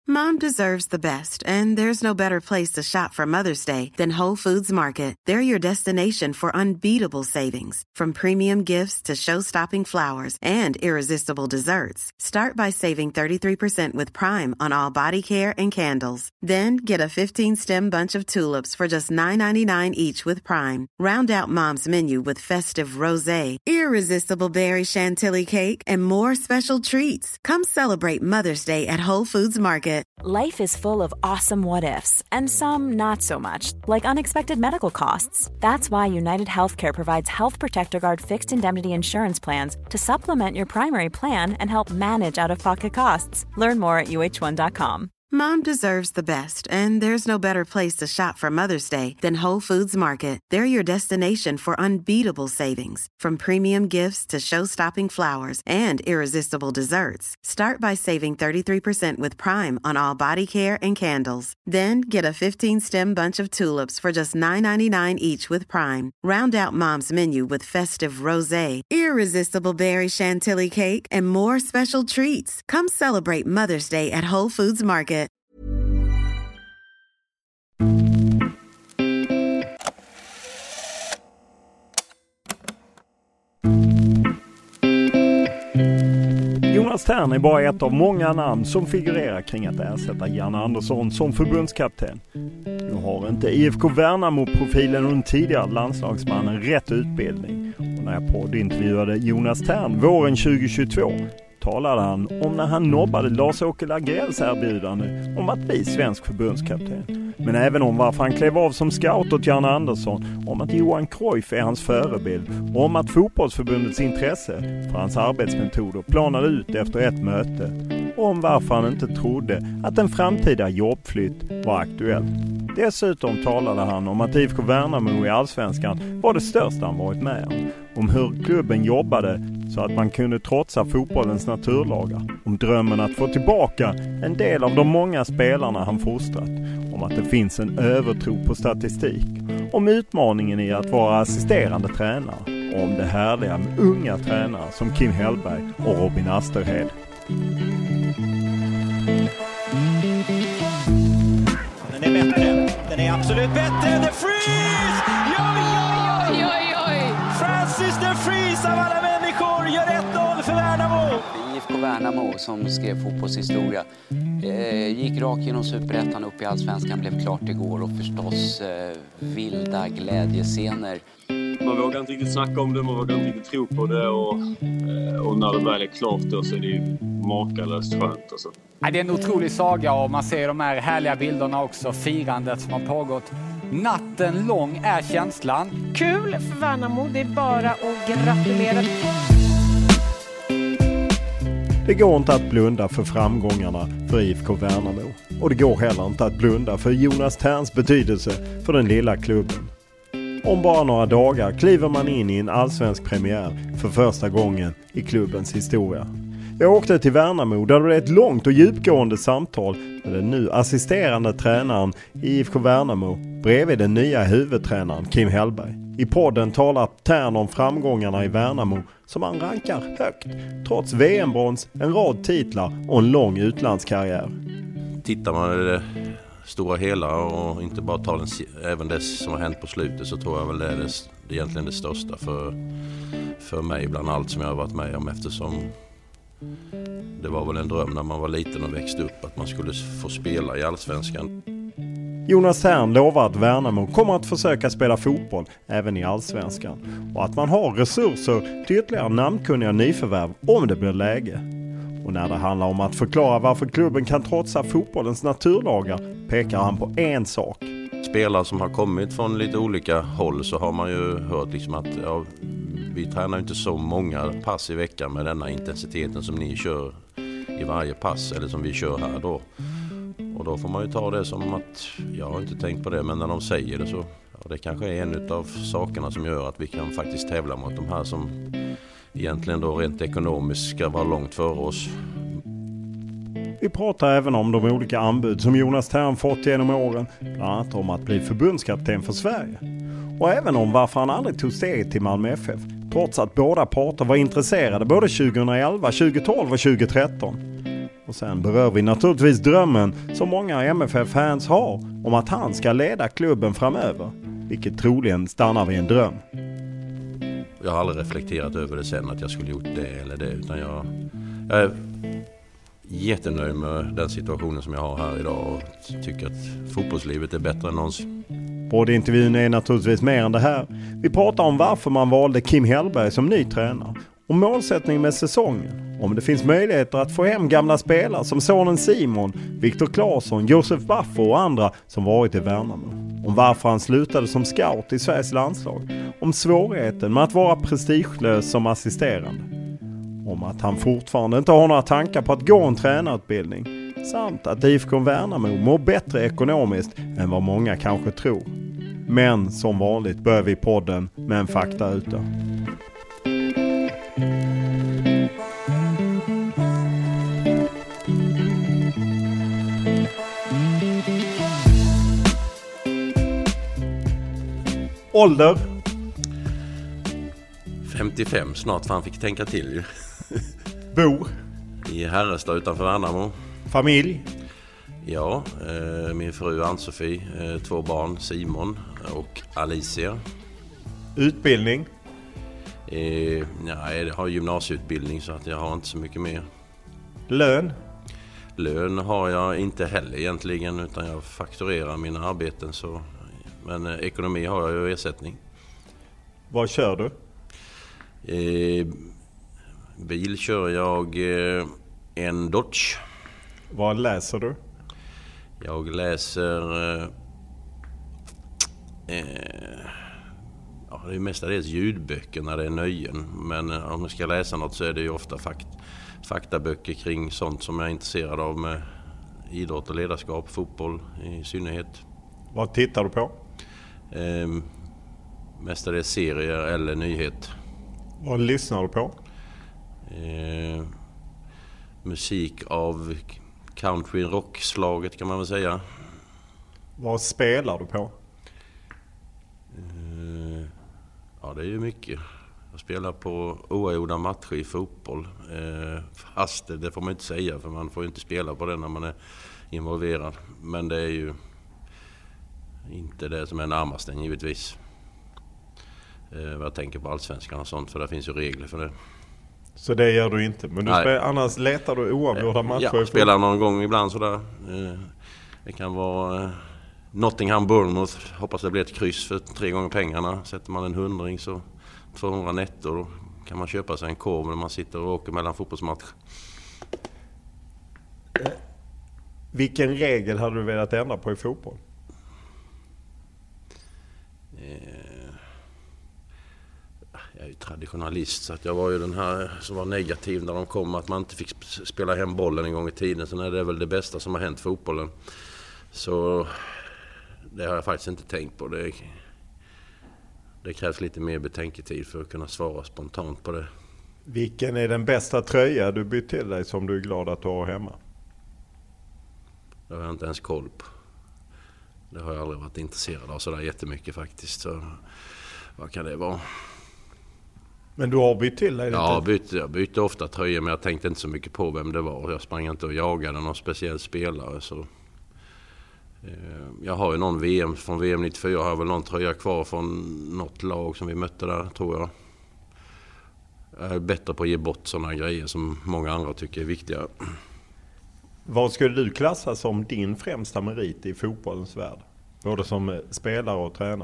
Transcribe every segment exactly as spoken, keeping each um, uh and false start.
Mom deserves the best, and there's no better place to shop for Mother's Day than Whole Foods Market. They're your destination for unbeatable savings, from premium gifts to show-stopping flowers and irresistible desserts. Start by saving thirty-three percent with Prime on all body care and candles. Then get a fifteen-stem bunch of tulips for just nine ninety-nine each with Prime. Round out Mom's menu with festive rosé, irresistible berry chantilly cake, and more special treats. Come celebrate Mother's Day at Whole Foods Market. Life is full of awesome what-ifs, and some not so much, like unexpected medical costs. That's why United Healthcare provides Health Protector Guard fixed indemnity insurance plans to supplement your primary plan and help manage out-of-pocket costs. Learn more at U H one dot com. Mom deserves the best, and there's no better place to shop for Mother's Day than Whole Foods Market. They're your destination for unbeatable savings, from premium gifts to show-stopping flowers and irresistible desserts. Start by saving thirty-three percent with Prime on all body care and candles. Then get a fifteen-stem bunch of tulips for just nine ninety-nine each with Prime. Round out Mom's menu with festive rosé, irresistible berry chantilly cake, and more special treats. Come celebrate Mother's Day at Whole Foods Market. Jonas Thern är bara ett av många namn som figurerar kring att ersätta Janne Andersson som förbundskapten. Nu har inte I F K Värnamo-profilen och den tidigare landslagsmannen rätt utbildning. Och när jag poddintervjuade Jonas Thern våren tjugohundratjugotvå talade han om när han nobbade Lars-Åke Lagrells erbjudande om att bli svensk förbundskapten. Men även om varför han klev av som scout åt Janne Andersson, om att Johan Cruyff är hans förebild och om att fotbollsförbundets intresse för hans arbetsmetoder planade ut efter ett möte och om varför han inte trodde att en framtida jobbflytt var aktuell. Dessutom talade han om att I F K Värnamo i Allsvenskan var det största han varit med om. Om hur klubben jobbade så att man kunde trotsa fotbollens naturlagar. Om drömmen att få tillbaka en del av de många spelarna han fostrat. Om att det finns en övertro på statistik. Om utmaningen i att vara assisterande tränare. Och om det härliga med unga tränare som Kim Hellberg och Robin Asterhed. Den är bättre. Den är absolut bättre. The Freeze! Oj, oj, oj, oj! Francis The Freeze av alla människor gör ett noll för Värnamo. I F K Värnamo som skrev fotbollshistoria eh, gick rakt genom Superettan upp i Allsvenskan, blev klart igår och förstås eh, vilda glädjescener. Man vågar inte riktigt snacka om det, man vågar inte riktigt tro på det och, och när det väl är klart då så är det ju makalöst skönt. Alltså. Det är en otrolig saga och man ser de här härliga bilderna också, firandet som har pågått. Natten lång är känslan. Kul för Värnamo, det är bara att gratulera. Det går inte att blunda för framgångarna för I F K Värnamo. Och det går heller inte att blunda för Jonas Therns betydelse för den lilla klubben. Om bara några dagar kliver man in i en allsvensk premiär för första gången i klubbens historia. Jag åkte till Värnamo där det blev ett långt och djupgående samtal med den nu assisterande tränaren i I F K Värnamo bredvid den nya huvudtränaren Kim Hellberg. I podden talar Thern om framgångarna i Värnamo som han rankar högt trots V M-brons, en rad titlar och en lång utlandskarriär. Tittar man i det stora hela och inte bara tar den, även det som har hänt på slutet, så tror jag väl det är det, det är egentligen det största för, för mig bland allt som jag har varit med om, eftersom det var väl en dröm när man var liten och växte upp att man skulle få spela i Allsvenskan. Jonas Thern lovar att Värnamo kommer att försöka spela fotboll även i Allsvenskan och att man har resurser till ytterligare namnkunniga nyförvärv om det blir läge. Och när det handlar om att förklara varför klubben kan trotsa fotbollens naturlagar pekar han på en sak. Spelare som har kommit från lite olika håll, så har man ju hört liksom att ja, vi tränar inte så många pass i veckan med denna intensiteten som ni kör i varje pass, eller som vi kör här då. Och då får man ju ta det som att, jag har inte tänkt på det, men när de säger det så, ja, det kanske är en av sakerna som gör att vi kan faktiskt tävla mot de här som egentligen då rent ekonomiskt ska vara långt före oss. Vi pratar även om de olika anbud som Jonas Thern fått genom åren, bland annat om att bli förbundskapten för Sverige. Och även om varför han aldrig tog steget till Malmö F F, trots att båda parter var intresserade både tjugoelva, tjugotolv och tjugotretton. Och sen berör vi naturligtvis drömmen som många M F F-fans har om att han ska leda klubben framöver. Vilket troligen stannar vid en dröm. Jag har aldrig reflekterat över det sen att jag skulle gjort det eller det. Utan jag, jag är jättenöjd med den situationen som jag har här idag. Och tycker att fotbollslivet är bättre än någonsin. Både intervjun är naturligtvis mer än det här. Vi pratar om varför man valde Kim Hellberg som ny tränare. Och målsättning med säsongen. Om det finns möjligheter att få hem gamla spelare som sonen Simon, Viktor Claesson, Josef Baffo och andra som varit i Värnamo. Om varför han slutade som scout i Sveriges landslag. Om svårigheten med att vara prestigelös som assisterande. Om att han fortfarande inte har några tankar på att gå en tränarutbildning. Samt att I F K Värnamo mår bättre ekonomiskt än vad många kanske tror. Men som vanligt börjar vi podden med en fakta ute. Ålder? femtiofem snart, för han fick tänka till ju. Bo? I Herrestad utanför Värnamo. Familj? Ja, eh, min fru Ann-Sofie, eh, två barn, Simon och Alicia. Utbildning? Eh, nej, jag har gymnasieutbildning så att jag har inte så mycket mer. Lön? Lön har jag inte heller egentligen, utan jag fakturerar mina arbeten. Så, men eh, ekonomi har jag ju ersättning. Vad kör du? Eh, bil kör jag eh, en Dodge. Vad läser du? Jag läser eh, eh, ja, det är mestadels ljudböcker när det är nöjen. Men eh, om jag ska läsa något så är det ju ofta fakt, faktaböcker kring sånt som jag är intresserad av med idrott och ledarskap, fotboll i synnerhet. Vad tittar du på? Eh, mestadels serier eller nyhet. Vad lyssnar du på? Eh, musik av country rock-slaget kan man väl säga. Vad spelar du på? Eh, ja, det är ju mycket. Jag spelar på oavgjorda matcher i fotboll. Eh, fast det, det får man inte säga, för man får ju inte spela på det när man är involverad. Men det är ju inte det som är närmast än givetvis. Eh, jag tänker på allsvenskan och sånt, för det finns ju regler för det. Så det gör du inte? Men du spel, annars letar du oavgjorda matcher? Ja, jag spelar någon gång ibland sådär. Det kan vara Nottingham Bournemouth. Hoppas det blir ett kryss för tre gånger pengarna. Sätter man en hundring så tvåhundra netto. Då kan man köpa sig en korv när man sitter och åker mellan fotbollsmatch. Vilken regel hade du velat ändra på i fotboll? Jag är ju traditionalist, så att jag var ju den här som var negativ när de kom att man inte fick spela hem bollen en gång i tiden. Sen är det väl det bästa som har hänt fotbollen. Så det har jag faktiskt inte tänkt på. Det, det krävs lite mer betänketid för att kunna svara spontant på det. Vilken är den bästa tröja du bytt till dig som du är glad att du har hemma? Det har jag inte ens koll på. Det har jag aldrig varit intresserad av sådär jättemycket faktiskt. Så vad kan det vara? Men du har bytt till dig? Ja, jag bytte, jag bytte ofta tröjor, men jag tänkte inte så mycket på vem det var. Jag sprang inte och jagade någon speciell spelare. Så, eh, jag har ju någon V M från V M nittiofyra. Jag har väl någon tröja kvar från något lag som vi mötte där, tror jag. Jag är bättre på att ge bort sådana grejer som många andra tycker är viktiga. Vad skulle du klassa som din främsta merit i fotbollens värld? Både som spelare och tränare.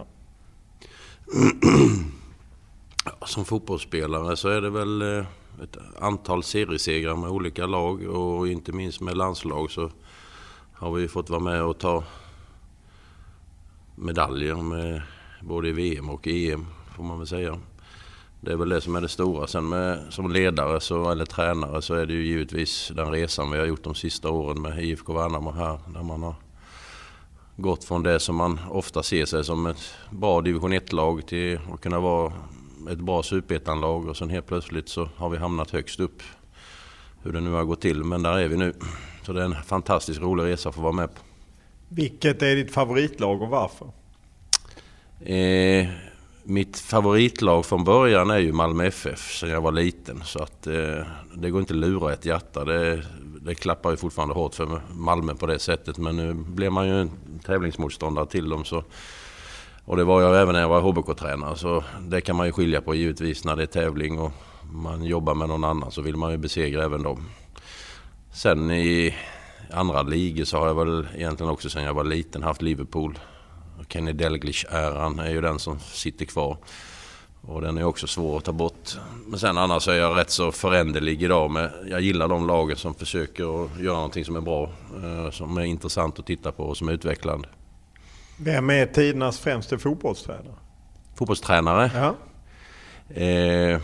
Som fotbollsspelare så är det väl ett antal seriesegrar med olika lag, och inte minst med landslag så har vi fått vara med och ta medaljer med både i V M och E M, får man väl säga. Det är väl det som är det stora. Sen med, som ledare så, eller tränare, så är det ju givetvis den resan vi har gjort de sista åren med I F K Värnamo här, där man har gått från det som man ofta ser sig som ett bra division ett-lag till att kunna vara ett bra superettanlag, och sen helt plötsligt så har vi hamnat högst upp. Hur det nu har gått till, men där är vi nu. Så det är en fantastiskt rolig resa att få vara med på. Vilket är ditt favoritlag och varför? Eh, mitt favoritlag från början är ju Malmö F F sedan jag var liten. Så att eh, det går inte att lura ett hjärta. Det, det klappar ju fortfarande hårt för Malmö på det sättet. Men nu blev man ju en tävlingsmotståndare till dem. Så, och det var jag även när jag var H B K-tränare. Så det kan man ju skilja på givetvis när det är tävling och man jobbar med någon annan, så vill man ju besegra även dem. Sen i andra ligor så har jag väl egentligen också sedan jag var liten haft Liverpool. Kenny Dalglish-äran är ju den som sitter kvar. Och den är också svår att ta bort. Men sen annars är jag rätt så föränderlig idag. Med, jag gillar de lagen som försöker att göra någonting som är bra. Eh, som är intressant att titta på och som är utvecklande. Vem är tidernas främsta fotbollstränare? Fotbollstränare? Ja. Eh,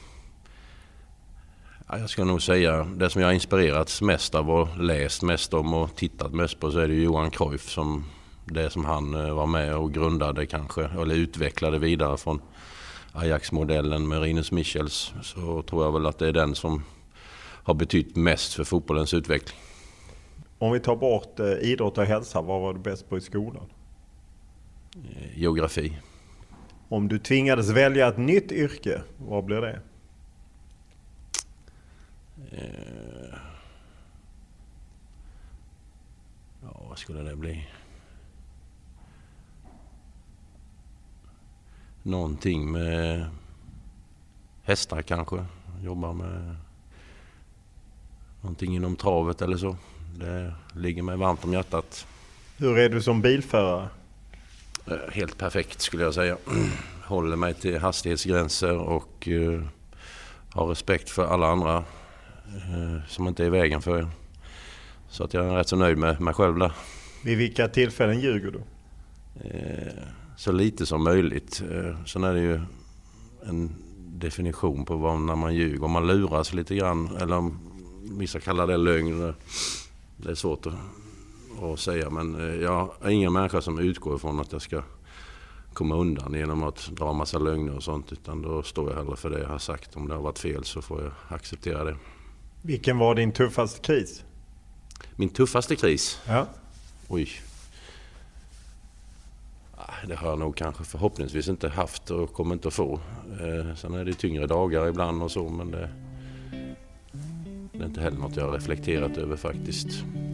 jag ska nog säga det som jag har inspirerats mest av och läst mest om och tittat mest på, så är det Johan Cruyff, som det som han var med och grundade kanske, eller utvecklade vidare från Ajax-modellen med Rinus Michels. Så tror jag väl att det är den som har betytt mest för fotbollens utveckling. Om vi tar bort eh, idrott och hälsa, vad var du bäst på i skolan? Eh, geografi. Om du tvingades välja ett nytt yrke, vad blir det? Eh, ja, vad skulle det bli? Någonting med hästar kanske. Jobbar med någonting inom travet eller så. Det ligger mig varmt om hjärtat. Hur är du som bilförare? Helt perfekt skulle jag säga. Håller mig till hastighetsgränser och uh, har respekt för alla andra uh, som inte är i vägen för er. Så att jag är rätt så nöjd med mig själv där. Vid vilka tillfällen ljuger du? Uh, så lite som möjligt. Uh, sen är det ju en definition på vad när man ljuger. Om man luras lite grann, eller om vissa kallar det lögn. Det är svårt att, att säga, men jag är ingen människa som utgår ifrån att jag ska komma undan genom att dra massa lögner och sånt, utan då står jag hellre för det jag har sagt. Om det har varit fel så får jag acceptera det. Vilken var din tuffaste kris? Min tuffaste kris? Ja. Oj. Det har jag nog kanske förhoppningsvis inte haft och kommer inte att få. Eh, sen är det tyngre dagar ibland och så, men det, det är inte heller något jag har reflekterat över faktiskt.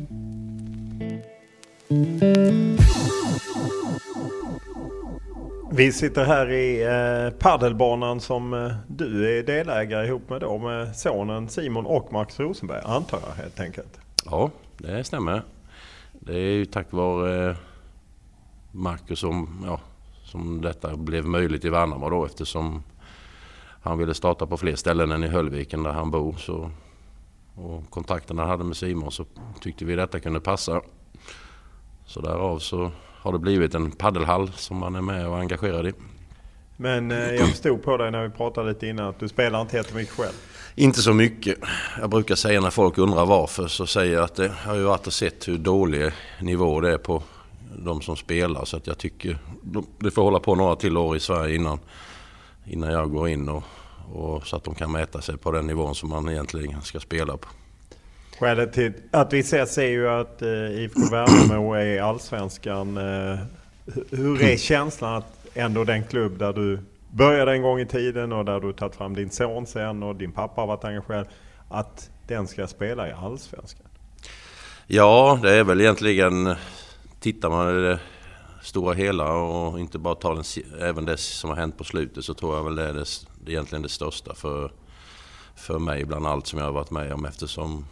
Vi sitter här i eh, paddelbanan som eh, du är delägare ihop med då, med sonen Simon och Max Rosenberg, antar jag helt enkelt. Ja, det stämmer. Det är ju tack vare eh, Marcus som, ja, som detta blev möjligt i Värnamo då, eftersom han ville starta på fler ställen än i Höllviken där han bor. Så, och kontakten han hade med Simon, så tyckte vi detta kunde passa. Så därav så har det blivit en paddelhall som man är med och engagerad i. Men eh, jag förstod på dig när vi pratade lite innan att du spelar inte helt mycket själv. Inte så mycket. Jag brukar säga när folk undrar varför, så säger jag att det har ju varit och sett hur dålig nivå det är på de som spelar, så att jag tycker det får hålla på några till år i Sverige innan, innan jag går in och, och så att de kan mäta sig på den nivån som man egentligen ska spela på. Skälet till att vi ses är ju att eh, I F K Värnamo är i Allsvenskan. Eh, hur är känslan att ändå den klubb där du började en gång i tiden och där du tagit fram din son sen och din pappa har varit engagerad, att den ska spela i Allsvenskan? Ja, det är väl egentligen, tittar man i det stora hela och inte bara tar den, även det som har hänt på slutet, så tror jag väl det är det, det är egentligen det största för, för mig bland allt som jag har varit med om, eftersom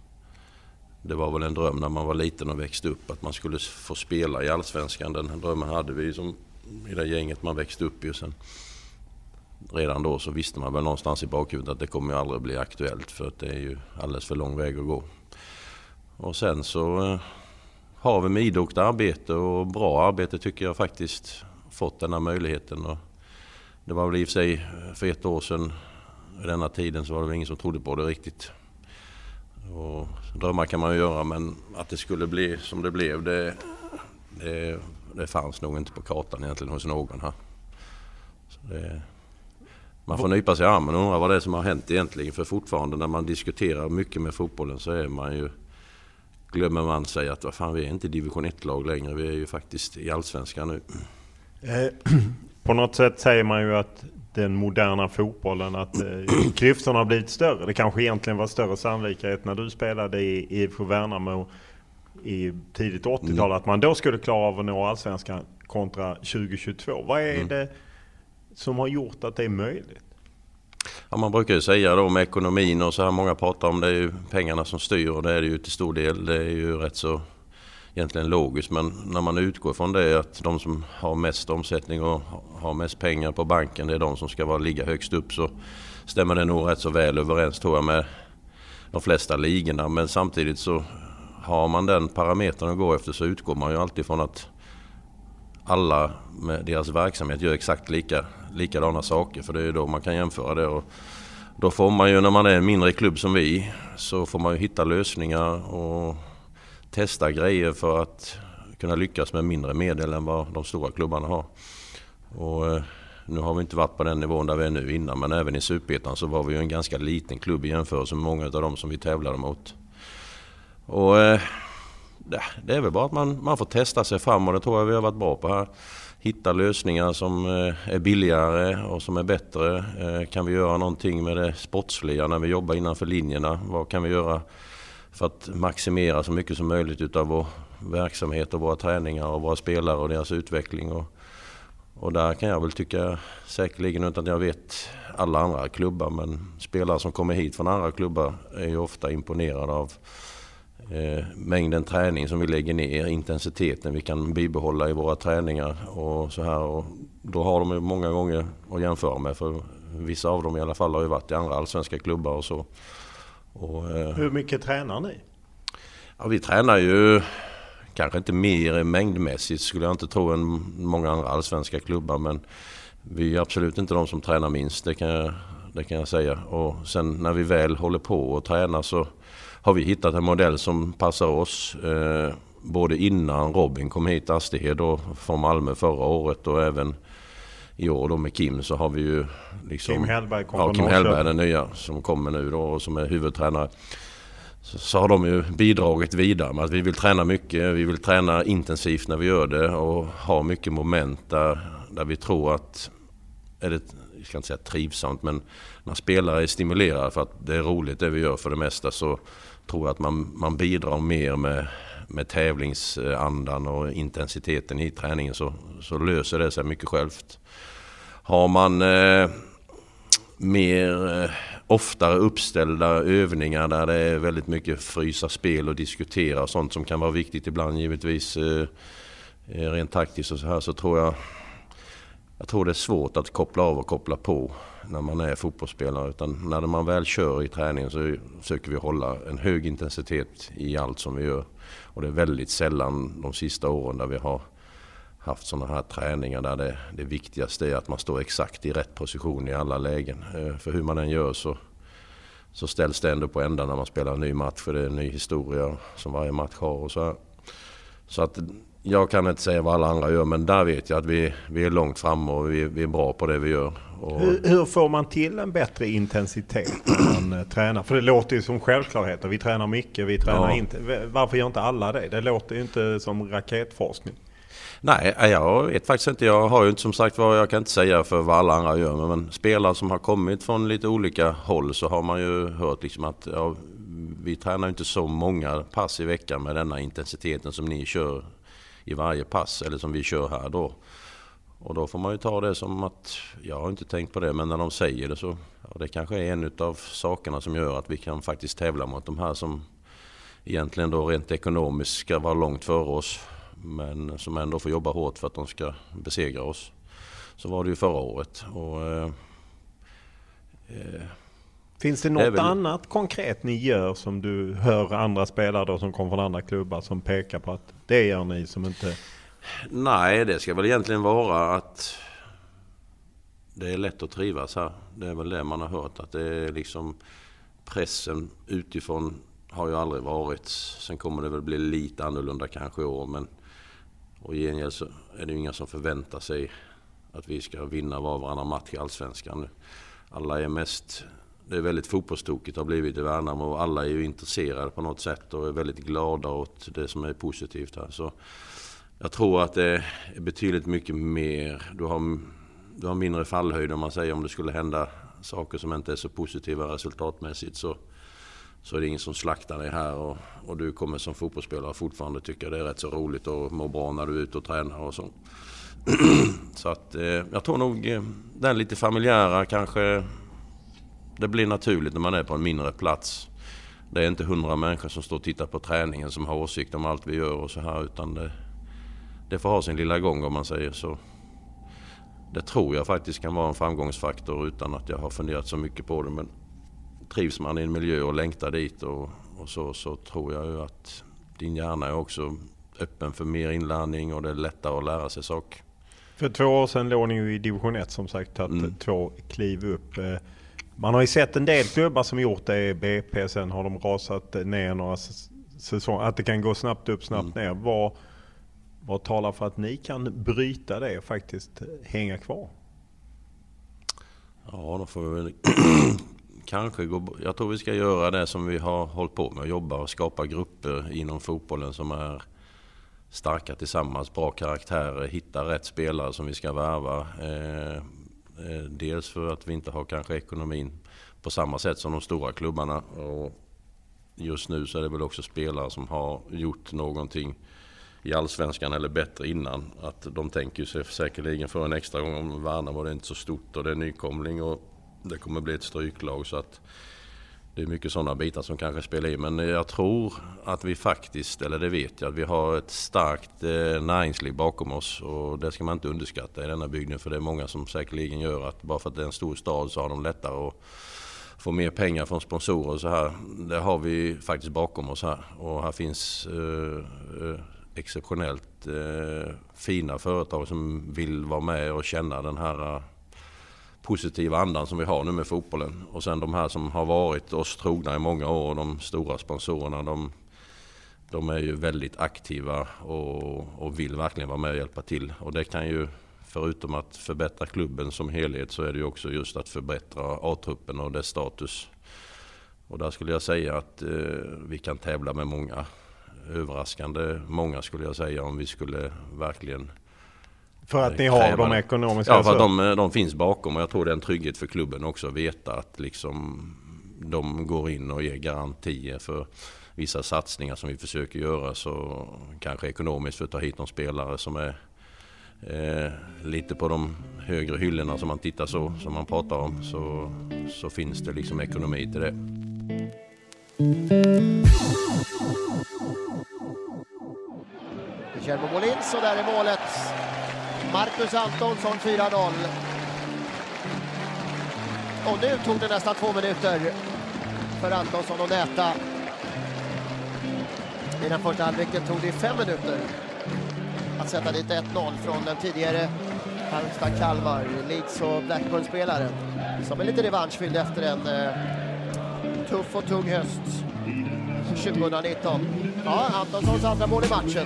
det var väl en dröm när man var liten och växte upp att man skulle få spela i Allsvenskan. Den drömmen hade vi som i det gänget man växte upp i. Sen redan då så visste man väl någonstans i bakhuvudet att det kommer ju aldrig bli aktuellt, för att det är ju alldeles för lång väg att gå. Och sen så har vi med idogt arbete och bra arbete tycker jag faktiskt fått den här möjligheten. Och det var väl i och för sig för ett år sedan i denna tiden så var det väl ingen som trodde på det riktigt. Och drömmar kan man ju göra, men att det skulle bli som det blev, det, det, det fanns nog inte på kartan egentligen hos någon här. Så det, man får nypa sig i armen och undra vad det är som har hänt egentligen, för fortfarande när man diskuterar mycket med fotbollen så är man ju, glömmer man sig att vad fan, vi är inte division ett-lag längre, vi är ju faktiskt i Allsvenskan nu. Eh, på något sätt säger man ju att den moderna fotbollen att eh, klyftorna har blivit större. Det kanske egentligen var större sannolikhet när du spelade i I F K Värnamo i tidigt åttiotal mm. att man då skulle klara av att nå allsvenskan kontra tjugo tjugotvå. Vad är mm. det som har gjort att det är möjligt? Ja, man brukar ju säga då med ekonomin och så här många pratar om det är ju pengarna som styr och det är det ju till stor del. Det är ju rätt så egentligen logiskt, men när man utgår från det att de som har mest omsättning och har mest pengar på banken, det är de som ska vara ligga högst upp, så stämmer det nog rätt så väl överens tror jag med de flesta ligorna. Men samtidigt så har man den parametern att gå efter så utgår man ju alltid från att alla med deras verksamhet gör exakt lika, likadana saker, för det är ju då man kan jämföra det. Och då får man ju, när man är en mindre klubb som vi, så får man ju hitta lösningar och testa grejer för att kunna lyckas med mindre medel än vad de stora klubbarna har. Och nu har vi inte varit på den nivån där vi är nu innan, men även i Superettan så var vi ju en ganska liten klubb i jämförelse med många av dem som vi tävlade mot. Och det är väl bara att man, man får testa sig fram, och det tror jag vi har varit bra på här. Hitta lösningar som är billigare och som är bättre. Kan vi göra någonting med det sportsliga när vi jobbar innanför linjerna? Vad kan vi göra för att maximera så mycket som möjligt utav vår verksamhet och våra träningar och våra spelare och deras utveckling? Och, och där kan jag väl tycka säkerligen, utan att jag vet alla andra klubbar, men spelare som kommer hit från andra klubbar är ju ofta imponerade av Eh, mängden träning som vi lägger ner, intensiteten vi kan bibehålla i våra träningar och så här, och då har de ju många gånger att jämföra med, för vissa av dem i alla fall har ju varit i andra allsvenska klubbar och så. Och, eh, hur mycket tränar ni? Ja, vi tränar ju kanske inte mer mängdmässigt skulle jag inte tro än många andra allsvenska klubbar, men vi är absolut inte de som tränar minst, det kan jag, det kan jag säga. Och sen när vi väl håller på och tränar så har vi hittat en modell som passar oss. Eh, både innan Robin kom hit, Astighed då, från Malmö förra året, och även i år då med Kim så har vi ju liksom, Kim Hellberg, ja, Kim Hellberg den nya som kommer nu då och som är huvudtränare. Så, så har de ju bidragit vidare med att vi vill träna mycket, vi vill träna intensivt när vi gör det och ha mycket moment där, där vi tror att är det, jag ska inte säga trivsamt, men när spelare är stimulerade för att det är roligt det vi gör för det mesta, så tror jag att man, man bidrar mer med, med tävlingsandan och intensiteten i träningen, så, så löser det sig mycket självt. Har man eh, mer eh, oftare uppställda övningar där det är väldigt mycket frysa spel och diskutera och sånt som kan vara viktigt ibland givetvis eh, rent taktiskt och så här, så tror jag Jag tror det är svårt att koppla av och koppla på när man är fotbollsspelare, utan när man väl kör i träningen så försöker vi hålla en hög intensitet i allt som vi gör. Och det är väldigt sällan de sista åren där vi har haft sådana här träningar där det, det viktigaste är att man står exakt i rätt position i alla lägen. För hur man än gör så, så ställs det ändå på ända när man spelar en ny match, för det är en ny historia som varje match har och så här. Så att jag kan inte säga vad alla andra gör, men där vet jag att vi, vi är långt fram och vi, vi är bra på det vi gör. Och hur, hur får man till en bättre intensitet när man tränar? För det låter ju som självklarheter. Vi tränar mycket, vi tränar ja. inte. Varför gör inte alla det? Det låter ju inte som raketforskning. Nej, jag vet faktiskt inte. Jag har ju inte som sagt vad jag kan inte säga för vad alla andra gör. Men spelare som har kommit från lite olika håll så har man ju hört liksom att ja, vi tränar inte så många pass i veckan med denna intensiteten som ni kör i varje pass, eller som vi kör här då. Och då får man ju ta det som att jag har inte tänkt på det, men när de säger det så ja, det kanske är en av sakerna som gör att vi kan faktiskt tävla mot de här som egentligen då rent ekonomiskt ska vara långt före oss, men som ändå får jobba hårt för att de ska besegra oss. Så var det ju förra året. Och, eh, eh, Finns det något det väl annat konkret ni gör som du hör andra spelare då som kommer från andra klubbar som pekar på att det gör ni som inte... Nej, det ska väl egentligen vara att det är lätt att trivas här. Det är väl det man har hört, att det är liksom pressen utifrån har ju aldrig varit. Sen kommer det väl bli lite annorlunda kanske i år, men och i gengäld så är det ju inga som förväntar sig att vi ska vinna var och varannan match i Allsvenskan nu. Alla är mest... Det är väldigt fotbollstokigt har blivit i Värnamo och alla är ju intresserade på något sätt och är väldigt glada åt det som är positivt här. Så jag tror att det är betydligt mycket mer. Du har, du har mindre fallhöjd om man säger om det skulle hända saker som inte är så positiva resultatmässigt så, så är det ingen som slaktar dig här och, och du kommer som fotbollsspelare fortfarande tycka det är rätt så roligt och må bra när du är ute och tränar och så. Så att eh, jag tror nog eh, den lite familjära kanske det blir naturligt när man är på en mindre plats. Det är inte hundra människor som står och tittar på träningen som har åsikt om allt vi gör och så här utan det, det får ha sin lilla gång om man säger så. Det tror jag faktiskt kan vara en framgångsfaktor utan att jag har funderat så mycket på det. Men trivs man i en miljö och längtar dit och, och så, så tror jag ju att din hjärna är också öppen för mer inlärning och det är lättare att lära sig saker. För två år sedan låg ni ju i division ett som sagt att mm. två kliv upp. Man har ju sett en del klubbar som gjort det i B P, sen har de rasat ner några säsonger. Att det kan gå snabbt upp, snabbt mm. ner. Vad, vad talar för att ni kan bryta det och faktiskt hänga kvar? Ja, då får vi kanske gå. Jag tror vi ska göra det som vi har hållit på med. Jobba och skapa grupper inom fotbollen som är starka tillsammans, bra karaktärer, hitta rätt spelare som vi ska värva. Eh, Dels för att vi inte har kanske ekonomin på samma sätt som de stora klubbarna och just nu så är det väl också spelare som har gjort någonting i allsvenskan eller bättre innan. Att de tänker sig säkerligen för en extra gång om Värnamo var det inte så stort och det är nykomling och det kommer bli ett stryklag så att det är mycket sådana bitar som kanske spelar in. Men jag tror att vi faktiskt, eller det vet jag, att vi har ett starkt eh, näringsliv bakom oss och det ska man inte underskatta i denna bygden för det är många som säkerligen gör att bara för att det är en stor stad så har de lättare att få mer pengar från sponsorer och så här. Det har vi faktiskt bakom oss här och här finns eh, exceptionellt eh, fina företag som vill vara med och känna den här eh, positiva andan som vi har nu med fotbollen. Och sen de här som har varit oss trogna i många år, de stora sponsorerna, de, de är ju väldigt aktiva och, och vill verkligen vara med och hjälpa till. Och det kan ju, förutom att förbättra klubben som helhet, så är det ju också just att förbättra A-truppen och dess status. Och där skulle jag säga att eh, vi kan tävla med många, överraskande många skulle jag säga, om vi skulle verkligen... För att ni har de ekonomiska... Ja, för att de, de finns bakom och jag tror det är en trygghet för klubben också att veta att liksom de går in och ger garantier för vissa satsningar som vi försöker göra, så kanske ekonomiskt för att ta hit de spelare som är eh, lite på de högre hyllorna som man tittar så, som man pratar om, så, så finns det liksom ekonomi till det. Kjellmo Molins och där är målet. Marcus Antonsson fyra noll. Och nu tog det nästan två minuter för Antonsson att näta. I den första halvleken tog det fem minuter att sätta dit ett noll från den tidigare Halmstad Kalmar, Leeds och Blackburn-spelaren som är lite revanschfylld efter en eh, tuff och tung höst tjugonitton. Ja, Antonssons andra mål i matchen.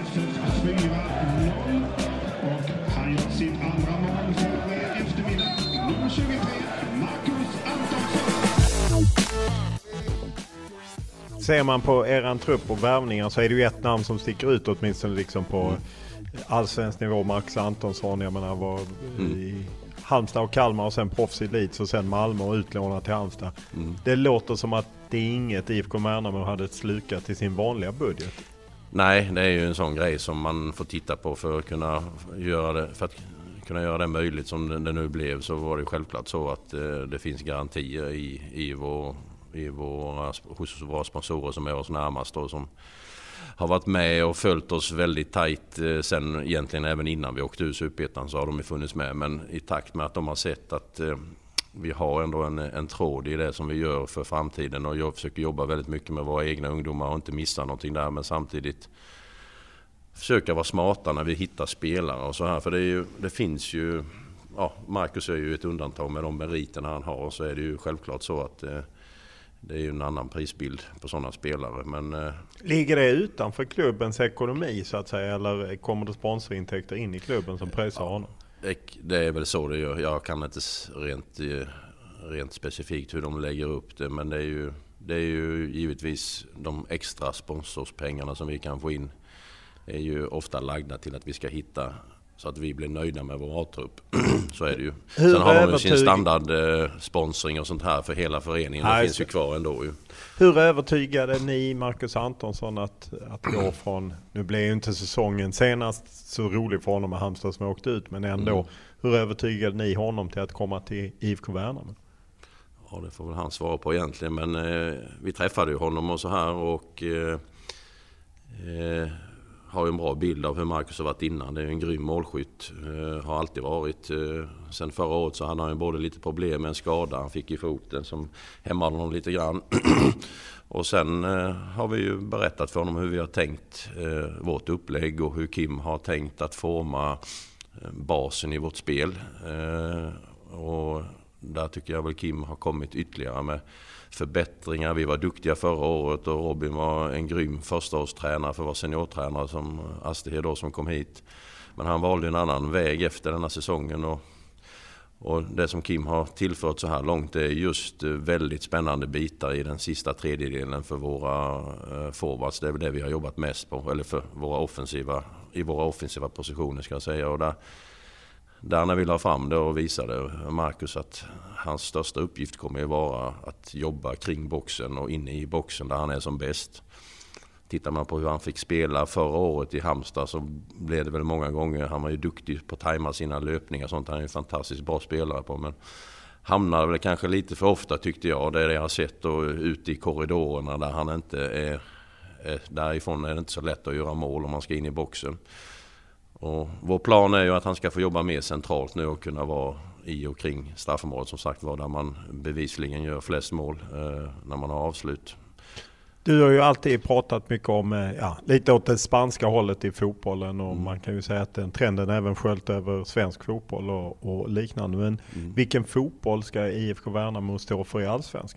Sitt andra mål för eftermiddag. Nummer tjugotre, Marcus Antonsson. Ser man på eran trupp och värvningar så är det ju ett namn som sticker ut åtminstone liksom på allsvensk nivå. Marcus Antonsson, jag menar, var mm. i Halmstad och Kalmar och sen proffs i Leeds och sen Malmö och utlånat till Halmstad. Mm. Det låter som att det är inget I F K Värnamo hade slukat till sin vanliga budget. Nej, det är ju en sån grej som man får titta på för att kunna göra det, för att kunna göra det möjligt som det nu blev. Så var det självklart så att eh, det finns garantier i, i, vår, i våra, hos våra sponsorer som är oss närmast och som har varit med och följt oss väldigt tajt eh, sen egentligen även innan vi åkte ur Superettan, så har de ju funnits med. Men i takt med att de har sett att eh, vi har ändå en, en tråd i det som vi gör för framtiden, och jag försöker jobba väldigt mycket med våra egna ungdomar och inte missa någonting där, men samtidigt försöka vara smarta när vi hittar spelare och så här, för det, är ju, det finns ju, ja, Marcus är ju ett undantag med de meriterna han har, och så är det ju självklart så att eh, det är ju en annan prisbild på sådana spelare. Men, eh, ligger det utanför klubbens ekonomi så att säga, eller kommer det sponsorintäkter in i klubben som pressar ja, honom? Det är väl så det gör. Jag kan inte rent, rent specifikt hur de lägger upp det, men det är ju, det är ju givetvis de extra sponsorspengarna som vi kan få in är ju ofta lagda till att vi ska hitta så att vi blir nöjda med vår A-trupp. Så är det ju. Hur Sen har de ju övertyg- sin standard eh, sponsring och sånt här för hela föreningen. Det Nej, finns ju kvar ändå ju. Hur övertygade ni Marcus Antonsson att, att gå från, nu blev ju inte säsongen senast så rolig för honom med Halmstad som åkte ut, men ändå, mm. hur övertygade ni honom till att komma till I F K Värnamo? Ja, det får väl han svara på egentligen, men eh, vi träffade ju honom och så här och eh, eh, har ju en bra bild av hur Marcus har varit innan. Det är ju en grym målskytt, eh, har alltid varit. Eh, sen förra året så hade han ju både lite problem med en skada han fick i foten som hämmade honom lite grann. Och sen eh, har vi ju berättat för honom hur vi har tänkt eh, vårt upplägg och hur Kim har tänkt att forma eh, basen i vårt spel. Eh, och där tycker jag väl Kim har kommit ytterligare med förbättringar. Vi var duktiga förra året och Robin var en grym förstaårstränare för att vara seniortränare som Astehed då som kom hit. Men han valde en annan väg efter denna säsongen och, och det som Kim har tillfört så här långt är just väldigt spännande bitar i den sista tredjedelen för våra eh, forwards. Det är väl det vi har jobbat mest på, eller för våra offensiva, i våra offensiva positioner ska jag säga. Och där, Där när vi la fram det och visade Marcus att hans största uppgift kommer att vara att jobba kring boxen och inne i boxen där han är som bäst. Tittar man på hur han fick spela förra året i Halmstad så blev det väl många gånger, han var ju duktig på att tajma sina löpningar och sånt, han är en fantastiskt bra spelare på, men hamnade väl kanske lite för ofta tyckte jag, det är det jag har sett, och ute i korridorerna där han inte är, är därifrån är det inte så lätt att göra mål om man ska in i boxen. Och vår plan är ju att han ska få jobba mer centralt nu och kunna vara i och kring straffområdet som sagt var, där man bevisligen gör flest mål eh, när man har avslut. Du har ju alltid pratat mycket om, ja, lite åt det spanska hållet i fotbollen och mm. man kan ju säga att den trenden även sköljt över svensk fotboll och, och liknande. Men mm. vilken fotboll ska I F K Värnamo stå för i Allsvenskan?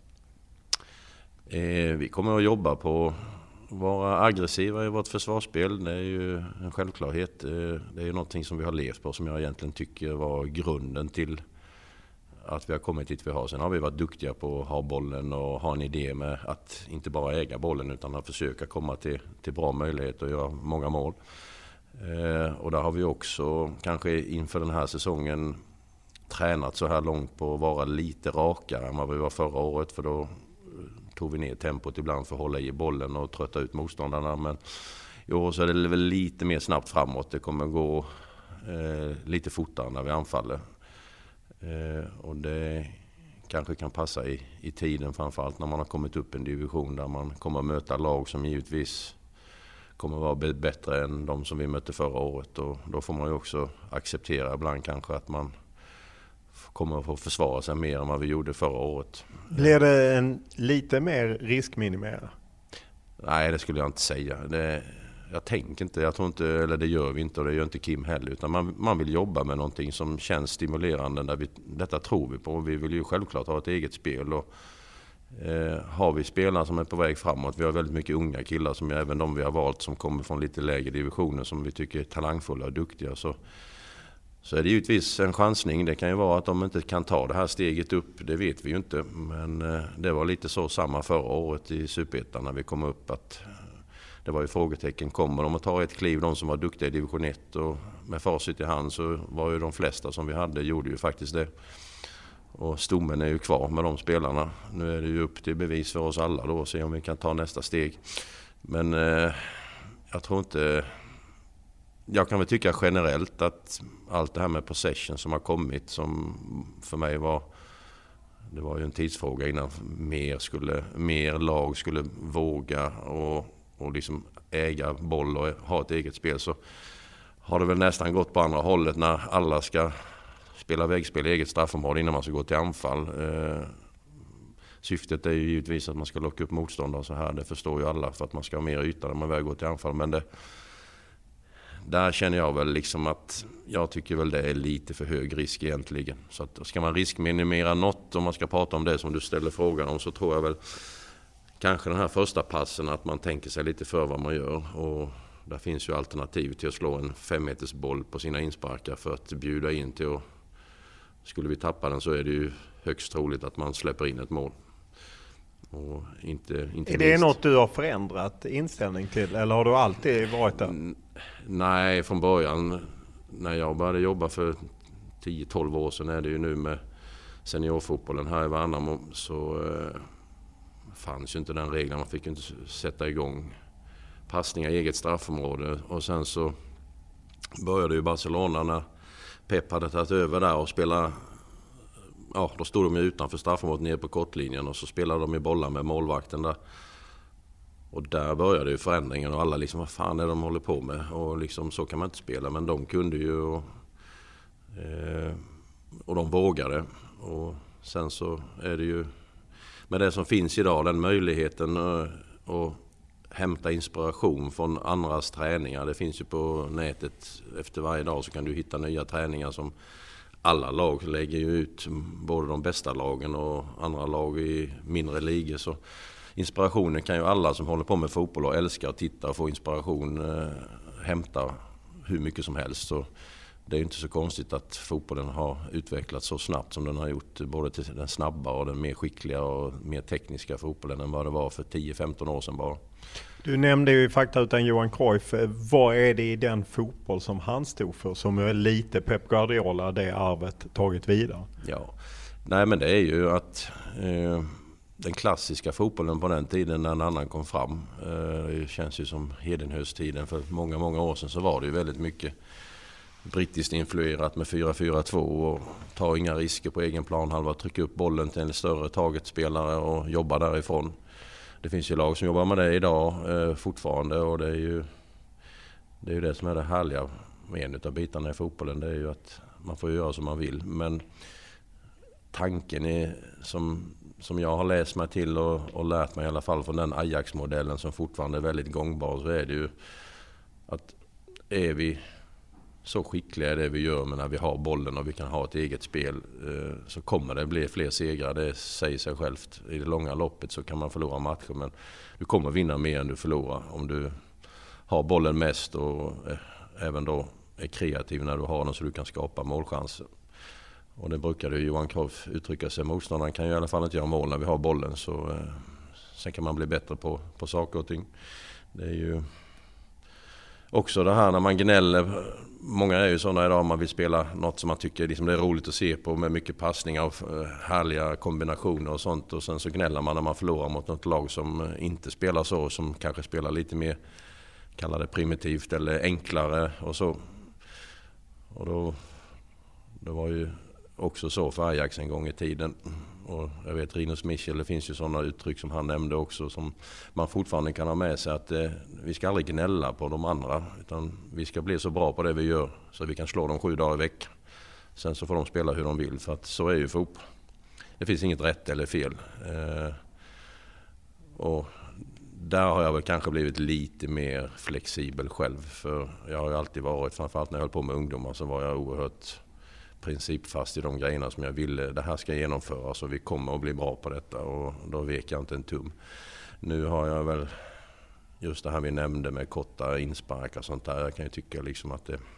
Eh, vi kommer att jobba på vara aggressiva i vårt försvarsspel, det är ju en självklarhet. Det är ju någonting som vi har levt på som jag egentligen tycker var grunden till att vi har kommit dit vi har. Sen har vi varit duktiga på att ha bollen och ha en idé med att inte bara äga bollen utan att försöka komma till, till bra möjligheter och göra många mål. Eh, och där har vi också kanske inför den här säsongen tränat så här långt på att vara lite rakare än vad vi var förra året, för då tog vi ner tempot ibland för att hålla i bollen och trötta ut motståndarna. Men i år så är det väl lite mer snabbt framåt. Det kommer gå eh, lite fortare när vi anfaller. Eh, och det kanske kan passa i, i tiden, framförallt när man har kommit upp en division där man kommer att möta lag som givetvis kommer att vara bättre än de som vi mötte förra året. Och då får man ju också acceptera ibland kanske att man kommer att få försvara sig mer än vad vi gjorde förra året. Blir det en lite mer riskminimera? Nej, det skulle jag inte säga. Det, jag tänker inte, jag tror inte, eller det gör vi inte och det gör inte Kim heller. Utan man, man vill jobba med någonting som känns stimulerande. Där vi, detta tror vi på. Vi vill ju självklart ha ett eget spel. Och, eh, har vi spelare som är på väg framåt, vi har väldigt mycket unga killar som även de vi har valt som kommer från lite lägre divisioner som vi tycker är talangfulla och duktiga. Så Så är det givetvis en chansning. Det kan ju vara att de inte kan ta det här steget upp. Det vet vi ju inte. Men det var lite så samma förra året i Superettan när vi kom upp. Att det var ju frågetecken. Kommer de att ta ett kliv, de som var duktiga i division ett? Och med facit i hand så var ju de flesta som vi hade gjorde ju faktiskt det. Och stommen är ju kvar med de spelarna. Nu är det ju upp till bevis för oss alla då. Se om vi kan ta nästa steg. Men eh, jag tror inte... Jag kan väl tycka generellt att allt det här med possession som har kommit, som för mig var, det var ju en tidsfråga innan mer, skulle, mer lag skulle våga och, och liksom äga boll och ha ett eget spel, så har det väl nästan gått på andra hållet när alla ska spela vägspel i eget straffområde innan man ska gå till anfall. Eh, syftet är ju givetvis att man ska locka upp motståndare så här, det förstår ju alla, för att man ska ha mer yta när man väl går till anfall, men det där känner jag väl liksom att jag tycker väl det är lite för hög risk egentligen. Så att ska man riskminimera något, om man ska prata om det som du ställer frågan om, så tror jag väl kanske den här första passen att man tänker sig lite för vad man gör. Och där finns ju alternativ till att slå en femmeters boll på sina insparkar för att bjuda in till, och skulle vi tappa den så är det ju högst troligt att man släpper in ett mål. Och inte, inte är det minst något du har förändrat inställning till, eller har du alltid varit där? Nej, från början när jag började jobba för tio tolv år sedan är det ju nu med seniorfotbollen här i Värnamo, så eh, fanns ju inte den regeln. Man fick ju inte sätta igång passningar i eget straffområde. Och sen så började ju Barcelona när Pep hade tagit över där och spela. Ja, då stod de ju utanför straffområdet ner på kortlinjen och så spelade de i bollar med målvakten där. Och där började ju förändringen och alla liksom, vad fan är de håller på med? Och liksom, så kan man inte spela, men de kunde ju och, eh, och de vågade. Och sen så är det ju med det som finns idag, den möjligheten eh, att hämta inspiration från andras träningar. Det finns ju på nätet, efter varje dag så kan du hitta nya träningar som alla lag lägger ju ut, både de bästa lagen och andra lag i mindre ligor. Så inspirationen kan ju alla som håller på med fotboll och älskar att titta och få inspiration eh, hämta hur mycket som helst. Så det är ju inte så konstigt att fotbollen har utvecklats så snabbt som den har gjort, både till den snabba och den mer skickliga och mer tekniska fotbollen än vad det var för tio femton år sedan bara. Du nämnde ju i fakta utan Johan Cruyff. Vad är det i den fotboll som han stod för som är lite Pep Guardiola, det arvet, tagit vidare? Ja, nej men det är ju att eh, den klassiska fotbollen på den tiden när en annan kom fram, eh, det känns ju som Hedenhös-tiden för många, många år sedan, så var det ju väldigt mycket brittiskt influerat med fyra fyra två och ta inga risker på egen planhalva, trycka upp bollen till en större targetspelare och jobba därifrån. Det finns ju lag som jobbar med det idag eh, fortfarande, och det är ju det är ju det som är det härliga med en av bitarna i fotbollen. Det är ju att man får göra som man vill, men tanken är, som, som jag har läst mig till och, och lärt mig i alla fall från den Ajax-modellen som fortfarande är väldigt gångbar, så är det ju att är vi så skickliga i det vi gör, men när vi har bollen och vi kan ha ett eget spel, eh, så kommer det bli fler segrar. Det säger sig självt. I det långa loppet så kan man förlora matcher, men du kommer vinna mer än du förlorar om du har bollen mest och eh, även då är kreativ när du har den så du kan skapa målchanser. Och det brukade Johan Cruyff uttrycka sig. Motståndaren kan ju i alla fall inte göra mål när vi har bollen, så eh, sen kan man bli bättre på, på saker och ting. Det är ju också det här när man gnäller. Många är ju sådana idag, man vill spela något som man tycker liksom det är roligt att se på med mycket passningar och härliga kombinationer och sånt, och sen så gnäller man när man förlorar mot något lag som inte spelar så, som kanske spelar lite mer, kallar det primitivt eller enklare och så. Och då det var ju också så för Ajax en gång i tiden. Och jag vet Rinus Michel, det finns ju sådana uttryck som han nämnde också som man fortfarande kan ha med sig, att eh, vi ska aldrig gnälla på de andra, utan vi ska bli så bra på det vi gör så vi kan slå dem sju dagar i veckan. Sen så får de spela hur de vill, för att så är ju fotboll. Det finns inget rätt eller fel. Eh, och där har jag väl kanske blivit lite mer flexibel själv, för jag har ju alltid varit, framförallt när jag höll på med ungdomar, så var jag oerhört principfast i de grejerna som jag ville. Det här ska genomföras och vi kommer att bli bra på detta, och då vek jag inte en tum. Nu har jag väl just det här vi nämnde med korta insparkar och sånt där. Jag kan ju tycka liksom att det,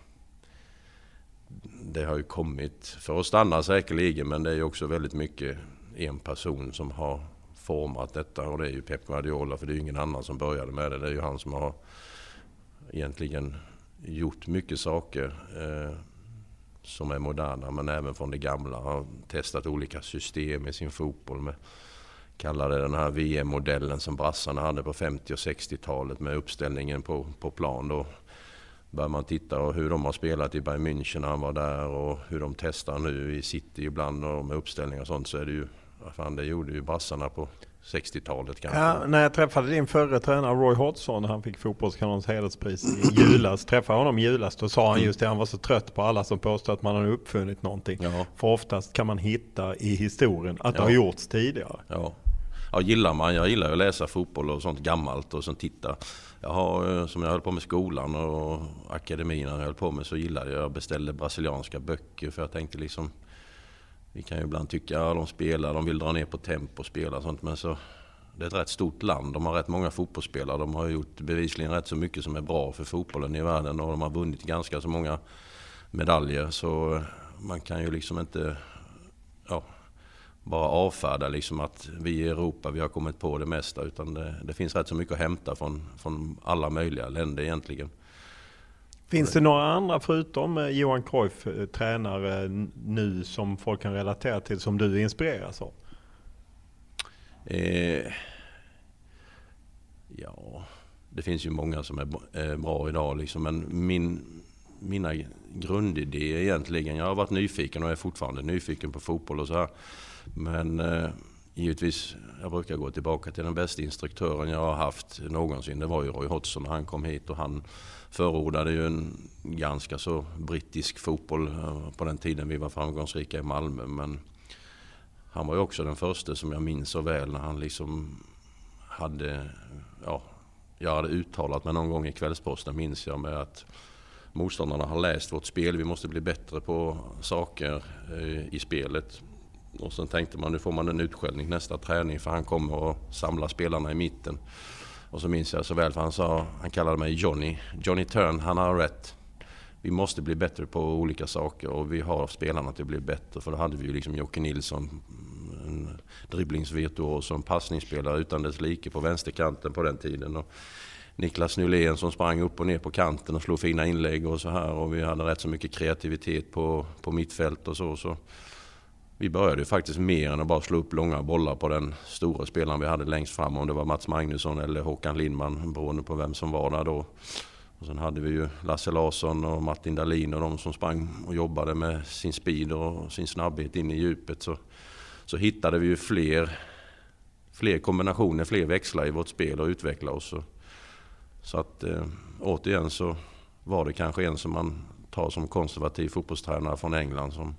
det har ju kommit för att stanna säkerligen, men det är ju också väldigt mycket en person som har format detta, och det är ju Pep Guardiola, för det är ju ingen annan som började med det. Det är ju han som har egentligen gjort mycket saker eh, som är moderna, men även från det gamla. Har testat olika system i sin fotboll med, kallar det den här V M-modellen som brassarna hade på femtio- och sextiotalet med uppställningen på, på plan. Då börjar man titta på hur de har spelat i Bayern München när han var där och hur de testar nu i City ibland och med uppställningar och sånt, så är det ju, vad fan, det gjorde ju brassarna på sextiotalet kanske. Ja, när jag träffade din förre tränare Roy Hodgson när han fick fotbollskanonens hederspris i julas, träffade honom i julas, då sa han just det, han var så trött på alla som påstår att man har uppfunnit någonting. Ja. För oftast kan man hitta i historien att det ja. har gjorts tidigare. Ja. Ja, gillar man. Jag gillar att läsa fotboll och sånt gammalt och sen titta. Jag har, som jag höll på med skolan och akademin jag höll på med, så gillade jag, beställde brasilianska böcker, för jag tänkte liksom, vi kan ju ibland tycka att ja, de spelar, de vill dra ner på tempo och spela och sånt, men så det är ett rätt stort land, de har rätt många fotbollsspelare, de har gjort bevisligen rätt så mycket som är bra för fotbollen i världen, och de har vunnit ganska så många medaljer, så man kan ju liksom inte ja, bara avfärda liksom att vi i Europa, vi har kommit på det mesta, utan det, det finns rätt så mycket att hämta från, från alla möjliga länder egentligen. Finns det några andra förutom Johan Cruyff tränare nu som folk kan relatera till, som du inspireras av? Eh, ja, det finns ju många som är bra idag liksom, men min, mina grundidéer egentligen, jag har varit nyfiken och är fortfarande nyfiken på fotboll och så här, men eh, givetvis, jag brukar gå tillbaka till den bästa instruktören jag har haft någonsin. Det var ju Roy Hodgson när han kom hit, och han förordade ju en ganska så brittisk fotboll på den tiden vi var framgångsrika i Malmö. Men han var ju också den första som jag minns så väl när han liksom hade, ja, jag hade uttalat mig någon gång i Kvällsposten, minns jag, med att motståndarna har läst vårt spel, vi måste bli bättre på saker i spelet. Och sen tänkte man, nu får man en utskällning nästa träning för han kommer att samla spelarna i mitten. Och så minns jag så väl, för han sa, han kallade mig Johnny. Johnny Turn, han har rätt. Vi måste bli bättre på olika saker och vi har spelarna till att bli bättre. För då hade vi ju liksom Jocke Nilsson, en dribblingsvirtuos som passningsspelare utan dess like på vänsterkanten på den tiden. Och Niklas Nylén som sprang upp och ner på kanten och slog fina inlägg och så här. Och vi hade rätt så mycket kreativitet på, på mittfält och så. så. Vi började ju faktiskt mer än att bara slå upp långa bollar på den stora spelaren vi hade längst fram. Om det var Mats Magnusson eller Håkan Lindman, beroende på vem som var där då. Och sen hade vi ju Lasse Larsson och Martin Dahlin och de som sprang och jobbade med sin speed och sin snabbhet in i djupet. Så, så hittade vi ju fler, fler kombinationer, fler växlar i vårt spel och utveckla oss. Så, så att eh, återigen så var det kanske en som man tar som konservativ fotbollstränare från England som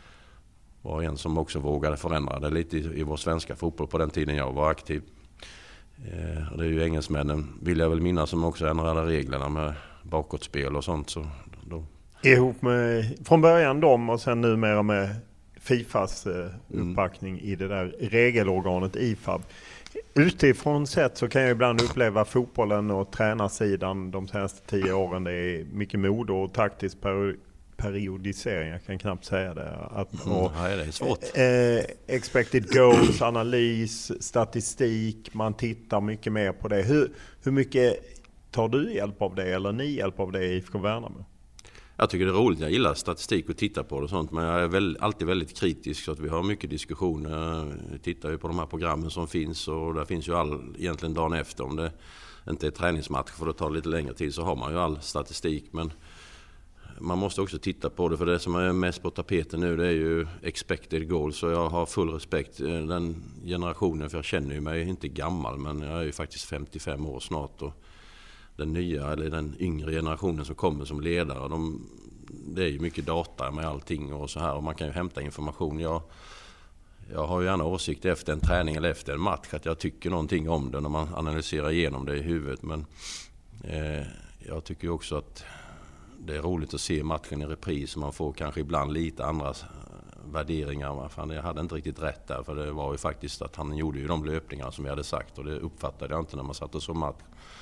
var en som också vågade förändra det lite i, i vår svenska fotboll på den tiden jag var aktiv. Eh, det är ju engelsmännen, vill jag väl minnas, som också ändrade reglerna med bakåtspel och sånt. Så då... Ihop med, från början dem och sen numera med Fifas eh, uppbackning mm. i det där regelorganet I F A B. Utifrån sett så kan jag ibland uppleva fotbollen och tränarsidan de senaste tio åren. Det är mycket mode och taktisk peri- periodisering, jag kan knappt säga det. Att, och, Nej, det är svårt. Eh, expected goals, analys, statistik, man tittar mycket mer på det. Hur, hur mycket tar du hjälp av det, eller ni hjälp av det i I F K Värnamo? Jag tycker det är roligt, jag gillar statistik och titta på det och sånt, men jag är väl, alltid väldigt kritisk, så att vi har mycket diskussioner. Vi tittar ju på de här programmen som finns, och där finns ju all, egentligen dagen efter, om det inte är träningsmatch för att ta lite längre tid, så har man ju all statistik, men man måste också titta på det, för det som är mest på tapeten nu, det är ju expected goals, så jag har full respekt den generationen, för jag känner ju mig inte gammal, men jag är ju faktiskt femtiofem år snart, och den nya eller den yngre generationen som kommer som ledare, de, det är ju mycket data med allting och så här, och man kan ju hämta information. Jag, jag har ju gärna åsikt efter en träning eller efter en match att jag tycker någonting om det när man analyserar igenom det i huvudet, men eh, jag tycker ju också att det är roligt att se matchen i repris, och man får kanske ibland lite andra värderingar. Fan, jag hade inte riktigt rätt där, för det var ju faktiskt att han gjorde ju de löpningar som jag hade sagt, och det uppfattade jag inte när man satt och så match.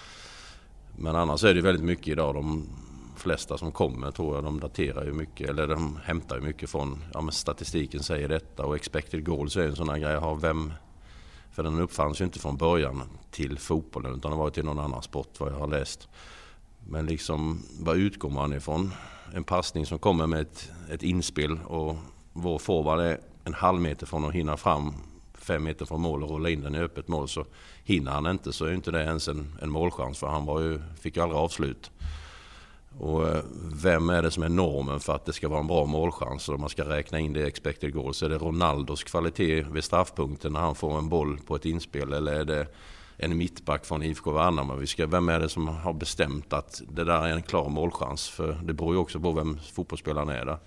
Men annars är det väldigt mycket idag, de flesta som kommer tror jag, de daterar ju mycket, eller de hämtar ju mycket från, ja men statistiken säger detta, och expected goals är en sån här grej. Har vem, för den uppfanns ju inte från början till fotbollen, utan det var till någon annan sport vad jag har läst. Men liksom, vad utgår man ifrån? En passning som kommer med ett, ett inspel, och vår forward är en halv meter från att hinna fram fem meter från mål och rulla in den i öppet mål, så hinner han inte, så är inte det ens en, en målchans, för han var ju, fick ju aldrig avslut. Och vem är det som är normen för att det ska vara en bra målchans? Om man ska räkna in det expected goals, är det Ronaldos kvalitet vid straffpunkten när han får en boll på ett inspel, eller är det en mittback från I F K Värnamo? Vi ska, vem är det som har bestämt att det där är en klar målchans? För det beror ju också på vem fotbollsspelaren är där.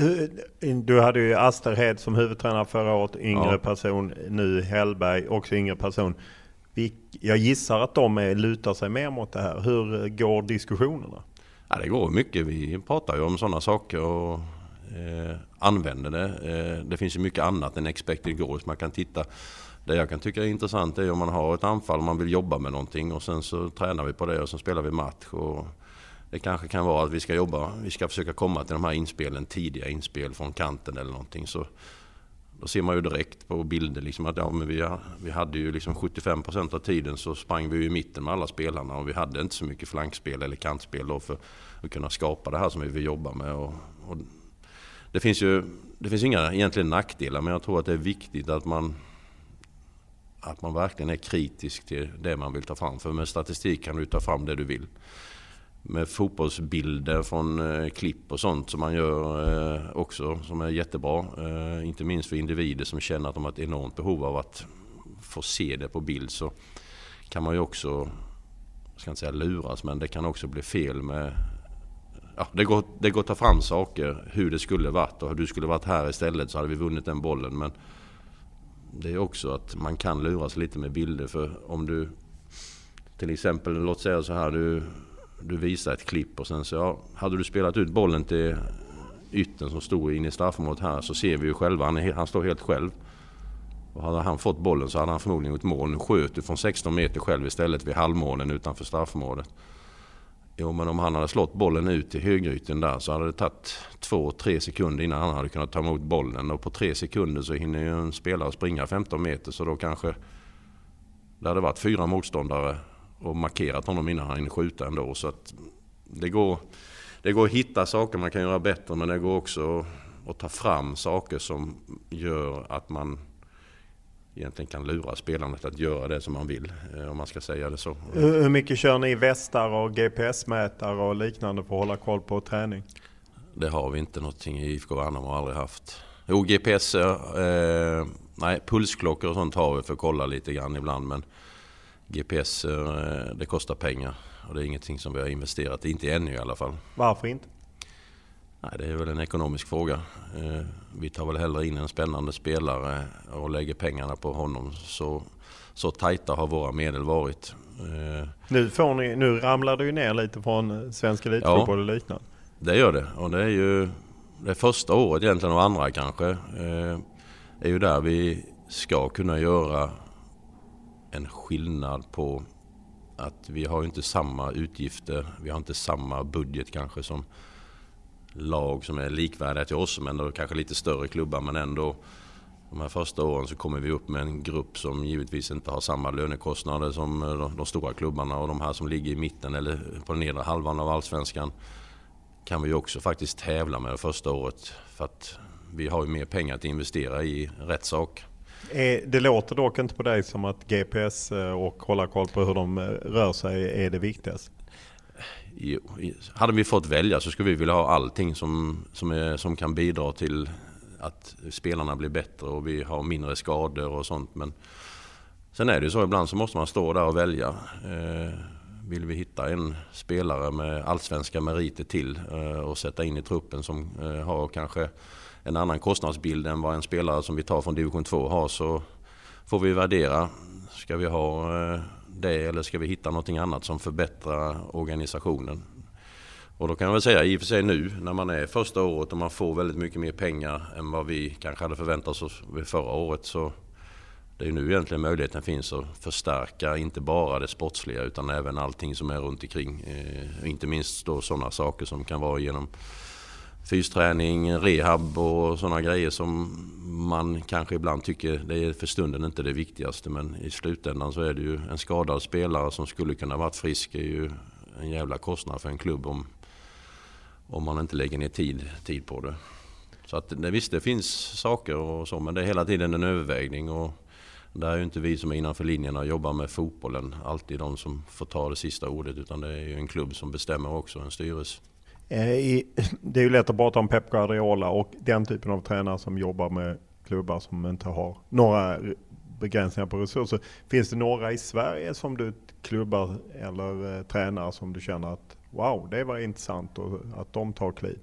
Du hade ju Asterhed som huvudtränare förra året, yngre ja. person, nu Hellberg, också yngre person. Jag gissar att de lutar sig mer mot det här. Hur går diskussionerna? Ja, det går mycket. Vi pratar ju om sådana saker och eh, använder det. Eh, det finns ju mycket annat än expected goals. Man kan titta. Det jag kan tycka är intressant är om man har ett anfall, man vill jobba med någonting, och sen så tränar vi på det och så spelar vi match. Och det kanske kan vara att vi ska jobba, vi ska försöka komma till de här inspelen, tidiga inspel från kanten eller någonting. Så då ser man ju direkt på bilder liksom att ja, men vi, vi hade ju liksom sjuttiofem procent av tiden så sprang vi ju i mitten med alla spelarna och vi hade inte så mycket flankspel eller kantspel då för att kunna skapa det här som vi vill jobba med. Och, och det finns ju det finns inga egentligen nackdelar, men jag tror att det är viktigt att man att man verkligen är kritisk till det man vill ta fram. För med statistik kan du ta fram det du vill. Med fotbollsbilder från eh, klipp och sånt som man gör eh, också som är jättebra. Eh, inte minst för individer som känner att de har ett enormt behov av att få se det på bild, så kan man ju också, jag ska inte säga luras, men det kan också bli fel med, ja, det går, det går att ta fram saker hur det skulle varit, och hur du skulle varit här istället så hade vi vunnit den bollen, men det är också att man kan luras lite med bilder. För om du till exempel, låt säga så här, du Du visar ett klipp och sen så ja, hade du spelat ut bollen till ytten som stod in i straffområdet här, så ser vi ju själva, han, är, han står helt själv. Och hade han fått bollen så hade han förmodligen gjort mål. Nu sköt du från sexton meter själv istället vid halvmålen utanför straffområdet. Jo, men om han hade slått bollen ut till högerytten där så hade det tagit två, tre sekunder innan han hade kunnat ta emot bollen. Och på tre sekunder så hinner ju en spelare springa femton meter, så då kanske det hade varit fyra motståndare och markerat honom innan han hinner skjuta ändå. Så att det går, det går att hitta saker man kan göra bättre, men det går också att ta fram saker som gör att man egentligen kan lura spelarna att göra det som man vill, om man ska säga det så. Hur mycket kör ni västar och G P S-mätare och liknande för att hålla koll på träning? Det har vi inte någonting i I F K Värnamo, har aldrig haft. Jo, G P S, eh, nej, pulsklockor och sånt har vi för att kolla lite grann ibland, men G P S, det kostar pengar och det är ingenting som vi har investerat i, inte ännu i alla fall. Varför inte? Nej, det är väl en ekonomisk fråga. Vi tar väl hellre in en spännande spelare och lägger pengarna på honom. Så, så tajta har våra medel varit. Nu, får ni, nu ramlar det ju ner lite från svensk elitfotboll och liknande. Det gör det, och det är ju det första året egentligen, och andra kanske, är ju där vi ska kunna göra en skillnad på att vi har inte samma utgifter, vi har inte samma budget kanske som lag som är likvärdiga till oss, men då kanske lite större klubbar, men ändå de här första åren så kommer vi upp med en grupp som givetvis inte har samma lönekostnader som de, de stora klubbarna, och de här som ligger i mitten eller på den nedre halvan av allsvenskan kan vi också faktiskt tävla med det första året, för att vi har ju mer pengar att investera i rätt sak. Det låter dock inte på dig som att G P S och hålla koll på hur de rör sig är det viktigaste. Jo, hade vi fått välja så skulle vi vilja ha allting som, som, är, som kan bidra till att spelarna blir bättre och vi har mindre skador och sånt. Men sen är det ju så, ibland så måste man stå där och välja. Eh, vill vi hitta en spelare med allsvenska meriter till eh, och sätta in i truppen som eh, har kanske en annan kostnadsbild än vad en spelare som vi tar från division två har, så får vi värdera. Ska vi ha det eller ska vi hitta någonting annat som förbättrar organisationen? Och då kan jag väl säga, i och för sig nu när man är första året och man får väldigt mycket mer pengar än vad vi kanske hade förväntat oss förra året, så det är nu egentligen möjligheten finns att förstärka inte bara det sportsliga utan även allting som är runt omkring. Eh, inte minst då sådana saker som kan vara genom fysträning, rehab och sådana grejer som man kanske ibland tycker det är för stunden inte det viktigaste, men i slutändan så är det ju en skadad spelare som skulle kunna varit frisk är ju en jävla kostnad för en klubb om, om man inte lägger ner tid, tid på det. Så att det, visst, det finns saker och så, men det är hela tiden en övervägning, och där är ju inte vi som är innanför linjerna och jobbar med fotbollen alltid de som får ta det sista ordet, utan det är ju en klubb som bestämmer också, en styrelse. Det är ju lätt att prata om Pep Guardiola och den typen av tränare som jobbar med klubbar som inte har några begränsningar på resurser. Finns det några i Sverige som du klubbar eller tränare som du känner att wow, det var intressant och att de tar kliv?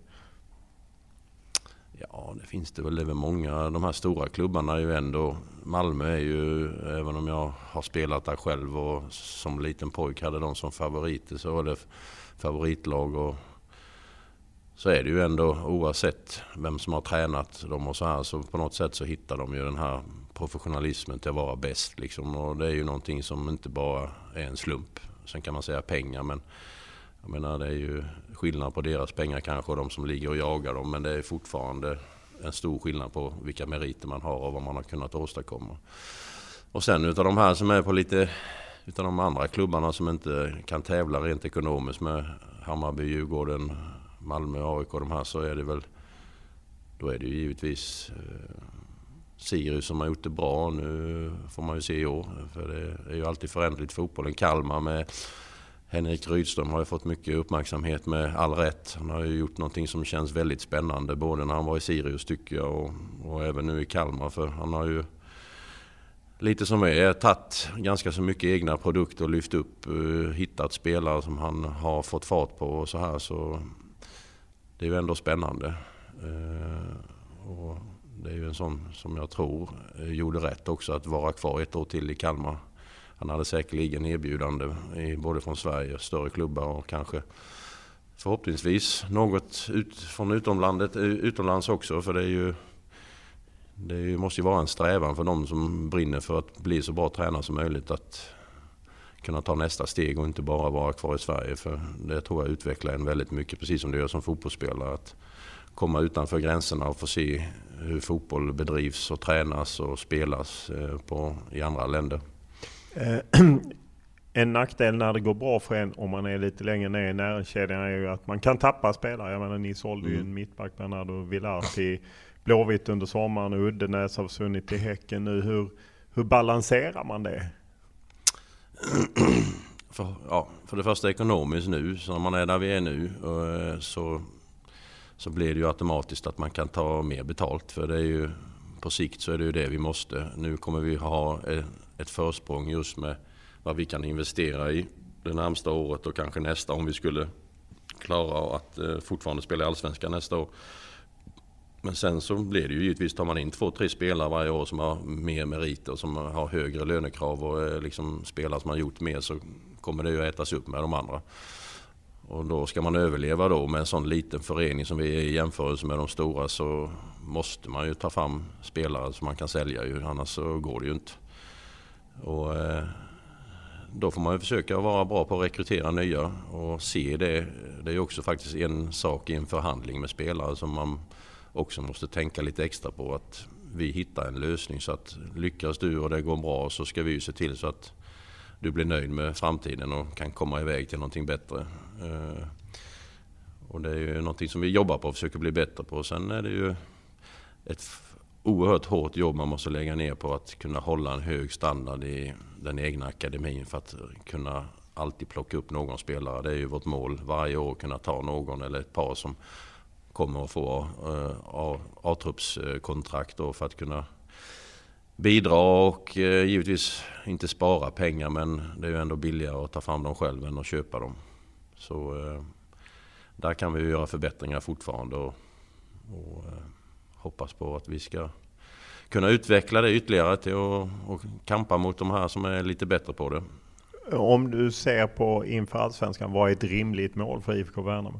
Ja, det finns det väl. Det är väl många. De här stora klubbarna är ju ändå, Malmö är ju, även om jag har spelat där själv och som liten pojk hade de som favoriter, så var det favoritlag, och så är det ju ändå oavsett vem som har tränat dem och så här, så på något sätt så hittar de ju den här professionalismen till att vara bäst liksom, och det är ju någonting som inte bara är en slump. Sen kan man säga pengar, men jag menar det är ju skillnad på deras pengar kanske och de som ligger och jagar dem, men det är fortfarande en stor skillnad på vilka meriter man har och vad man har kunnat åstadkomma. Och sen utav de här som är på lite utav de andra klubbarna som inte kan tävla rent ekonomiskt med Hammarby, Djurgården, Malmö, A I K och de här, så är det väl, då är det ju givetvis eh, Sirius som har gjort det bra. Nu får man ju se i år, för det är ju alltid förändligt fotbollen. Kalmar med Henrik Rydström har ju fått mycket uppmärksamhet med all rätt. Han har ju gjort någonting som känns väldigt spännande, både när han var i Sirius tycker jag och, och även nu i Kalmar, för han har ju lite som är tagit ganska så mycket egna produkter och lyft upp, uh, hittat spelare som han har fått fart på och så här, så det är ju ändå spännande. Uh, och det är ju en sån som jag tror uh, gjorde rätt också att vara kvar ett år till i Kalmar. Han hade säkerligen erbjudande i, både från Sverige, större klubbar och kanske förhoppningsvis något ut, från utomlandet, utomlands också, för det är ju Det måste ju vara en strävan för de som brinner för att bli så bra tränare som möjligt att kunna ta nästa steg och inte bara vara kvar i Sverige. För det tror jag utvecklar en väldigt mycket, precis som det gör som fotbollsspelare. Att komma utanför gränserna och få se hur fotboll bedrivs och tränas och spelas på, i andra länder. En nackdel när det går bra för en, om man är lite längre ner i näringskedjan, är ju att man kan tappa spelare. Jag menar, ni sålde ju en mittback, Bernardo Villar, till Blåvitt under sommaren och Uddenäs har försvunnit till Häcken nu. Hur, hur balanserar man det? För, ja, för det första ekonomiskt nu, så när man är där vi är nu så, så blir det ju automatiskt att man kan ta mer betalt. För det är ju, på sikt så är det ju det vi måste. Nu kommer vi ha ett försprång just med vad vi kan investera i det närmsta året och kanske nästa, om vi skulle klara att fortfarande spela i Allsvenskan nästa år. Men sen så blir det ju givetvis, tar man in två, tre spelare varje år som har mer meriter och som har högre lönekrav och liksom spelare som har gjort mer, så kommer det ju att ätas upp med de andra. Och då ska man överleva då med en sån liten förening som vi är i jämförelse med de stora, så måste man ju ta fram spelare som man kan sälja ju, annars så går det ju inte. Och eh, då får man ju försöka vara bra på att rekrytera nya och se det. Det är ju också faktiskt en sak i en förhandling med spelare som man också måste tänka lite extra på, att vi hittar en lösning så att lyckas du och det går bra, så ska vi ju se till så att du blir nöjd med framtiden och kan komma iväg till någonting bättre. Och det är ju någonting som vi jobbar på och försöker bli bättre på. Sen är det ju ett oerhört hårt jobb man måste lägga ner på att kunna hålla en hög standard i den egna akademin för att kunna alltid plocka upp någon spelare. Det är ju vårt mål varje år, kunna ta någon eller ett par som kommer att få uh, A-truppskontrakt för att kunna bidra och uh, givetvis inte spara pengar, men det är ju ändå billigare att ta fram dem själv än att köpa dem. Så uh, där kan vi ju göra förbättringar fortfarande och, och uh, hoppas på att vi ska kunna utveckla det ytterligare till att och kampa mot de här som är lite bättre på det. Om du ser på inför Allsvenskan, vad är ett rimligt mål för I F K Värnamo?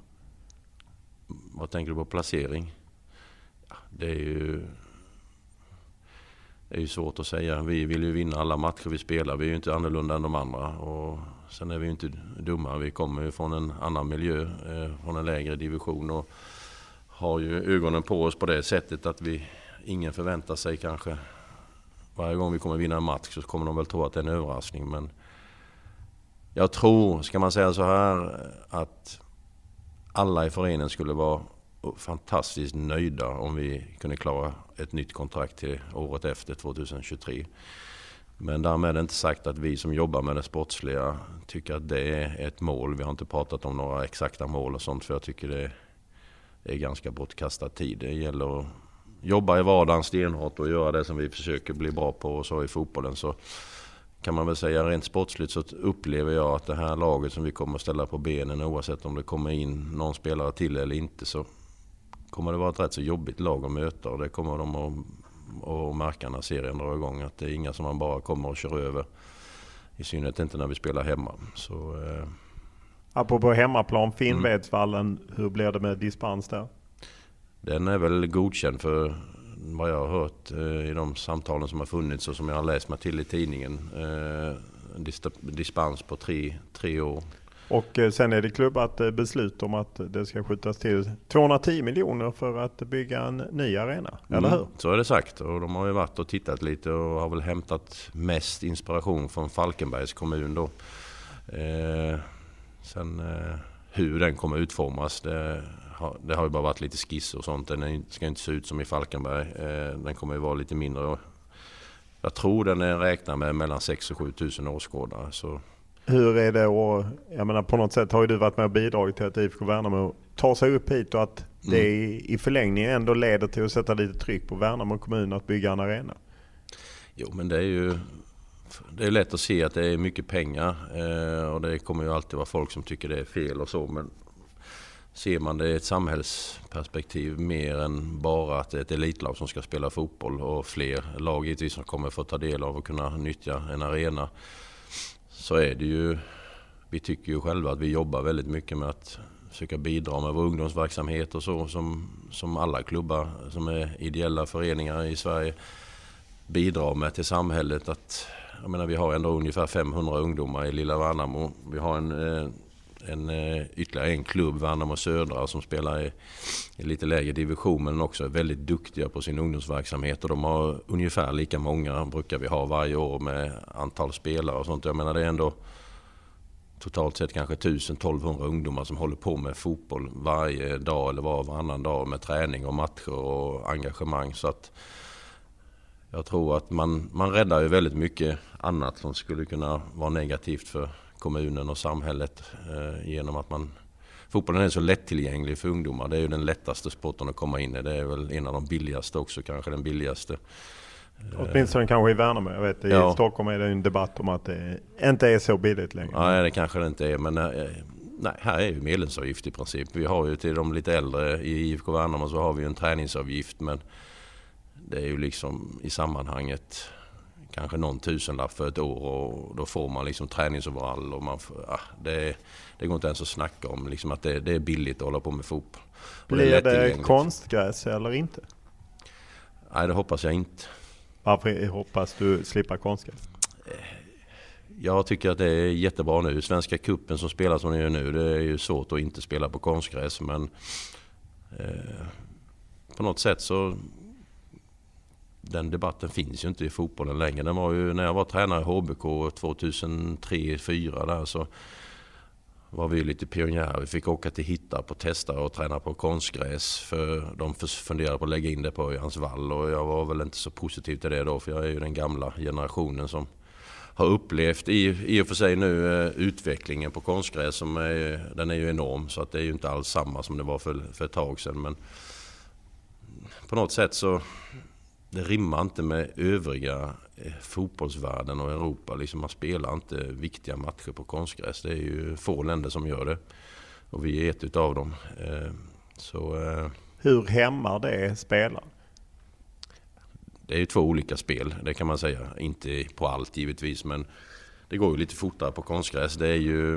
Vad tänker du på placering? Ja, det är ju det är ju svårt att säga. Vi vill ju vinna alla matcher vi spelar. Vi är ju inte annorlunda än de andra. Och sen är vi ju inte dumma. Vi kommer ju från en annan miljö, eh, från en lägre division och har ju ögonen på oss på det sättet att vi ingen förväntar sig kanske varje gång vi kommer vinna en match, så kommer de väl tro att det är en överraskning. Men jag tror, ska man säga så här, att alla i föreningen skulle vara fantastiskt nöjda om vi kunde klara ett nytt kontrakt till året efter tjugohundratjugotre. Men därmed är det inte sagt att vi som jobbar med det sportsliga tycker att det är ett mål. Vi har inte pratat om några exakta mål och sånt, för jag tycker det är ganska bortkastad tid. Det gäller att jobba i vardagen stenhårt och göra det som vi försöker bli bra på, och så i fotbollen så kan man väl säga rent sportsligt så upplever jag att det här laget som vi kommer att ställa på benen, oavsett om det kommer in någon spelare till eller inte, så kommer det vara ett rätt så jobbigt lag att möta, och det kommer de att, att märka när serien drar igång, att det är inga som man bara kommer att köra över, i synnerhet inte när vi spelar hemma. Så, eh. Apropå hemmaplan, Finnvedsvallen, mm. hur blir det med dispens där? Den är väl godkänd för vad jag har hört eh, i de samtalen som har funnits och som jag har läst mig till i tidningen. Eh, dispens på tre, tre år. Och sen är det klubbat beslut om att det ska skjutas till tvåhundratio miljoner för att bygga en ny arena, eller mm, hur? Så är det sagt, och de har ju varit och tittat lite och har väl hämtat mest inspiration från Falkenbergs kommun då. Eh, sen eh, hur den kommer utformas, det har, det har ju bara varit lite skiss och sånt. Den ska inte se ut som i Falkenberg, eh, den kommer ju vara lite mindre. Jag tror den är räknad med mellan sex och sju tusen åskådare, så. Hur är det, och jag menar, på något sätt har ju du varit med och bidragit till att I F K Värnamo tar sig upp hit och att det mm. i förlängningen ändå leder till att sätta lite tryck på Värnamo kommun att bygga en arena. Jo, men det är ju det är lätt att se att det är mycket pengar eh, och det kommer ju alltid vara folk som tycker det är fel och så, men ser man det i ett samhällsperspektiv mer än bara att det är ett elitlag som ska spela fotboll och fler lag givetvis som kommer få ta del av och kunna nyttja en arena, så är det ju, vi tycker ju själva att vi jobbar väldigt mycket med att försöka bidra med vår ungdomsverksamhet och så, som, som alla klubbar som är ideella föreningar i Sverige bidrar med till samhället. Att, jag menar, vi har ändå ungefär femhundra ungdomar i lilla Värnamo. Vi har en, en, ytterligare en klubb, Värnamo Södra, som spelar i, i lite lägre division men också är väldigt duktiga på sin ungdomsverksamhet, och de har ungefär lika många brukar vi ha varje år med antal spelare och sånt. Jag menar, det är ändå totalt sett kanske tusen till tolvhundra ungdomar som håller på med fotboll varje dag eller var och varannan dag med träning och matcher och engagemang, så att jag tror att man, man räddar ju väldigt mycket annat som skulle kunna vara negativt för kommunen och samhället eh, genom att man, fotbollen är så lättillgänglig för ungdomar. Det är ju den lättaste sporten att komma in i. Det är väl en av de billigaste också, kanske den billigaste. Åtminstone kanske i Värnamo. Jag vet, i ja. Stockholm är det en debatt om att det inte är så billigt längre. Nej, det kanske det inte är, men nej, här är ju medlemsavgift i princip. Vi har ju till de lite äldre i I F K Värnamo så har vi ju en träningsavgift, men det är ju liksom i sammanhanget kanske någon tusenlapp för ett år, och då får man liksom träningsoverall och man får, ja, det, det går inte ens att snacka om liksom att det, det är billigt att hålla på med fotboll. Blir det, det konstgräs eller inte? Nej, det hoppas jag inte. Varför hoppas du slippa konstgräs? Jag tycker att det är jättebra nu. Svenska kuppen som spelas som det gör nu, det är ju svårt att inte spela på konstgräs, men eh, på något sätt så den debatten finns ju inte i fotbollen längre. Den var ju, när jag var tränare i H B K tjugohundratre fyra där, så var vi lite pionjärer. Vi fick åka till Hittarp och testa och träna på konstgräs, för de funderade på att lägga in det på Jöns vall, och jag var väl inte så positiv till det då, för jag är ju den gamla generationen som har upplevt i, i och för sig nu eh, utvecklingen på konstgräs, som är, den är ju enorm, så att det är ju inte alls samma som det var för, för ett tag sedan, men på något sätt så det rimmar inte med övriga eh, fotbollsvärlden och Europa. Liksom man spelar inte viktiga matcher på konstgräs. Det är ju få länder som gör det. Och vi är ett utav dem. Eh, så, eh, Hur hämmar det spelaren? Det är ju två olika spel, det kan man säga. Inte på allt givetvis, men det går ju lite fortare på konstgräs. Det är ju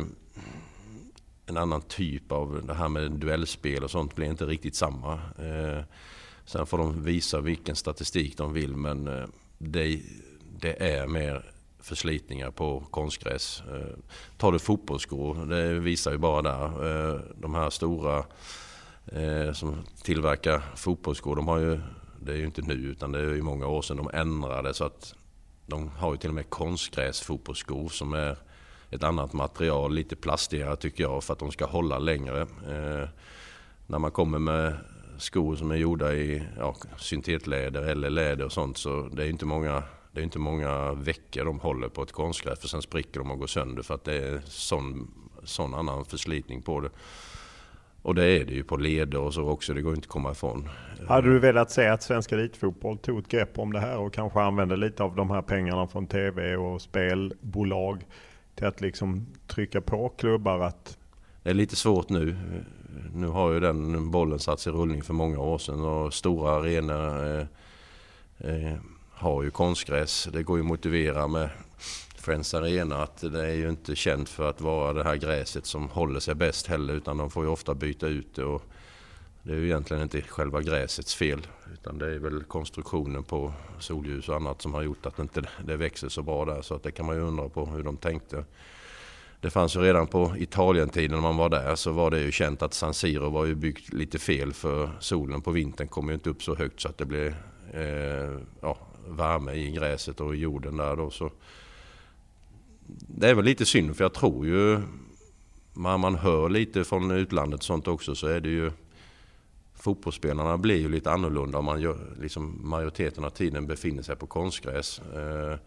en annan typ av det här med duellspel och sånt blir inte riktigt samma. Eh, Sen får de visa vilken statistik de vill, men det, det är mer förslitningar på konstgräs. Tar du fotbollsskor, det visar ju bara där. De här stora som tillverkar fotbollsskor, de har ju, det är ju inte nu utan det är ju många år sedan de ändrade, så att de har ju till och med konstgräs fotbollsskor som är ett annat material, lite plastigare tycker jag, för att de ska hålla längre. När man kommer med skor som är gjorda i ja, syntetläder eller läder och sånt, så det är inte många, det är inte många veckor de håller på ett konstgräs, för sen spricker de och går sönder, för att det är sån, sån annan förslitning på det. Och det är det ju på leder och så också, det går inte att komma ifrån. Hade du velat se att svenska elitfotboll tog ett grepp om det här och kanske använde lite av de här pengarna från tv och spelbolag till att liksom trycka på klubbar att... Det är lite svårt nu. Nu har ju den bollen satts i rullning för många år sedan, och stora arenor eh, eh, har ju konstgräs. Det går ju att motivera med Friends Arena att det är ju inte känt för att vara det här gräset som håller sig bäst heller, utan de får ju ofta byta ut det, och det är ju egentligen inte själva gräsets fel, utan det är väl konstruktionen på solljus och annat som har gjort att inte det växer så bra där, så att det kan man ju undra på hur de tänkte. det fanns ju redan på Italien-tiden när man var där, så var det ju känt att San Siro var ju byggt lite fel, för solen på vintern kom ju inte upp så högt så att det blev eh, ja, värme i gräset och i jorden där då. Så det är väl lite synd, för jag tror ju, när man hör lite från utlandet sånt också, så är det ju, fotbollsspelarna blir ju lite annorlunda om man gör, liksom majoriteten av tiden befinner sig på konstgräs. Eh,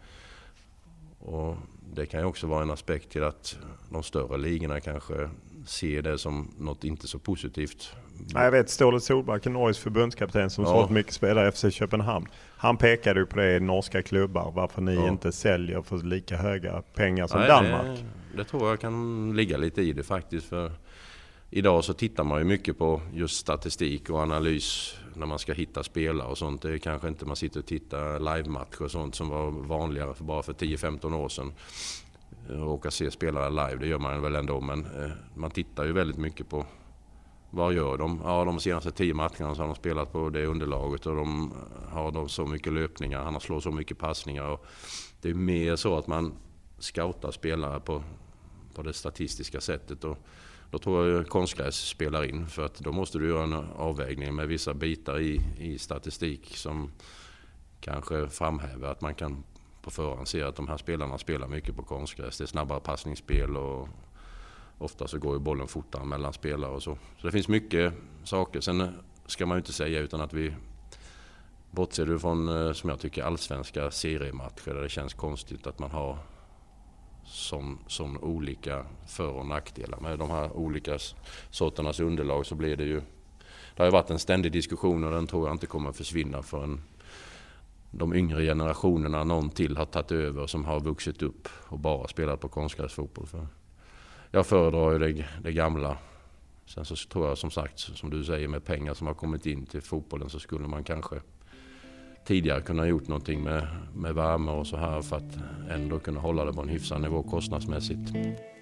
och det kan ju också vara en aspekt till att de större ligorna kanske ser det som något inte så positivt. Ja, jag vet, Ståle Solbacken, Norges förbundskapten som ja. sålt mycket spelare F C Köpenhamn. Han pekade ju på det i norska klubbar, varför ni ja. inte säljer för lika höga pengar som Nej, Danmark. Det, det tror jag kan ligga lite i det faktiskt, för idag så tittar man ju mycket på just statistik och analys när man ska hitta spelare och sånt. Det är kanske inte man sitter och tittar live-matcher och sånt som var vanligare för bara för tio femton år sedan. Och åka se spelare live, det gör man väl ändå, men eh, man tittar ju väldigt mycket på vad gör de? Ja, de senaste tio matcherna så har de spelat på det underlaget och de har de så mycket löpningar, han har slått så mycket passningar. Och det är mer så att man scoutar spelare på, på det statistiska sättet, och då tror jag konstgräs spelar in, för att då måste du göra en avvägning med vissa bitar i, i statistik som kanske framhäver att man kan på förhand se att de här spelarna spelar mycket på konstgräs. Det är snabbare passningsspel och ofta så går ju bollen fortare mellan spelare och så. Så det finns mycket saker. Sen ska man ju inte säga utan att vi bortser du från, som jag tycker, allsvenska seriematcher där det känns konstigt att man har som, som olika för- och nackdelar. Med de här olika sorternas underlag så blir det ju, det har ju varit en ständig diskussion och den tror jag inte kommer att försvinna förrän de yngre generationerna, någon till har tagit över som har vuxit upp och bara spelat på konstgräsfotboll. För jag föredrar ju det, det gamla. Sen så tror jag som sagt, som du säger, med pengar som har kommit in till fotbollen så skulle man kanske tidigare kunna gjort någonting med, med värme och så här för att ändå kunna hålla det på en hyfsad nivå kostnadsmässigt.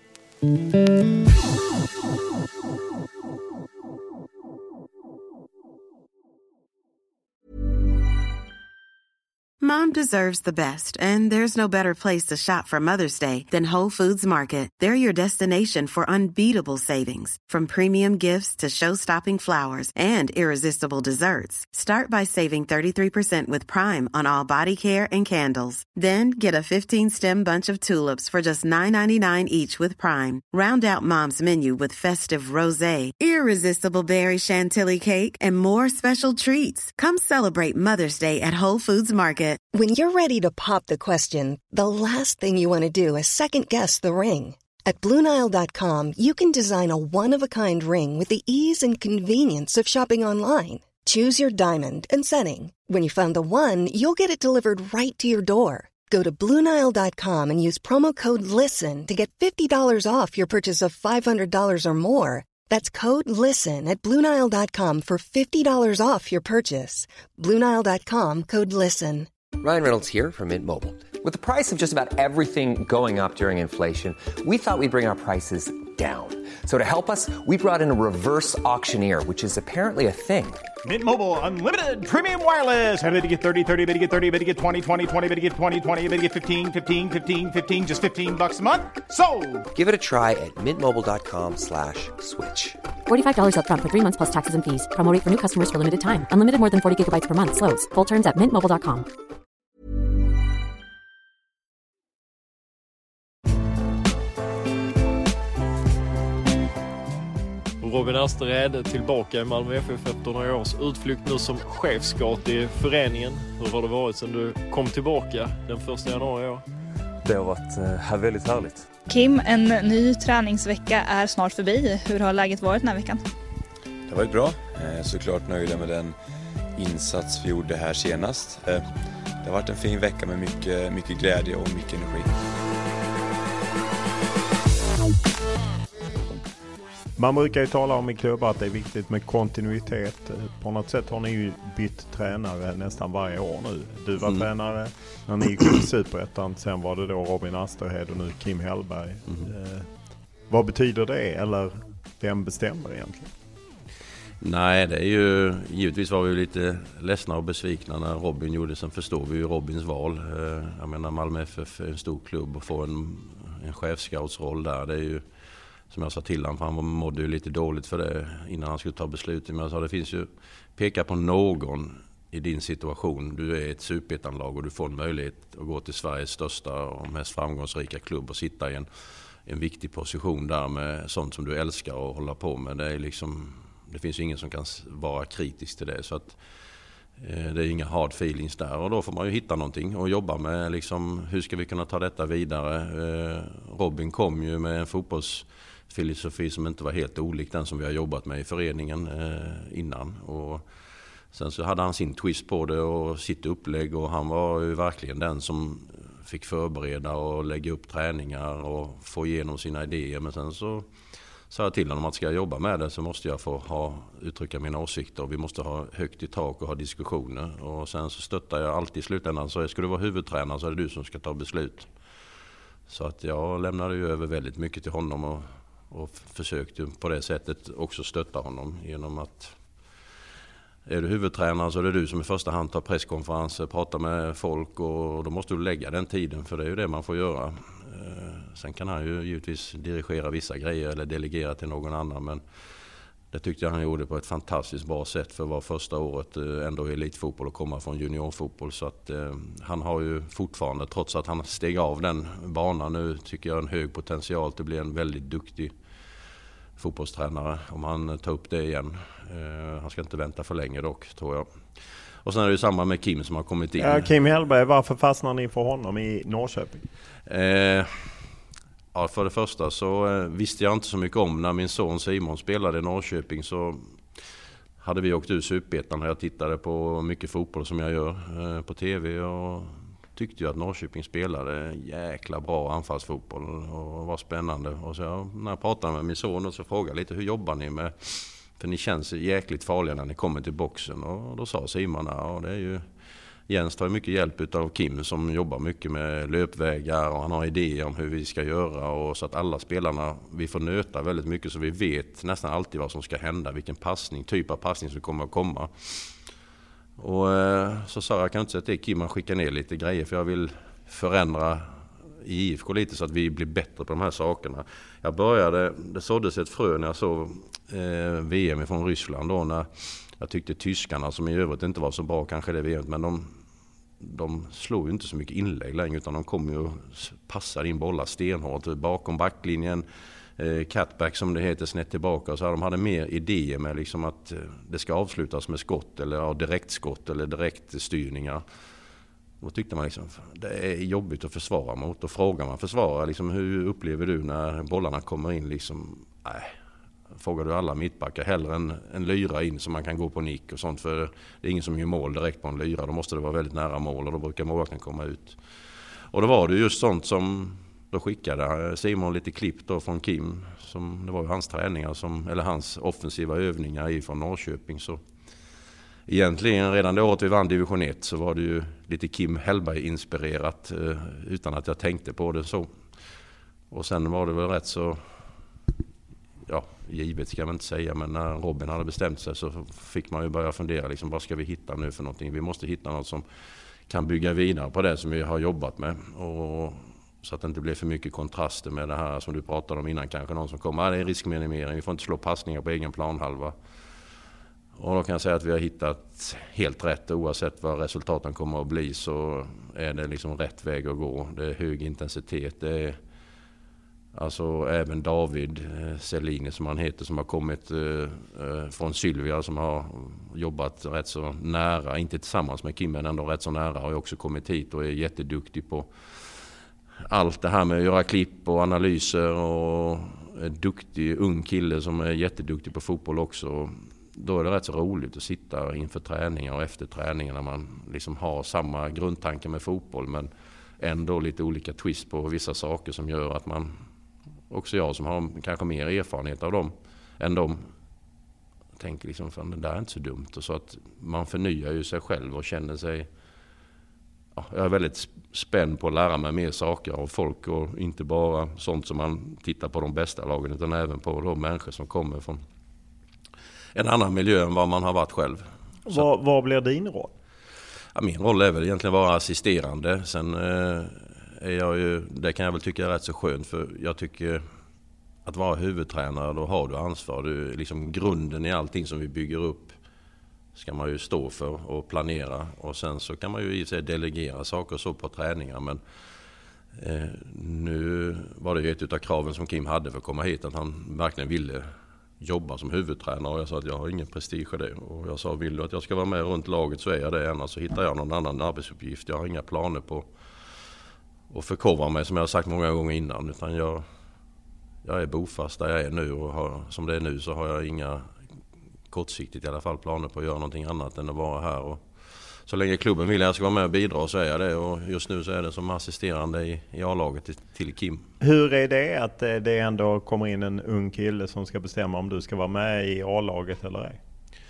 Mom deserves the best, and there's no better place to shop for Mother's Day than Whole Foods Market. They're your destination for unbeatable savings, from premium gifts to show-stopping flowers and irresistible desserts. Start by saving thirty-three percent with Prime on all body care and candles. Then get a fifteen-stem bunch of tulips for just nine ninety-nine each with Prime. Round out Mom's menu with festive rosé, irresistible berry chantilly cake, and more special treats. Come celebrate Mother's Day at Whole Foods Market. When you're ready to pop the question, the last thing you want to do is second-guess the ring. At Blue Nile dot com, you can design a one-of-a-kind ring with the ease and convenience of shopping online. Choose your diamond and setting. When you find the one, you'll get it delivered right to your door. Go to Blue Nile dot com and use promo code LISTEN to get fifty dollars off your purchase of five hundred dollars or more. That's code LISTEN at Blue Nile dot com for fifty dollars off your purchase. Blue Nile dot com, code LISTEN. Ryan Reynolds here from Mint Mobile. With the price of just about everything going up during inflation, we thought we'd bring our prices down. So to help us, we brought in a reverse auctioneer, which is apparently a thing. Mint Mobile Unlimited Premium Wireless. How to get thirty, thirty, how to get thirty, how to get twenty, twenty, twenty, how to get twenty, twenty, how to get fifteen, fifteen, fifteen, fifteen, just fifteen bucks a month? Sold! Give it a try at mintmobile.com slash switch. forty-five dollars up front for three months plus taxes and fees. Promo rate for new customers for limited time. Unlimited more than forty gigabytes per month. Slows full terms at mint mobile dot com. Robin Astered tillbaka i Malmö F F efter några års utflykt nu som chefscout i föreningen. Hur har det varit sedan du kom tillbaka den första januari i år? Det har varit äh, väldigt härligt. Kim, en ny träningsvecka är snart förbi. Hur har läget varit den här veckan? Det har varit bra. Såklart nöjda med den insats vi gjorde här senast. Det har varit en fin vecka med mycket, mycket glädje och mycket energi. Man brukar ju tala om i klubbar att det är viktigt med kontinuitet. På något sätt har ni ju bytt tränare nästan varje år nu. Du var mm. tränare när ni gick i Superettan. Sen var det då Robin Asterhed och nu Kim Hellberg. Mm. Eh, vad betyder det? Eller vem bestämmer egentligen? Nej, det är ju... Givetvis var vi lite ledsna och besvikna när Robin gjorde. Sen förstår vi ju Robins val. Eh, jag menar Malmö F F är en stor klubb och får en en chefscoutsroll där. Det är ju, som jag sa till honom, för han mådde ju lite dåligt för det innan han skulle ta beslutet. Men jag sa, det finns ju, peka på någon i din situation. Du är ett superettanlag och du får en möjlighet att gå till Sveriges största och mest framgångsrika klubb och sitta i en, en viktig position där med sånt som du älskar och hålla på med. Det är liksom, det finns ju ingen som kan vara kritisk till det, så att eh, det är inga hard feelings där, och då får man ju hitta någonting och jobba med liksom, hur ska vi kunna ta detta vidare. Eh, Robin kom ju med en fotbollsfilosofi som inte var helt olik den som vi har jobbat med i föreningen eh, innan, och sen så hade han sin twist på det och sitt upplägg, och han var ju verkligen den som fick förbereda och lägga upp träningar och få igenom sina idéer. Men sen så sa jag till honom att ska jag jobba med det så måste jag få ha, uttrycka mina åsikter, och vi måste ha högt i tak och ha diskussioner. Och sen så stöttar jag alltid i slutändan, så ska du vara huvudtränare så är det du som ska ta beslut. Så att jag lämnade ju över väldigt mycket till honom och, och försökte på det sättet också stötta honom genom att är du huvudtränare så är det du som i första hand tar presskonferenser, pratar med folk, och då måste du lägga den tiden, för det är ju det man får göra. Sen kan han ju givetvis dirigera vissa grejer eller delegera till någon annan, men det tyckte jag han gjorde på ett fantastiskt bra sätt för att vara första året ändå i elitfotboll och komma från juniorfotboll. Så att eh, han har ju fortfarande, trots att han steg av den banan nu, tycker jag en hög potential att bli en väldigt duktig fotbollstränare om han tar upp det igen. Eh, han ska inte vänta för länge dock, tror jag. Och sen är det ju samma med Kim som har kommit in. Ja, Kim Hellberg, varför fastnar ni för honom i Norrköping? Eh, ja, för det första så eh, visste jag inte så mycket om när min son Simon spelade i Norrköping, så hade vi åkt ut Superettan och jag tittade på mycket fotboll som jag gör eh, på tv, och tyckte ju att Norrköping spelade jäkla bra anfallsfotboll och var spännande. Och så jag, när jag pratade med min son och så frågade lite, hur jobbar ni med, för ni känns jäkligt farliga när ni kommer till boxen. Och då sa Simon, ja det är ju, Jens tar mycket hjälp av Kim som jobbar mycket med löpvägar, och han har idéer om hur vi ska göra, och så att alla spelarna, vi får nöta väldigt mycket så vi vet nästan alltid vad som ska hända, vilken passning, typ av passning som kommer att komma. Och eh, så sa jag, kan inte säga till Kim att skicka ner lite grejer, för jag vill förändra i I F K lite så att vi blir bättre på de här sakerna. Jag började, det såddes ett frö när jag såg eh, V M från Ryssland då, när jag tyckte tyskarna, som i övrigt inte var så bra kanske det V M, men de, de slog ju inte så mycket inlägg längre, utan de kom ju och passade in bollar stenhårt bakom backlinjen, eh, cutback som det heter, snett tillbaka. Så de hade mer idéer med liksom att det ska avslutas med skott eller ja, direktskott eller direktstyrningar. Då tyckte man liksom, det är jobbigt att försvara mot, och frågar man försvara liksom, hur upplever du när bollarna kommer in liksom, nej. Frågar du alla mittbackar, hellre en, en lyra in så man kan gå på nick och sånt, för det är ingen som gör mål direkt på en lyra, då måste det vara väldigt nära mål och då brukar målvakten komma ut. Och då var det just sånt som då skickade Simon lite klipp då från Kim, som det var ju hans träningar som, eller hans offensiva övningar i från Norrköping. Så egentligen redan det året vi vann division ett så var det ju lite Kim Hellberg inspirerat utan att jag tänkte på det så. Och sen var det väl rätt så, ja, givet ska man inte säga, men när Robin hade bestämt sig så fick man ju börja fundera liksom, vad ska vi hitta nu för någonting? Vi måste hitta något som kan bygga vidare på det som vi har jobbat med, och så att det inte blir för mycket kontraster med det här som du pratade om innan, kanske någon som kommer, ah, det är riskminimering, vi får inte slå passningar på egen planhalva. Och då kan jag säga att vi har hittat helt rätt, oavsett vad resultaten kommer att bli så är det liksom rätt väg att gå. Det är hög intensitet, det är alltså även David Selini som han heter, som har kommit eh, från Sylvia, som har jobbat rätt så nära, inte tillsammans med Kim men ändå rätt så nära, har också kommit hit och är jätteduktig på allt det här med att göra klipp och analyser, och en duktig ung kille som är jätteduktig på fotboll också. Då är det rätt så roligt att sitta inför träningar och efter träningar när man liksom har samma grundtanke med fotboll men ändå lite olika twist på vissa saker som gör att man, också jag som har kanske mer erfarenhet av dem än de, tänker liksom, fan, det där är inte så dumt. Och så att man förnyar ju sig själv och känner sig, ja, jag är väldigt spänd på att lära mig mer saker av folk, och inte bara sånt som man tittar på de bästa lagen utan även på de människor som kommer från en annan miljö än vad man har varit själv. Vad, vad blir din roll? Ja, min roll är väl egentligen vara assisterande. Sen eh, är jag ju, det kan jag väl tycka är rätt så skönt, för jag tycker att vara huvudtränare, då har du ansvar. Du, liksom grunden i allting som vi bygger upp ska man ju stå för och planera, och sen så kan man ju i sig delegera saker så på träningar, men eh, nu var det ju ett av kraven som Kim hade för att komma hit, att han verkligen ville jobba som huvudtränare, och jag sa att jag har ingen prestige i det, och jag sa, vill du att jag ska vara med runt laget så är jag det, annars så hittar jag någon annan arbetsuppgift. Jag har inga planer på att förkovra mig, som jag har sagt många gånger innan, utan jag, jag är bofast där jag är nu, och har, som det är nu så har jag inga kortsiktigt i alla fall planer på att göra någonting annat än att vara här, och så länge klubben vill att jag ska vara med och bidra så är jag det, och just nu så är det som assisterande i, i A-laget till, till Kim. Hur är det att det ändå kommer in en ung kille som ska bestämma om du ska vara med i A-laget eller ej?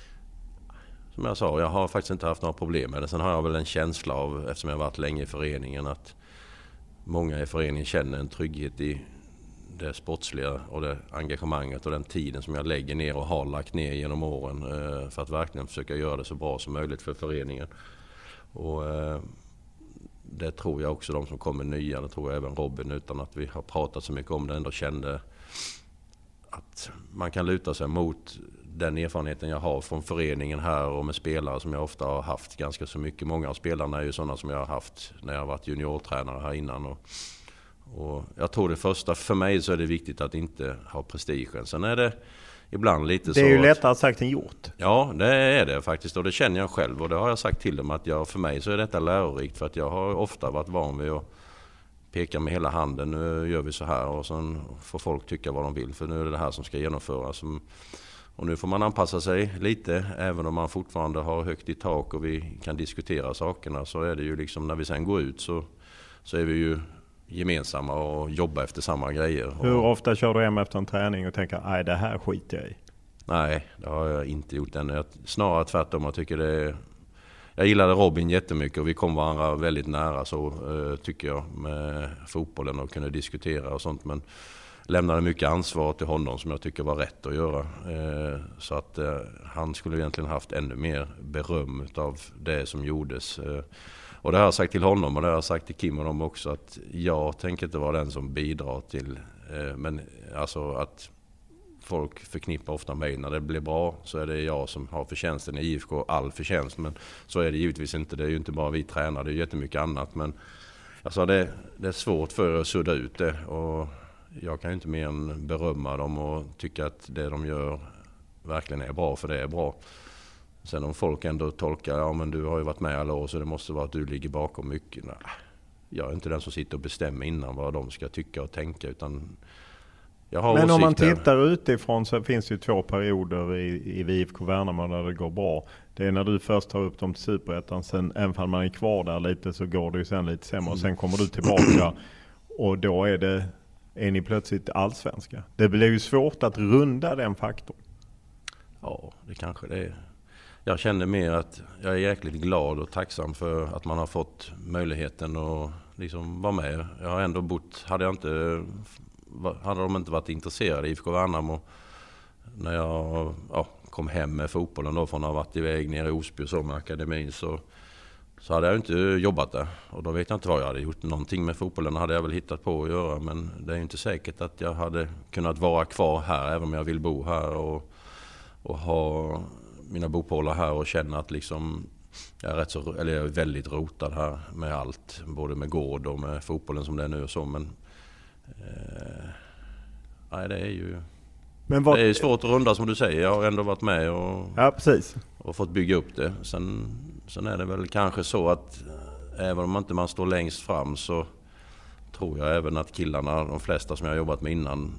Som jag sa, jag har faktiskt inte haft några problem med det. Sen har jag väl en känsla av, eftersom jag har varit länge i föreningen, att många i föreningen känner en trygghet i det sportsliga och det engagemanget och den tiden som jag lägger ner och har lagt ner genom åren för att verkligen försöka göra det så bra som möjligt för föreningen. Och det tror jag också de som kommer nya, det tror jag även Robin, utan att vi har pratat så mycket om det, ändå kände att man kan luta sig mot den erfarenheten jag har från föreningen här och med spelare som jag ofta har haft ganska så mycket. Många av spelarna är ju sådana som jag har haft när jag har varit juniortränare här innan, och Och jag tror det första, för mig så är det viktigt att inte ha prestigen. Sen är det ibland lite så... Det är ju att, lättare sagt än gjort. Ja, det är det faktiskt, och det känner jag själv. Och det har jag sagt till dem, att jag, för mig så är detta lärorikt, för att jag har ofta varit van vid att peka med hela handen. Nu gör vi så här, och sen får folk tycka vad de vill, för nu är det det här som ska genomföras. Och nu får man anpassa sig lite, även om man fortfarande har högt i tak och vi kan diskutera sakerna, så är det ju liksom, när vi sen går ut så, så är vi ju gemensamma och jobba efter samma grejer. Hur ofta kör du hem efter en träning och tänker, nej det här skiter jag i? Nej, det har jag inte gjort än. Jag, snarare tvärtom, jag tycker det är, jag gillade Robin jättemycket och vi kom varandra väldigt nära, så uh, tycker jag, med fotbollen, och kunde diskutera och sånt, men lämnade mycket ansvar till honom som jag tycker var rätt att göra. Uh, så att uh, han skulle egentligen haft ännu mer beröm av det som gjordes. Uh, Och det har jag sagt till honom, och det har jag sagt till Kim och dem också, att jag tänker inte vara den som bidrar till, eh, men alltså att folk förknippar ofta mig när det blir bra, så är det jag som har förtjänsten i I F K, all förtjänst, men så är det givetvis inte. Det är ju inte bara vi tränare, det är jättemycket annat, men alltså det, det är svårt för er att sudda ut det, och jag kan ju inte mer än berömma dem och tycka att det de gör verkligen är bra, för det är bra. Sen om folk ändå tolkar, ja men du har ju varit med alla år så det måste vara att du ligger bakom mycket. Nej, jag är inte den som sitter och bestämmer innan vad de ska tycka och tänka, utan jag har Men åsikter. Om man tittar utifrån så finns det ju två perioder i, i I F K Värnamo där det går bra. Det är när du först tar upp dem till Superettan, sen även om man är kvar där lite så går det ju sen lite sämre, och sen kommer du tillbaka och då är det är ni plötsligt allsvenska. Det blir ju svårt att runda den faktorn. Ja, det kanske det är. Jag känner mer att jag är jäkligt glad och tacksam för att man har fått möjligheten att liksom vara med. Jag har ändå bott, hade jag inte, hade de inte varit intresserade i I F K Värnamo när jag ja, kom hem med fotbollen då, från att ha varit iväg ner i Osby och så med akademin, så, så hade jag inte jobbat där. Och då vet jag inte vad jag hade gjort. Någonting med fotbollen hade jag väl hittat på att göra, men det är inte säkert att jag hade kunnat vara kvar här, även om jag vill bo här och, och ha mina bopålar här och känna att liksom jag är, rätt så, eller jag är väldigt rotad här med allt, både med gård och med fotbollen som det är nu och så, men eh, nej, det är ju men vad, det är svårt att runda som du säger. Jag har ändå varit med och, ja, precis. och fått bygga upp det. Sen, sen är det väl kanske så att även om man inte man står längst fram, så tror jag även att killarna, de flesta som jag har jobbat med innan,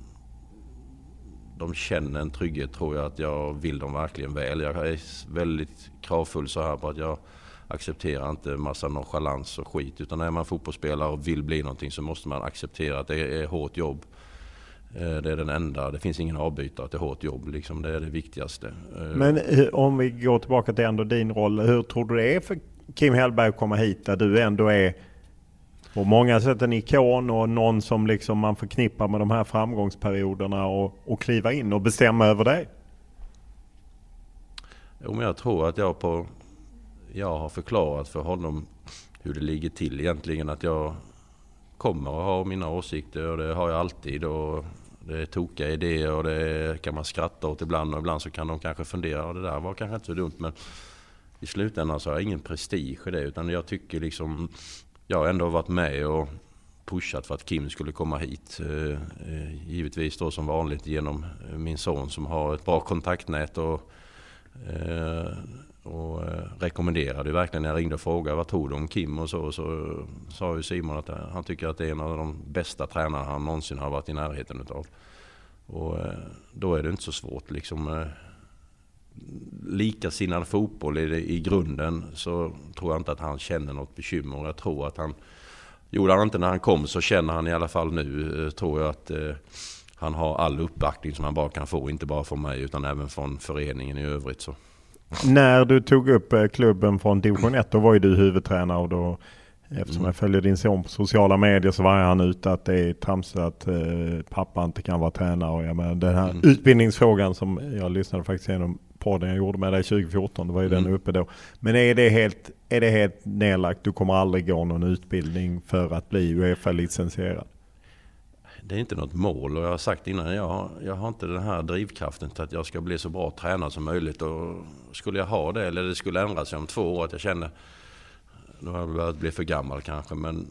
de känner en trygghet, tror jag, att jag vill dem verkligen väl. Jag är väldigt kravfull så här på att jag accepterar inte massa nonchalans och skit, utan när man fotbollsspelare och vill bli någonting så måste man acceptera att det är hårt jobb. Det är den enda, det finns ingen avbytare till hårt jobb, liksom, det är det viktigaste. Men om vi går tillbaka till ändå din roll, hur tror du det är för Kim Hellberg att komma hit där du ändå är på många sätt en ikon och någon som liksom man förknippar med de här framgångsperioderna, och, och kliva in och bestämma över dig? Jo, men jag tror att jag på jag har förklarat för honom hur det ligger till egentligen, att jag kommer att ha mina åsikter och det har jag alltid. Och det är tokiga idéer och det kan man skratta åt ibland och ibland så kan de kanske fundera och det där var kanske inte så dumt, men i slutändan så har jag ingen prestige i det, utan jag tycker liksom jag har ändå varit med och pushat för att Kim skulle komma hit. Givetvis då som vanligt genom min son som har ett bra kontaktnät och, och rekommenderade verkligen när jag ringde och frågade vad tog du om Kim och så, så sa ju Simon att han tycker att det är en av de bästa tränarna han någonsin har varit i närheten utav. Och då är det inte så svårt liksom. Likasinnad fotboll i, i grunden så tror jag inte att han känner något bekymmer. Jag tror att han, gjorde han inte när han kom så känner han i alla fall nu, tror jag att eh, han har all uppbackning som han bara kan få, inte bara från mig utan även från föreningen i övrigt. Så. När du tog upp klubben från division ett, då var ju du huvudtränare och då, eftersom mm. jag följer din son på sociala medier så var han ute att det är trams att eh, pappa inte kan vara tränare. Och jag menar, den här mm. utbildningsfrågan som jag lyssnade faktiskt igenom podden jag gjorde med dig tjugo fjorton, det var ju mm. den uppe då. Men är det helt, är det helt nedlagt? Du kommer aldrig gå någon utbildning för att bli UEFA-licensierad? Det är inte något mål och jag har sagt innan, jag, jag har inte den här drivkraften till att jag ska bli så bra tränare som möjligt. Och skulle jag ha det, eller det skulle ändra sig om två år att jag känner, nu har jag börjat bli för gammal kanske, men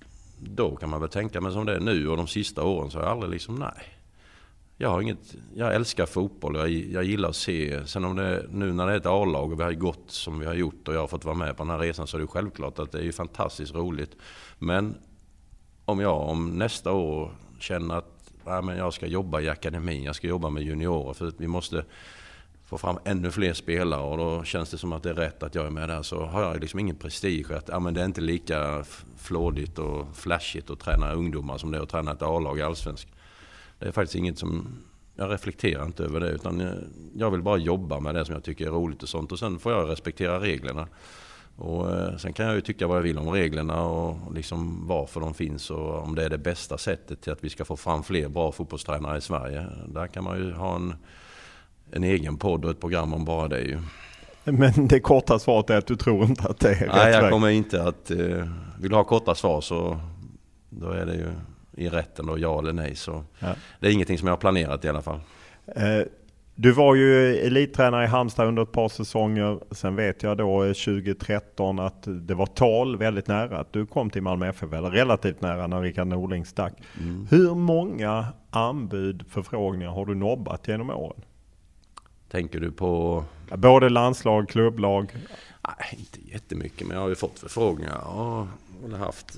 då kan man väl tänka, men som det är nu och de sista åren så har jag aldrig liksom, nej. Jag har inget, jag älskar fotboll och jag, jag gillar att se, sen om det nu när det är ett A-lag och vi har gått som vi har gjort och jag har fått vara med på den här resan så är det självklart att det är ju fantastiskt roligt. Men om jag om nästa år känner att nej, men jag ska jobba i akademin, jag ska jobba med juniorer för att vi måste få fram ännu fler spelare och då känns det som att det är rätt att jag är med där, så har jag liksom ingen prestige att ja, men det är inte lika flådigt och flashigt att träna ungdomar som det är att träna ett A-lag i allsvensk. Det är faktiskt inget som, jag reflekterar inte över det utan jag, jag vill bara jobba med det som jag tycker är roligt och sånt och sen får jag respektera reglerna. Och eh, sen kan jag ju tycka vad jag vill om reglerna och liksom varför de finns och om det är det bästa sättet till att vi ska få fram fler bra fotbollstränare i Sverige. Där kan man ju ha en, en egen podd och ett program om bara det ju. Men det korta svaret är att du tror inte att det är rätt. Nej, jag kommer inte att, eh, vill du ha korta svar så då är det ju i rätten då, ja eller nej. Så ja. Det är ingenting som jag har planerat i alla fall. Eh, du var ju elittränare i Halmstad under ett par säsonger. Sen vet jag då tjugo tretton att det var tal väldigt nära att du kom till Malmö F F, eller relativt nära när Rickard Norling stack. Mm. Hur många anbud, förfrågningar har du nobbat genom åren? Tänker du på... Ja, både landslag, klubblag? Nej, inte jättemycket, men jag har ju fått förfrågningar. Ja, jag har haft...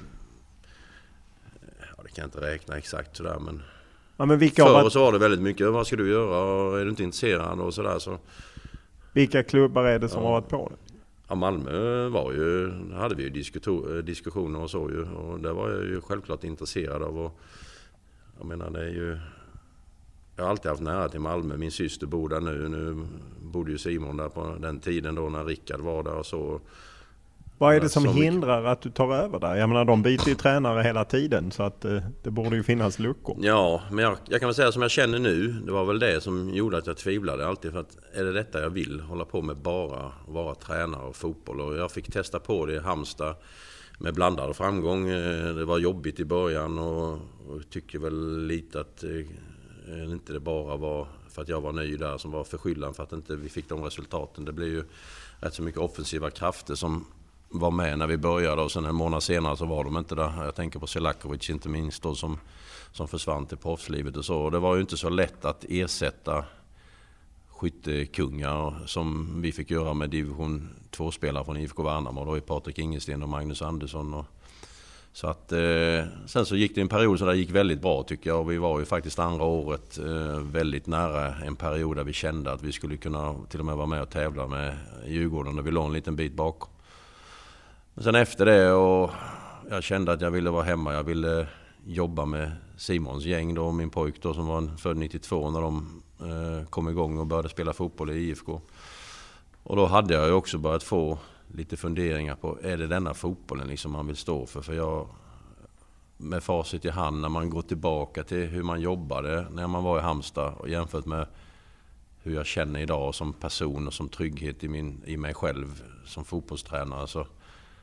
Ja, det kan jag inte räkna exakt sådär, men... Ja, men vilka Förr var... så var det väldigt mycket, vad ska du göra? Är du inte intresserad? Och sådär, så... Vilka klubbar är det som ja. har varit på det? Ja, Malmö var ju... hade vi ju diskuto- diskussioner och så ju. Och där var jag ju självklart intresserad av. Och, jag menar, det är ju... Jag har alltid haft nära till Malmö. Min syster bor där nu. Nu bodde ju Simon där på den tiden då när Rickard var där och så. Vad är det som hindrar mycket... att du tar över där? Jag menar, de byter ju tränare hela tiden så att eh, det borde ju finnas luckor. Ja, men jag, jag kan väl säga som jag känner nu. Det var väl det som gjorde att jag tvivlade alltid. För att är det detta jag vill? Hålla på med bara vara tränare och fotboll. Och jag fick testa på det i Halmstad med blandad framgång. Det var jobbigt i början och, och tycker väl lite att... inte det bara var för att jag var ny där som var förskyllan för att inte vi fick de resultaten. Det blev ju rätt så mycket offensiva krafter som var med när vi började och sen en månad senare så var de inte där. Jag tänker på Selakovic inte minst då som, som försvann till proffslivet och så. Och det var ju inte så lätt att ersätta skyttekungar som vi fick göra med division två-spelare från I F K Värnamo. Då är Patrik Ingesten och Magnus Andersson och så att, eh, sen så gick det en period så det gick väldigt bra tycker jag och vi var ju faktiskt andra året eh, väldigt nära en period där vi kände att vi skulle kunna till och med vara med och tävla med Djurgården och vi låg en liten bit bakom. Men sen efter det och jag kände att jag ville vara hemma, jag ville jobba med Simons gäng då, min pojk då som var född nittiotvå när de eh, kom igång och började spela fotboll i I F K. Och då hade jag ju också börjat få lite funderingar på, är det denna fotbollen liksom man vill stå för? För jag, med facit i hand, när man går tillbaka till hur man jobbade när man var i Halmstad och jämfört med hur jag känner idag som person och som trygghet i, min, i mig själv som fotbollstränare, så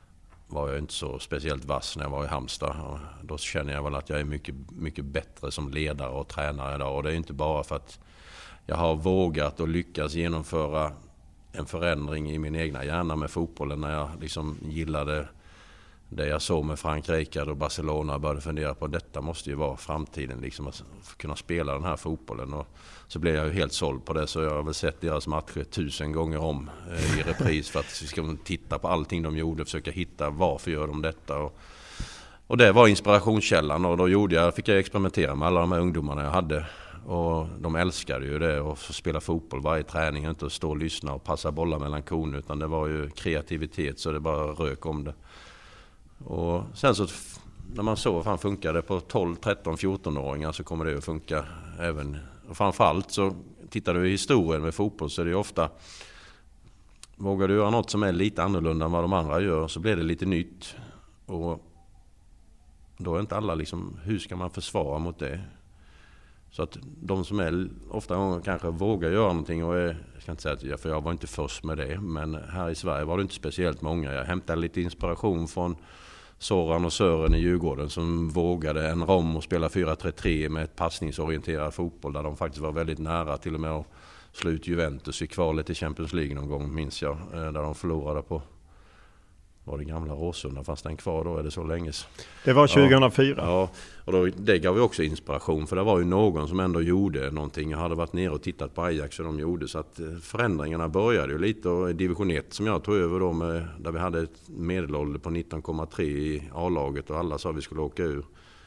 var jag inte så speciellt vass när jag var i Halmstad. Och då känner jag väl att jag är mycket, mycket bättre som ledare och tränare idag. Och det är inte bara för att jag har vågat och lyckats genomföra en förändring i min egna hjärna med fotbollen när jag liksom gillade det jag såg med Frank Rijkaard och Barcelona och började fundera på att detta måste ju vara framtiden, liksom att kunna spela den här fotbollen. Och så blev jag ju helt såld på det, så jag har väl sett deras matcher tusen gånger om eh, i repris för att vi ska titta på allting de gjorde och försöka hitta varför gör de detta. Och, och det var inspirationskällan, och då gjorde jag, fick jag experimentera med alla de här ungdomarna jag hade. Och de älskade ju det, och spela fotboll varje träning, inte att stå och lyssna och passa bollar mellan kon, utan det var ju kreativitet så det bara rök om det. Och sen så när man såg vad fan funkade på tolv, tretton, fjorton-åringar så kommer det att funka även. Och framförallt så tittar du i historien med fotboll så är det ofta, vågar du göra något som är lite annorlunda än vad de andra gör så blir det lite nytt. Och då är inte alla liksom, hur ska man försvara mot det? Så att de som är ofta kanske vågar göra någonting, och är, jag ska inte säga att jag, för jag var inte först med det, men här i Sverige var det inte speciellt många. Jag hämtade lite inspiration från Soran och Sören i Djurgården som vågade en rom och spela fyra tre tre med ett passningsorienterad fotboll där de faktiskt var väldigt nära till och med att slå ut Juventus i kvalet i Champions League någon gång, minns jag, där de förlorade på, var det gamla Råsunda, fast den kvar då, är det så länge. Det var tjugohundrafyra. Ja, och då, det gav ju också inspiration, för det var ju någon som ändå gjorde någonting. Jag hade varit nere och tittat på Ajax och de gjorde, så att förändringarna började ju lite. Och i division ett som jag tog över då med, där vi hade ett medelålder på nitton komma tre i A-laget och alla sa att vi skulle åka ur.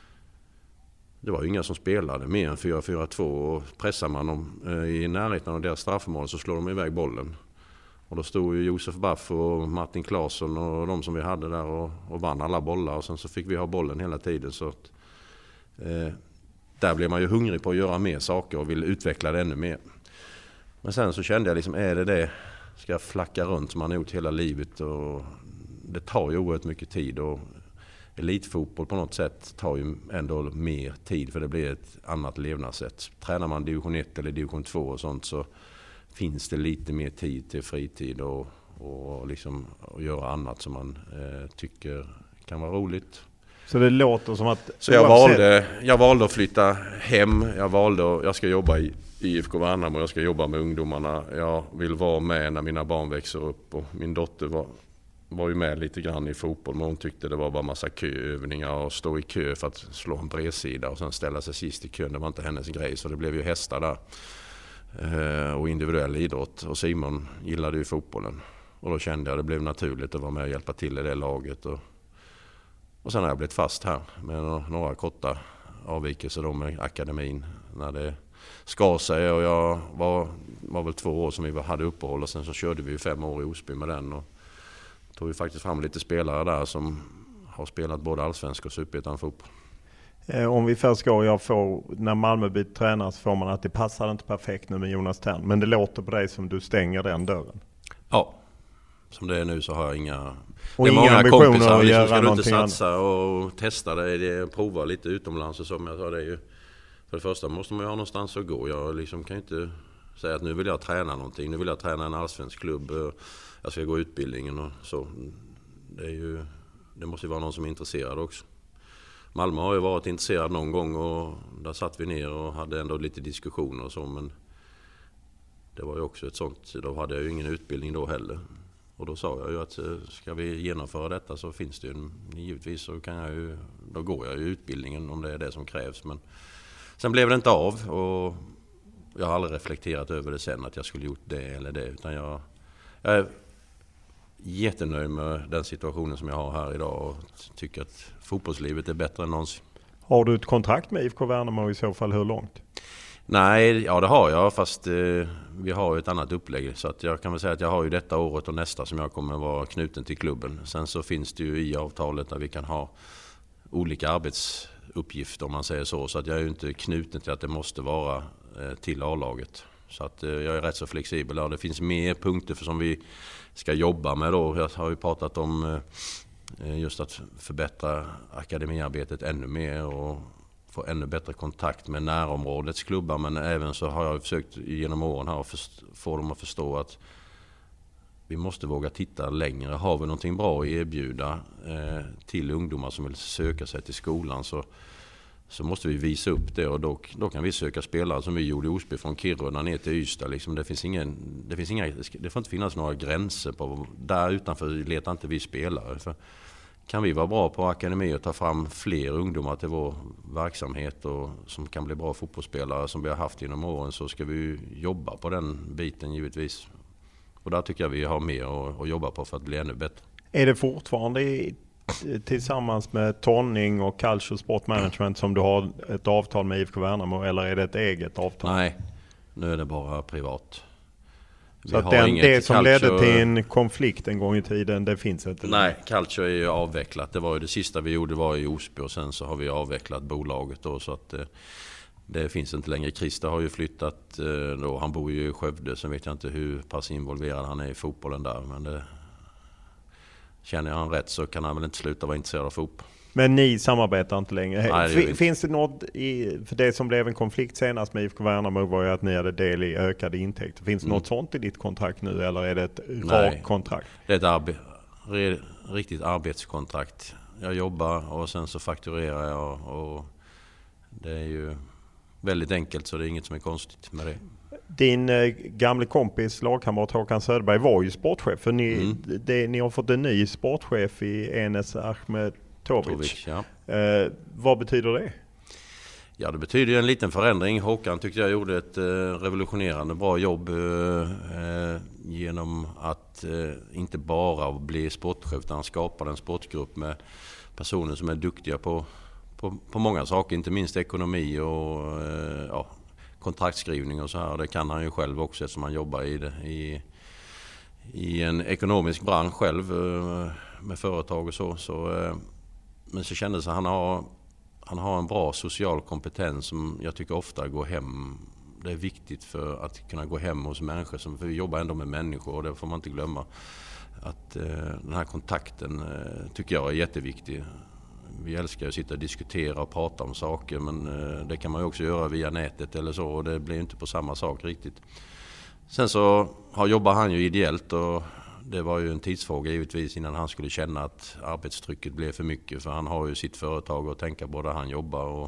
Det var ju inga som spelade mer än fyra fyra två, och pressar man dem i närheten av deras straffmål så slår de iväg bollen. Och då stod ju Josef Baff och Martin Claesson och de som vi hade där och, och vann alla bollar. Och sen så fick vi ha bollen hela tiden. Så att, eh, där blev man ju hungrig på att göra mer saker och vill utveckla det ännu mer. Men sen så kände jag liksom, är det det? Ska jag flacka runt som man har gjort hela livet? Och det tar ju oerhört mycket tid. Och elitfotboll på något sätt tar ju ändå mer tid, för det blir ett annat levnadssätt. Tränar man division ett eller division två och sånt så finns det lite mer tid till fritid och, och liksom och göra annat som man eh, tycker kan vara roligt. Så det låter som att... Så jag valde, jag valde att flytta hem. Jag valde att jag ska jobba i I F K Värnamo och jag ska jobba med ungdomarna. Jag vill vara med när mina barn växer upp, och min dotter var, var ju med lite grann i fotboll, men hon tyckte det var bara massa köövningar och stå i kö för att slå en bredsida och sen ställa sig sist i kön. Det var inte hennes grej, så det blev ju hästar där. Och individuell idrott, och Simon gillade ju fotbollen, och då kände jag att det blev naturligt att vara med och hjälpa till i det laget, och, och sen har jag blivit fast här med några korta avvikelser då med akademin när det skar sig, och jag var, var väl två år som vi hade uppehåll, och sen så körde vi fem år i Osby med den, och tog vi faktiskt fram lite spelare där som har spelat både allsvensk och superettan fotboll. Om vi först går, jag får, när Malmö blir tränare så får man att det passar inte perfekt nu med Jonas Thern. Men det låter på dig som du stänger den dörren. Ja, som det är nu så har jag inga... Och det är inga många ambitioner kompisar, att göra ska du inte satsa annat. Och testa det, det, prova lite utomlands och som jag sa, det är ju... För det första måste man ju ha någonstans att gå. Jag liksom kan inte säga att nu vill jag träna någonting. Nu vill jag träna en allsvensk klubb. Jag ska gå utbildningen och så. Det är ju... Det måste ju vara någon som är intresserad också. Malmö har ju varit intresserad någon gång, och där satt vi ner och hade ändå lite diskussioner och så, men det var ju också ett sånt, då hade jag ju ingen utbildning då heller. Och då sa jag ju att ska vi genomföra detta så finns det ju, givetvis så kan jag ju, då går jag ju utbildningen om det är det som krävs. Men sen blev det inte av, och jag har aldrig reflekterat över det sen att jag skulle gjort det eller det, utan jag, jag är jättenöjd med den situationen som jag har här idag och tycker att fotbollslivet är bättre än någonsin. Har du ett kontrakt med I F K Värnamo, i så fall hur långt? Nej, ja det har jag, fast eh, vi har ju ett annat upplägg, så att jag kan väl säga att jag har ju detta året och nästa som jag kommer vara knuten till klubben. Sen så finns det ju i avtalet där vi kan ha olika arbetsuppgifter om man säger så, så att jag är ju inte knuten till att det måste vara eh, till A-laget. Så att eh, jag är rätt så flexibel och det finns mer punkter för som vi ska jobba med då. Jag har ju pratat om eh, just att förbättra akademiarbetet ännu mer och få ännu bättre kontakt med närområdets klubbar, men även så har jag försökt genom åren här att få dem att förstå att vi måste våga titta längre. Har vi någonting bra att erbjuda eh, till ungdomar som vill söka sig till skolan, så, så måste vi visa upp det, och då, då kan vi söka spelare som vi gjorde i Osby från Kiruna ner till Ystad. Liksom. Det, finns ingen, det, finns inga, det får inte finnas några gränser på, där utanför letar inte vi spelare. För kan vi vara bra på akademi och ta fram fler ungdomar till vår verksamhet och som kan bli bra fotbollsspelare som vi har haft inom åren, så ska vi jobba på den biten givetvis. Och där tycker jag vi har mer att, att jobba på för att bli ännu bättre. Är det fortfarande i, tillsammans med Tonning och Culture Sport Management som du har ett avtal med I F K Värnamo, eller är det ett eget avtal? Nej, nu är det bara privat. Så att den, det som Culture ledde till en konflikt en gång i tiden, det finns inte? Nej, Culture är ju avvecklat. Det var ju det sista vi gjorde var i Osby, och sen så har vi avvecklat bolaget då, så att det, det finns inte längre. Christer har ju flyttat då, han bor ju i Skövde, så vet jag inte hur pass involverad han är i fotbollen där, men det, känner jag han rätt så kan han väl inte sluta vara intresserad av fotboll. Men ni samarbetar inte längre? Nej, det finns det något i, för det som blev en konflikt senast med I F K Värnamo var ju att ni hade del i ökade intäkter. Finns det mm. något sånt i ditt kontrakt nu, eller är det ett rakt kontrakt? Det är ett arbe- re- riktigt arbetskontrakt. Jag jobbar och sen så fakturerar jag, och det är ju väldigt enkelt, så det är inget som är konstigt med det. Din eh, gamla kompis, lagkamrat Håkan Söderberg var ju sportchef, för ni, mm. det, ni har fått en ny sportchef i Enes Ahmed Tovic. Ja. Eh, vad betyder det? Ja, det betyder ju en liten förändring. Håkan tyckte jag gjorde ett eh, revolutionerande bra jobb eh, genom att eh, inte bara bli sportchef, utan skapade en sportgrupp med personer som är duktiga på, på, på många saker, inte minst ekonomi och eh, ja, kontraktskrivning och så här. Det kan han ju själv också, eftersom han jobbar i, det, i, i en ekonomisk bransch själv eh, med företag och så. så eh, Men så kändes det att han har, han har en bra social kompetens som jag tycker ofta går hem. Det är viktigt för att kunna gå hem hos människor, som, för vi jobbar ändå med människor, och det får man inte glömma. Att eh, den här kontakten eh, tycker jag är jätteviktig. Vi älskar att sitta och diskutera och prata om saker, men eh, det kan man ju också göra via nätet eller så, och det blir inte på samma sak riktigt. Sen så har, jobbar han ju ideellt, och det var ju en tidsfråga givetvis innan han skulle känna att arbetstrycket blev för mycket, för han har ju sitt företag att tänka på där han jobbar, och,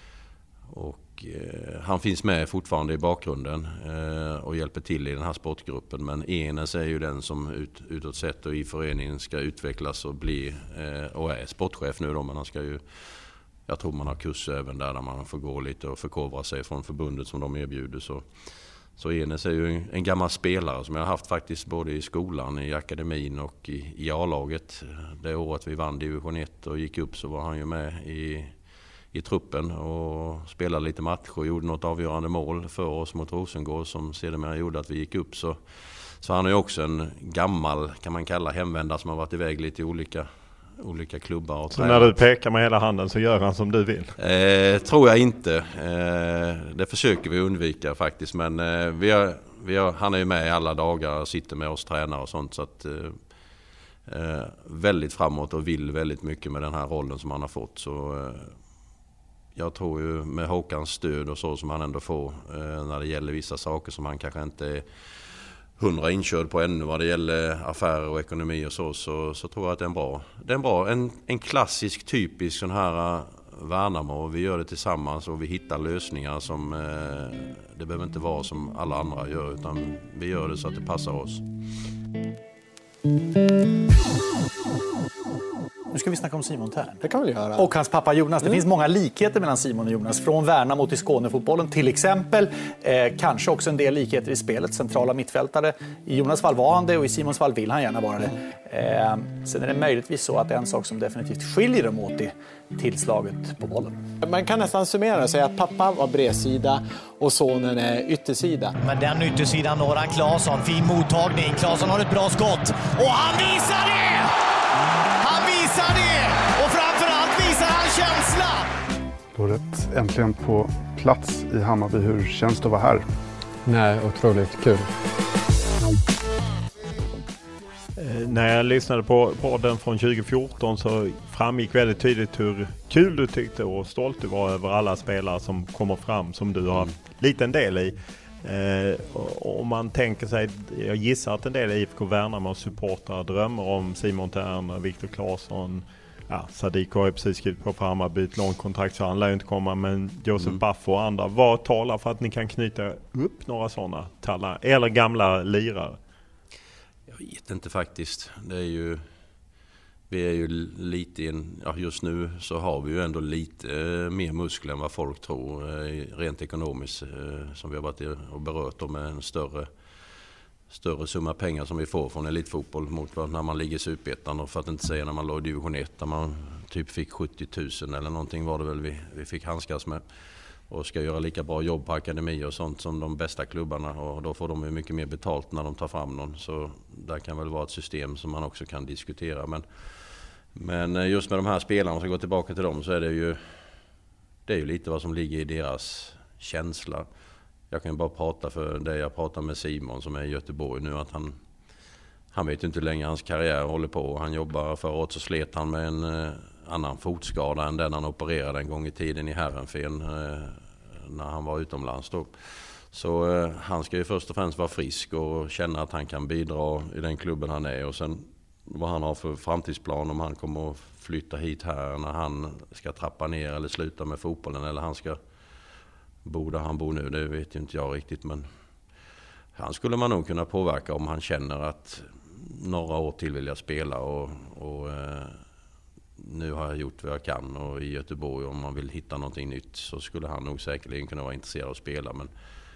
och eh, han finns med fortfarande i bakgrunden eh, och hjälper till i den här sportgruppen, men Enes är ju den som ut, utåt sett och i föreningen ska utvecklas och bli eh, och är sportchef nu då, men han ska ju, jag tror man har kurser även där, där man får gå lite och förkovra sig från förbundet som de erbjuder, så Så Enes är ju en gammal spelare som jag har haft faktiskt både i skolan, i akademin och i, i A-laget. Det året vi vann division ett och gick upp så var han ju med i, i truppen och spelade lite matcher och gjorde något avgörande mål för oss mot Rosengård som sedermera gjorde att vi gick upp. Så, så han är ju också en gammal, kan man kalla, hemvändare som har varit iväg lite i olika olika klubbar. Och så tränat. När du pekar med hela handen så gör han som du vill? Eh, tror jag inte. Eh, det försöker vi undvika faktiskt. Men eh, vi har, vi har, han är ju med alla dagar och sitter med oss tränare och sånt. Så att, eh, väldigt framåt och vill väldigt mycket med den här rollen som han har fått. Så eh, jag tror ju med Håkans stöd och så som han ändå får eh, när det gäller vissa saker som han kanske inte är hundra inkörd på ännu vad det gäller affärer och ekonomi och så, så, så tror jag att det är en bra, det är en, bra en, en klassisk typisk sån här Värnamo. Vi gör det tillsammans och vi hittar lösningar som eh, det behöver inte vara som alla andra gör, utan vi gör det så att det passar oss. Nu ska vi snacka om Simon Thern. Det kan vi göra. Och hans pappa Jonas. Det mm. finns många likheter mellan Simon och Jonas. Från Värnamo till Skånefotbollen till exempel. Eh, kanske också en del likheter i spelet. Centrala mittfältare. I Jonas fall var han det och i Simons fall vill han gärna vara det. Eh, sen är det möjligtvis så att det är en sak som definitivt skiljer dem åt i tillslaget på bollen. Man kan nästan summera och säga att pappa var bredsida och sonen är yttersida. Men den yttersidan når han Claesson. Fin mottagning. Claesson har ett bra skott. Och han visar det! Han visar det! Och framförallt visar han känsla! Året äntligen på plats i Hammarby. Hur känns det att vara här? Nej, otroligt kul. Eh, när jag lyssnade på podden från tjugo fjorton så framgick väldigt tydligt hur kul du tyckte och stolt du var över alla spelare som kommer fram som du har haft liten del i. Eh, om man tänker sig, jag gissar att en del I F K Värnamo och supportrar drömmer om Simon Thern, Viktor Claesson, ja, Sadiq har ju precis skrivit på för Hammarby ett långt kontrakt så han lär ju inte komma, men Josef mm. Baffo och andra, vad talar för att ni kan knyta upp några sådana tallar eller gamla lirare? Jag vet inte faktiskt. Det är ju, vi är ju lite i en, ja, just nu så har vi ju ändå lite eh, mer muskler än vad folk tror eh, rent ekonomiskt eh, som vi har varit och berört om, med en större större summa pengar som vi får från elitfotboll mot när man ligger i Superettan, och för att inte säga när man låg i division ett där man typ fick sjuttio tusen eller någonting var det väl vi, vi fick handskas med, och ska göra lika bra jobb på akademi och sånt som de bästa klubbarna, och då får de ju mycket mer betalt när de tar fram någon, så där kan väl vara ett system som man också kan diskutera, men, men just med de här spelarna, om vi ska gå tillbaka till dem, så är det ju det är ju lite vad som ligger i deras känsla. Jag kan ju bara prata för det jag pratar med Simon som är i Göteborg nu, att han, han vet inte hur länge hans karriär håller på. Han jobbar, förra året så slet han med en eh, annan fotskada än den han opererade en gång i tiden i Herrenfen eh, när han var utomlands då. Så eh, han ska ju först och främst vara frisk och känna att han kan bidra i den klubben han är, och sen vad han har för framtidsplan, om han kommer att flytta hit här när han ska trappa ner eller sluta med fotbollen, eller han ska bo där han bor nu, det vet ju inte jag riktigt, men han skulle man nog kunna påverka om han känner att några år till vill jag spela, och, och eh, nu har jag gjort vad jag kan, och i Göteborg om man vill hitta någonting nytt så skulle han nog säkerligen kunna vara intresserad av att spela, men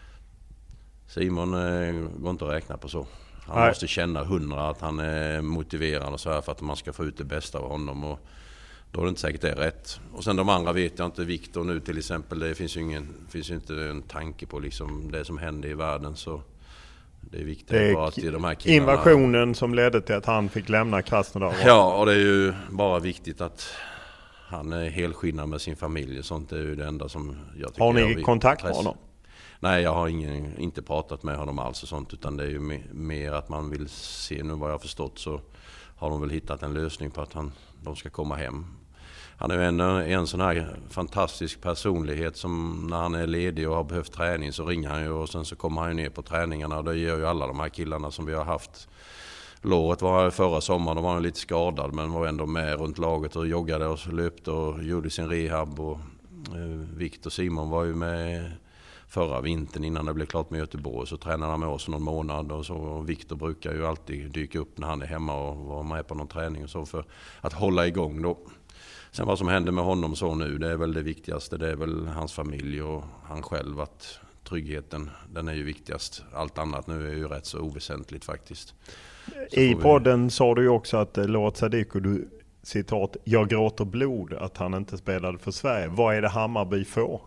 Simon eh, går inte att räkna på så. Han Nej. måste känna hundra att han är motiverad och så här för att man ska få ut det bästa av honom, och då är det inte säkert det är rätt. Och sen de andra vet jag inte, Viktor nu till exempel, det finns ju, ingen, finns ju inte en tanke på liksom det som händer i världen, så det är viktigt det är bara att de här killarna... Invasionen som ledde till att han fick lämna Krasnodar. Ja, och det är ju bara viktigt att han är helskinnad med sin familj, sånt är ju det enda som jag tycker. Har ni jag kontakt med honom? Nej, jag har ingen, inte pratat med honom alls och sånt, utan det är ju mer att man vill se, nu vad jag har förstått så har de väl hittat en lösning på att han, de ska komma hem. Han är ju en, en sån här fantastisk personlighet som när han är ledig och har behövt träning så ringer han ju, och sen så kommer han ju ner på träningarna, och det gör ju alla de här killarna som vi har haft. Låret var förra sommaren, då var han lite skadad men var ändå med runt laget och joggade och löpte och gjorde sin rehab, och eh, Viktor Simon var ju med förra vintern innan det blev klart med Göteborg, så tränade han med oss någon månad, och så och Viktor brukar ju alltid dyka upp när han är hemma och vara med på någon träning och så för att hålla igång då. Sen vad som händer med honom så nu, det är väl det viktigaste, det är väl hans familj och han själv, att tryggheten, den är ju viktigast. Allt annat nu är ju rätt så oväsentligt faktiskt. Så I podden vi... sa du ju också att Låt Sadiq, och du citat, jag gråter blod att han inte spelade för Sverige. Vad är det Hammarby får?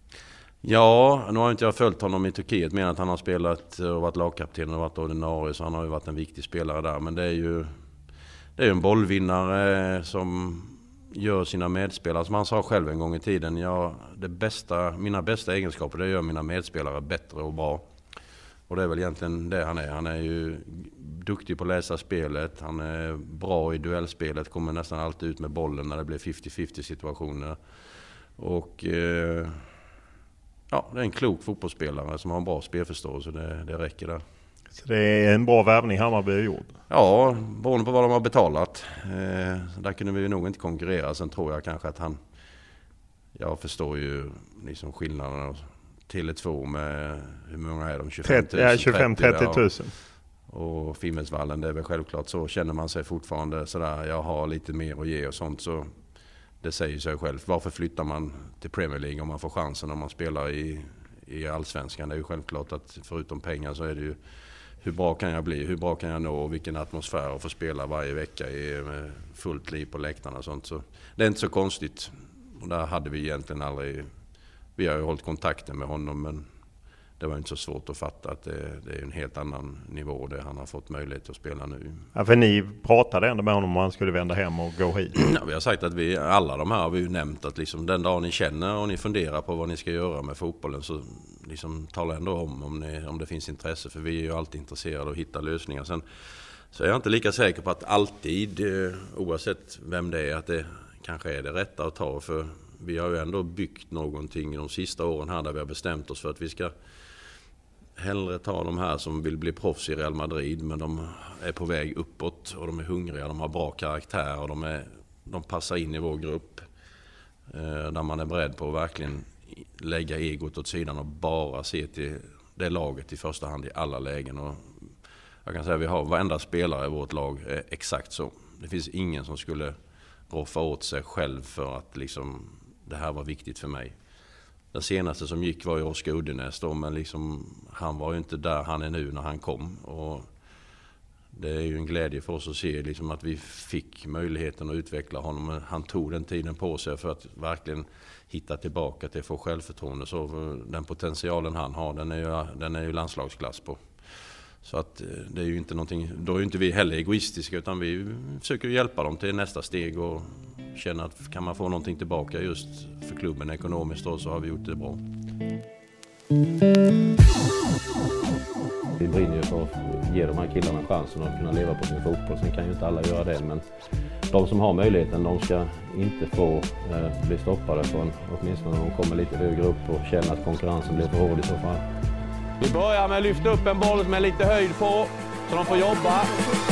Ja, nu har inte jag följt honom i Turkiet, men att han har spelat och varit lagkapten och varit ordinarie, så han har ju varit en viktig spelare där. Men det är ju, det är ju en bollvinnare som gör sina medspelare, som han sa själv en gång i tiden, ja, det bästa, mina bästa egenskaper, det gör mina medspelare bättre och bra. Och det är väl egentligen det han är. Han är ju duktig på att läsa spelet, han är bra i duellspelet, kommer nästan alltid ut med bollen när det blir femtio femtio situationer. Och eh, ja, det är en klok fotbollsspelare som har en bra spelförståelse, det, det räcker där. Så det är en bra värvning Hammarby har gjort? Ja, beroende på vad de har betalat. Eh, där kunde vi nog inte konkurrera. Sen tror jag kanske att han... Jag förstår ju liksom skillnaderna. Tele två med... Hur många är de? tjugofem tusen? Ja, tjugofem till trettio tusen. Ja. Och Fimmelsvallen, det är väl självklart så. Känner man sig fortfarande sådär, jag har lite mer att ge och sånt, så det säger sig själv. Varför flyttar man till Premier League om man får chansen om man spelar i, i Allsvenskan? Det är ju självklart att förutom pengar så är det ju hur bra kan jag bli, hur bra kan jag nå, och vilken atmosfär att få spela varje vecka i med fullt liv på läktarna och sånt. Så det är inte så konstigt. Och där hade vi egentligen aldrig, vi har ju hållit kontakten med honom, men det var inte så svårt att fatta att det, det är en helt annan nivå där han har fått möjlighet att spela nu. Ja, för ni pratade ändå med honom om han skulle vända hem och gå hit. Ja, vi har sagt att vi, alla de här har vi ju nämnt att liksom den dag ni känner och ni funderar på vad ni ska göra med fotbollen, så liksom tala ändå om om, ni, om det finns intresse, för vi är ju alltid intresserade av att hitta lösningar. Sen så är jag inte lika säker på att alltid, oavsett vem det är, att det kanske är det rätta att ta, för vi har ju ändå byggt någonting de sista åren här där vi har bestämt oss för att vi ska hellre ta de här som vill bli proffs i Real Madrid, men de är på väg uppåt och de är hungriga, de har bra karaktär och de, är, de passar in i vår grupp. Eh, där man är beredd på att verkligen lägga egot åt sidan och bara se till det laget i första hand i alla lägen. Och jag kan säga att vi har varenda spelare i vårt lag är exakt så. Det finns ingen som skulle roffa åt sig själv för att liksom, det här var viktigt för mig. Den senaste som gick var ju Oskar Uddenäs då, men liksom, han var ju inte där han är nu när han kom. Och det är ju en glädje för oss att se liksom, att vi fick möjligheten att utveckla honom. Men han tog den tiden på sig för att verkligen hitta tillbaka till att få självförtroende. Så den potentialen han har, den är ju, den är ju landslagsklass på. Så att det är ju inte någonting, då är ju inte vi heller egoistiska, utan vi försöker hjälpa dem till nästa steg och känna att kan man få någonting tillbaka just för klubben ekonomiskt då, så har vi gjort det bra. Vi brinner ju för att ge de här killarna chansen att kunna leva på sin fotboll. Sen kan ju inte alla göra det, men de som har möjligheten, de ska inte få eh, bli stoppade från, åtminstone när de kommer lite högre upp och känner att konkurrensen blir för hård i så fall. Vi börjar med att lyfta upp en boll med lite höjd på, så de får jobba.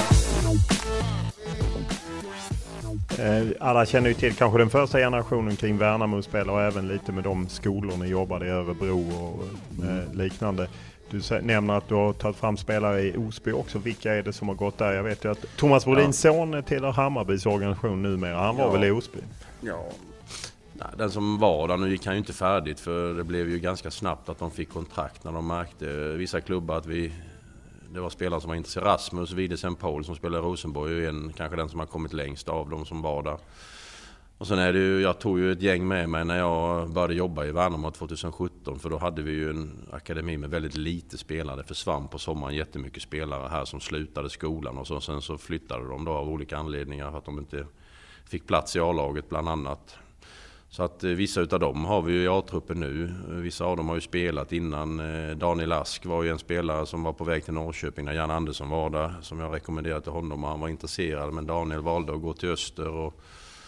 Alla känner ju till kanske den första generationen kring Värnamo-spelare och även lite med de skolorna ni jobbade i Örebro och mm. liknande. Du nämner att du har tagit fram spelare i Osby också. Vilka är det som har gått där? Jag vet ju att Thomas Brodins ja. son tillhör Hammarbys organisation numera. Han var ja. väl i Osby? Ja. Nej, den som var där, nu gick han ju inte färdigt, för det blev ju ganska snabbt att de fick kontrakt när de märkte vissa klubbar att vi, det var spelare som var intresserade. Rasmus Widesen Paul som spelar i Rosenborg är en, kanske den som har kommit längst av de som var där. Och sen är det ju, jag tog ju ett gäng med mig när jag började jobba i Värnamo tjugosjutton, för då hade vi ju en akademi med väldigt lite spelare. Det försvann på sommaren jättemycket spelare här som slutade skolan och så, sen så flyttade de då av olika anledningar för att de inte fick plats i A-laget bland annat. Så att eh, vissa utav dem har vi ju i A-truppen nu. Vissa av dem har ju spelat innan. Eh, Daniel Ask var ju en spelare som var på väg till Norrköping när Jan Andersson var där, som jag rekommenderade till honom, och han var intresserad, men Daniel valde att gå till Öster. Och,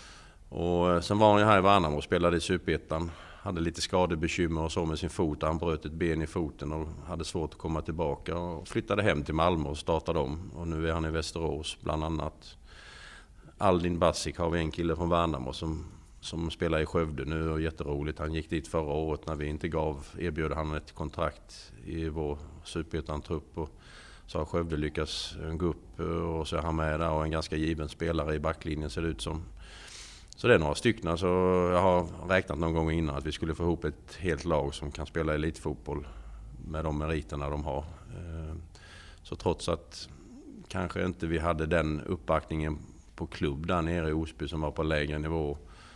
och eh, sen var han ju här i Värnamo och spelade i Superettan. Hade lite skadebekymmer och så med sin fot. Han bröt ett ben i foten och hade svårt att komma tillbaka. Och flyttade hem till Malmö och startade om. Och nu är han i Västerås bland annat. Aldin Basic har vi en kille från Värnamo som... som spelar i Skövde nu och jätteroligt. Han gick dit förra året när vi inte gav, erbjöd han ett kontrakt i vår Superettan-trupp, och så har Skövde lyckats gå upp och så är han med där och en ganska given spelare i backlinjen ser det ut som. Så det är några stycken, så jag har räknat någon gång innan att vi skulle få ihop ett helt lag som kan spela elitfotboll med de meriterna de har. Så trots att kanske inte vi hade den uppbackningen på klubb där nere i Osby som var på lägre nivå,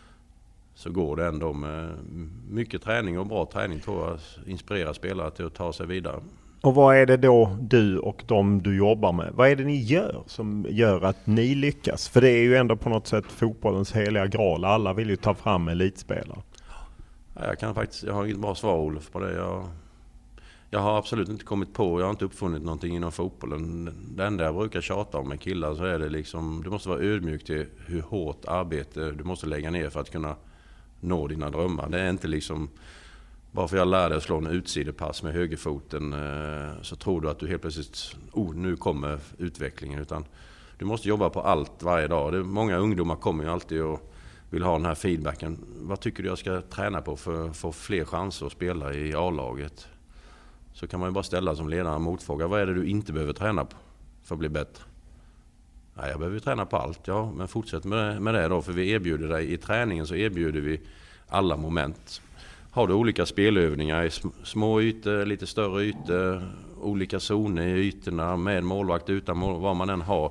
så går det ändå med mycket träning och bra träning, tror jag, inspirerar spelare till att ta sig vidare. Och vad är det då du och de du jobbar med? Vad är det ni gör som gör att ni lyckas? För det är ju ändå på något sätt fotbollens heliga graal. Alla vill ju ta fram elitspelare. Jag kan faktiskt, jag har inget bra svar, Olof, på det. Jag, jag har absolut inte kommit på, jag har inte uppfunnit någonting inom fotbollen. Det enda jag brukar tjata om med killar så är det liksom, du måste vara ödmjuk till hur hårt arbete du måste lägga ner för att kunna nå dina drömmar. Det är inte liksom, bara för jag lärde dig att slå en utsidepass med högerfoten så tror du att du helt plötsligt, oh, nu kommer utvecklingen, utan du måste jobba på allt varje dag. Det är, många ungdomar kommer ju alltid och vill ha den här feedbacken. Vad tycker du jag ska träna på för att få fler chanser att spela i A-laget? Så kan man ju bara ställa som ledare en motfråga. Vad är det du inte behöver träna på för att bli bättre? Nej, jag behöver träna på allt, ja, men fortsätt med, med det då, för vi erbjuder dig i träningen, så erbjuder vi alla moment. Har du olika spelövningar i små ytor, lite större ytor, olika zoner i ytorna med målvakt, utan mål, vad man än har.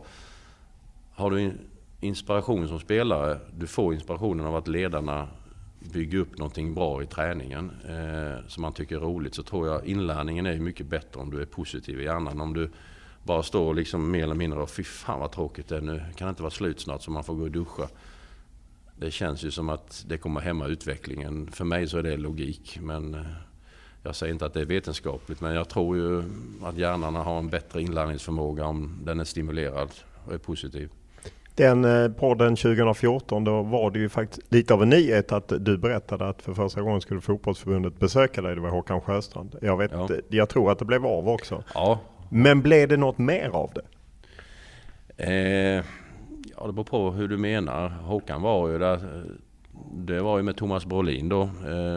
Har du inspiration som spelare, du får inspirationen av att ledarna bygger upp någonting bra i träningen eh, som man tycker är roligt, så tror jag inlärningen är mycket bättre om du är positiv i hjärnan. Om du bara står liksom mer eller mindre och fy fan vad tråkigt det är nu, kan det inte vara slut snart så man får gå och duscha. Det känns ju som att det kommer hämma utvecklingen. För mig så är det logik, men jag säger inte att det är vetenskapligt, men jag tror ju att hjärnan har en bättre inlärningsförmåga om den är stimulerad och är positiv. Den podden tjugo fjorton, då var det ju faktiskt lite av en nyhet att du berättade att för första gången skulle fotbollsförbundet besöka dig. Det var Håkan Sjöstrand. Jag vet, ja. jag tror att det blev av också. Ja. Men blev det något mer av det? Eh, ja, det beror på hur du menar. Håkan var ju där. Det var ju med Thomas Brolin då. Eh,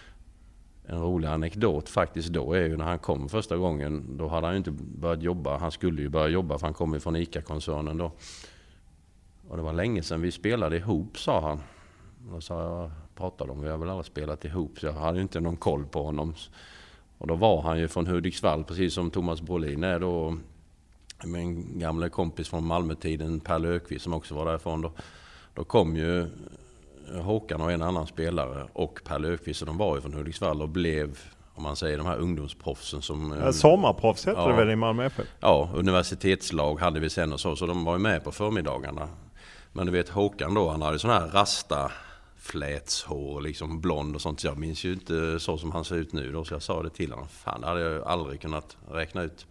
en rolig anekdot faktiskt då är ju när han kom första gången. Då hade han ju inte börjat jobba. Han skulle ju börja jobba för han kom ju från ICA-koncernen då. Och det var länge sedan vi spelade ihop, sa han. Då sa jag, pratade om, vi har väl alla spelat ihop, så jag hade ju inte någon koll på honom. Och då var han ju från Hudiksvall, precis som Thomas Brolin är då. Med en gamla kompis från Malmötiden, Per Lökvist, som också var därifrån. Då, då kom ju Håkan och en annan spelare och Per Lökvist, och de var ju från Hudiksvall och blev, om man säger, de här ungdomsproffsen som... Ja, sommarproffs heter ja, det väl i Malmö F F? Ja, universitetslag hade vi sen och så, så de var ju med på förmiddagarna. Men du vet Håkan då, han hade sån här rasta flätshår, liksom blond och sånt. Jag minns ju inte så som han ser ut nu då, så jag sa det till honom. Fan, det hade jag aldrig kunnat räkna ut.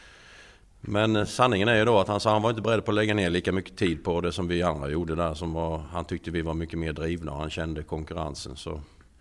Men sanningen är ju då att han sa han var inte beredd på att lägga ner lika mycket tid på det som vi andra gjorde där. Som var, han tyckte vi var mycket mer drivna och han kände konkurrensen. Så,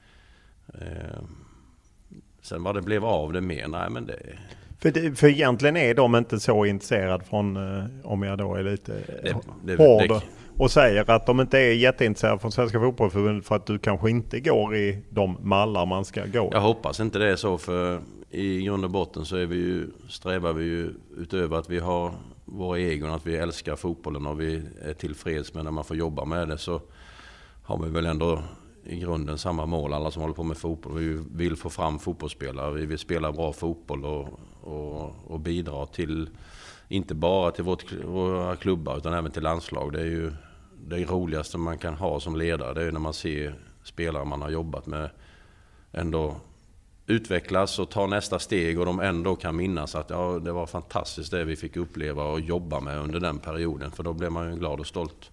eh, sen vad det blev av det mer, nej men det... För, det, för egentligen är de inte så intresserade från, eh, om jag då är lite eh, det, det, hård det, och säger att de inte är jätteintresserade från Svenska fotbollsförbundet för att du kanske inte går i de mallar man ska gå. Jag hoppas inte det är så, för i grund och botten så är vi ju, strävar vi ju utöver att vi har våra egon, att vi älskar fotbollen och vi är tillfreds med när man får jobba med det, så har vi väl ändå i grunden samma mål, alla som håller på med fotboll. Vi vill få fram fotbollsspelare, vi vill spela bra fotboll och, och, och bidra till, inte bara till vårt, våra klubbar utan även till landslag. Det är ju det roligaste man kan ha som ledare, det är ju när man ser spelare man har jobbat med ändå utvecklas och ta nästa steg och de ändå kan minnas att ja, det var fantastiskt det vi fick uppleva och jobba med under den perioden, för då blir man ju glad och stolt.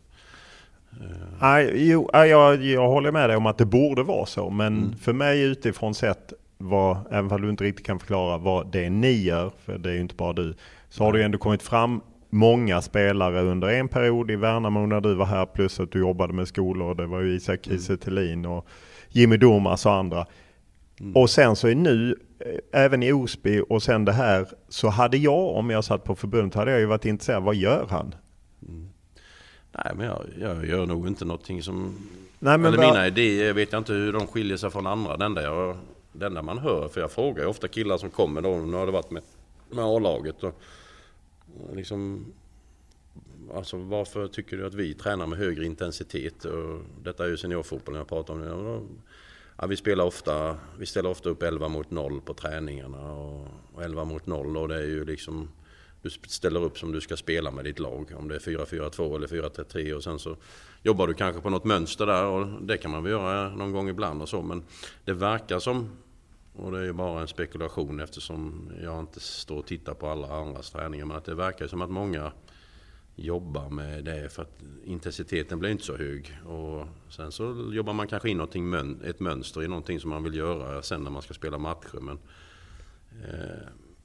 Nej, jo, jag, jag håller med dig om att det borde vara så, men mm. för mig utifrån sett, vad, även om du inte riktigt kan förklara vad det är ni gör, för det är ju inte bara du, så har det ju ändå kommit fram många spelare under en period i Värnamo när du var här, plus att du jobbade med skolor. Det var ju Isak Kiese Thelin och Jimmy Domas och andra. Mm. Och sen så är nu, även i Osby och sen det här, så hade jag, om jag satt på förbundet, hade jag ju varit intresserad, vad gör han? Mm. Nej, men jag, jag gör nog inte någonting som... Nej, men eller vad... mina idéer, jag vet inte hur de skiljer sig från andra. Den där, jag, den där man hör, för jag frågar ju ofta killar som kommer då, nu har det varit med, med A-laget och liksom... Alltså varför tycker du att vi tränar med högre intensitet? Och detta är ju seniorfotboll när jag pratar om det. Ja, vi spelar ofta, vi ställer ofta upp elva mot noll på träningarna och, och elva mot noll, och det är ju liksom... Du ställer upp som du ska spela med ditt lag. Om det är fyra fyra två eller fyra tre tre. Och sen så jobbar du kanske på något mönster där. Och det kan man väl göra någon gång ibland och så. Men det verkar som, och det är ju bara en spekulation eftersom jag inte står och tittar på alla andras träningar. Men att det verkar som att många jobbar med det för att intensiteten blir inte så hög. Och sen så jobbar man kanske in någonting, ett mönster i någonting som man vill göra sen när man ska spela matcher. Men... Eh,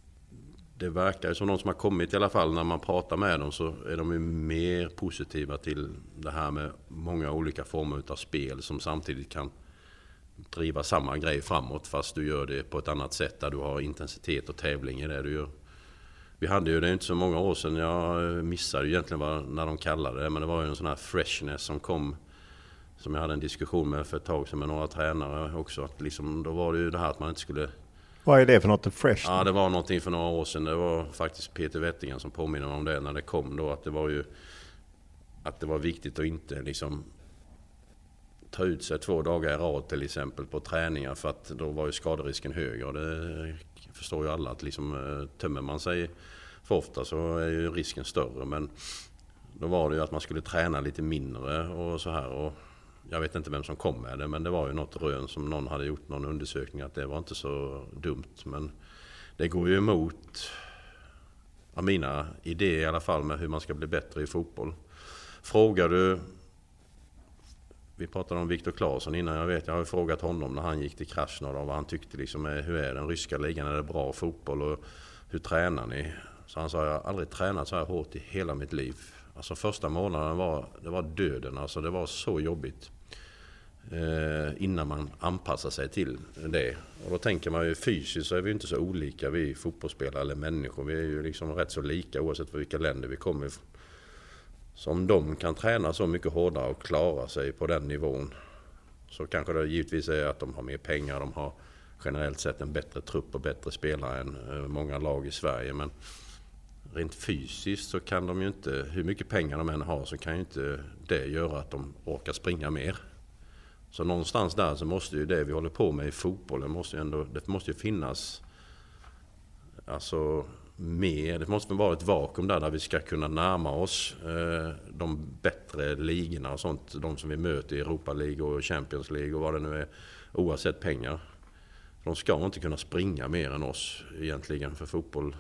det verkar som de som har kommit i alla fall, när man pratar med dem så är de ju mer positiva till det här med många olika former av spel som samtidigt kan driva samma grej framåt, fast du gör det på ett annat sätt där du har intensitet och tävling i det du gör. Vi hade ju det inte så många år sedan, jag missade egentligen vad, när de kallade det, men det var ju en sån här freshness som kom, som jag hade en diskussion med för ett tag sedan med några tränare också. Att liksom, då var det ju det här att man inte skulle... Vad är det för något fresh? Ja, det var någonting för några år sedan. Det var faktiskt Peter Wettingen som påminner om det när det kom då. Att det var ju att det var viktigt att inte liksom ta ut sig två dagar i rad till exempel på träningar, för att då var ju skaderisken högre. Och det förstår ju alla att liksom tömmer man sig för ofta så är ju risken större. Men då var det ju att man skulle träna lite mindre och så här. Och jag vet inte vem som kom med det, men det var ju något rön som någon hade gjort, någon undersökning, att det var inte så dumt. Men det går ju emot ja, mina idéer i alla fall med hur man ska bli bättre i fotboll. Frågar du, vi pratade om Viktor Claesson innan, jag vet, jag har ju frågat honom när han gick till Krasnodar vad han tyckte liksom, hur är den ryska ligan, är det bra fotboll och hur tränar ni? Så han sa, jag har aldrig tränat så här hårt i hela mitt liv. Alltså första månaden var, det var döden, alltså det var så jobbigt. Eh, innan man anpassar sig till det. Och då tänker man ju fysiskt så är vi inte så olika, vi fotbollsspelare eller människor. Vi är ju liksom rätt så lika oavsett för vilka länder vi kommer ifrån. Så om de kan träna så mycket hårdare och klara sig på den nivån, så kanske det givetvis är att de har mer pengar, de har generellt sett en bättre trupp och bättre spelare än många lag i Sverige. Men rent fysiskt så kan de ju inte, hur mycket pengar de än har, så kan ju inte det göra att de orkar springa mer. Så någonstans där så måste ju det vi håller på med i fotbollen, måste ju ändå, det måste ju finnas alltså mer, det måste vara ett vakuum där, där vi ska kunna närma oss eh, de bättre ligorna och sånt, de som vi möter i Europa League och Champions League och vad det nu är, oavsett pengar. De ska inte kunna springa mer än oss egentligen, för fotboll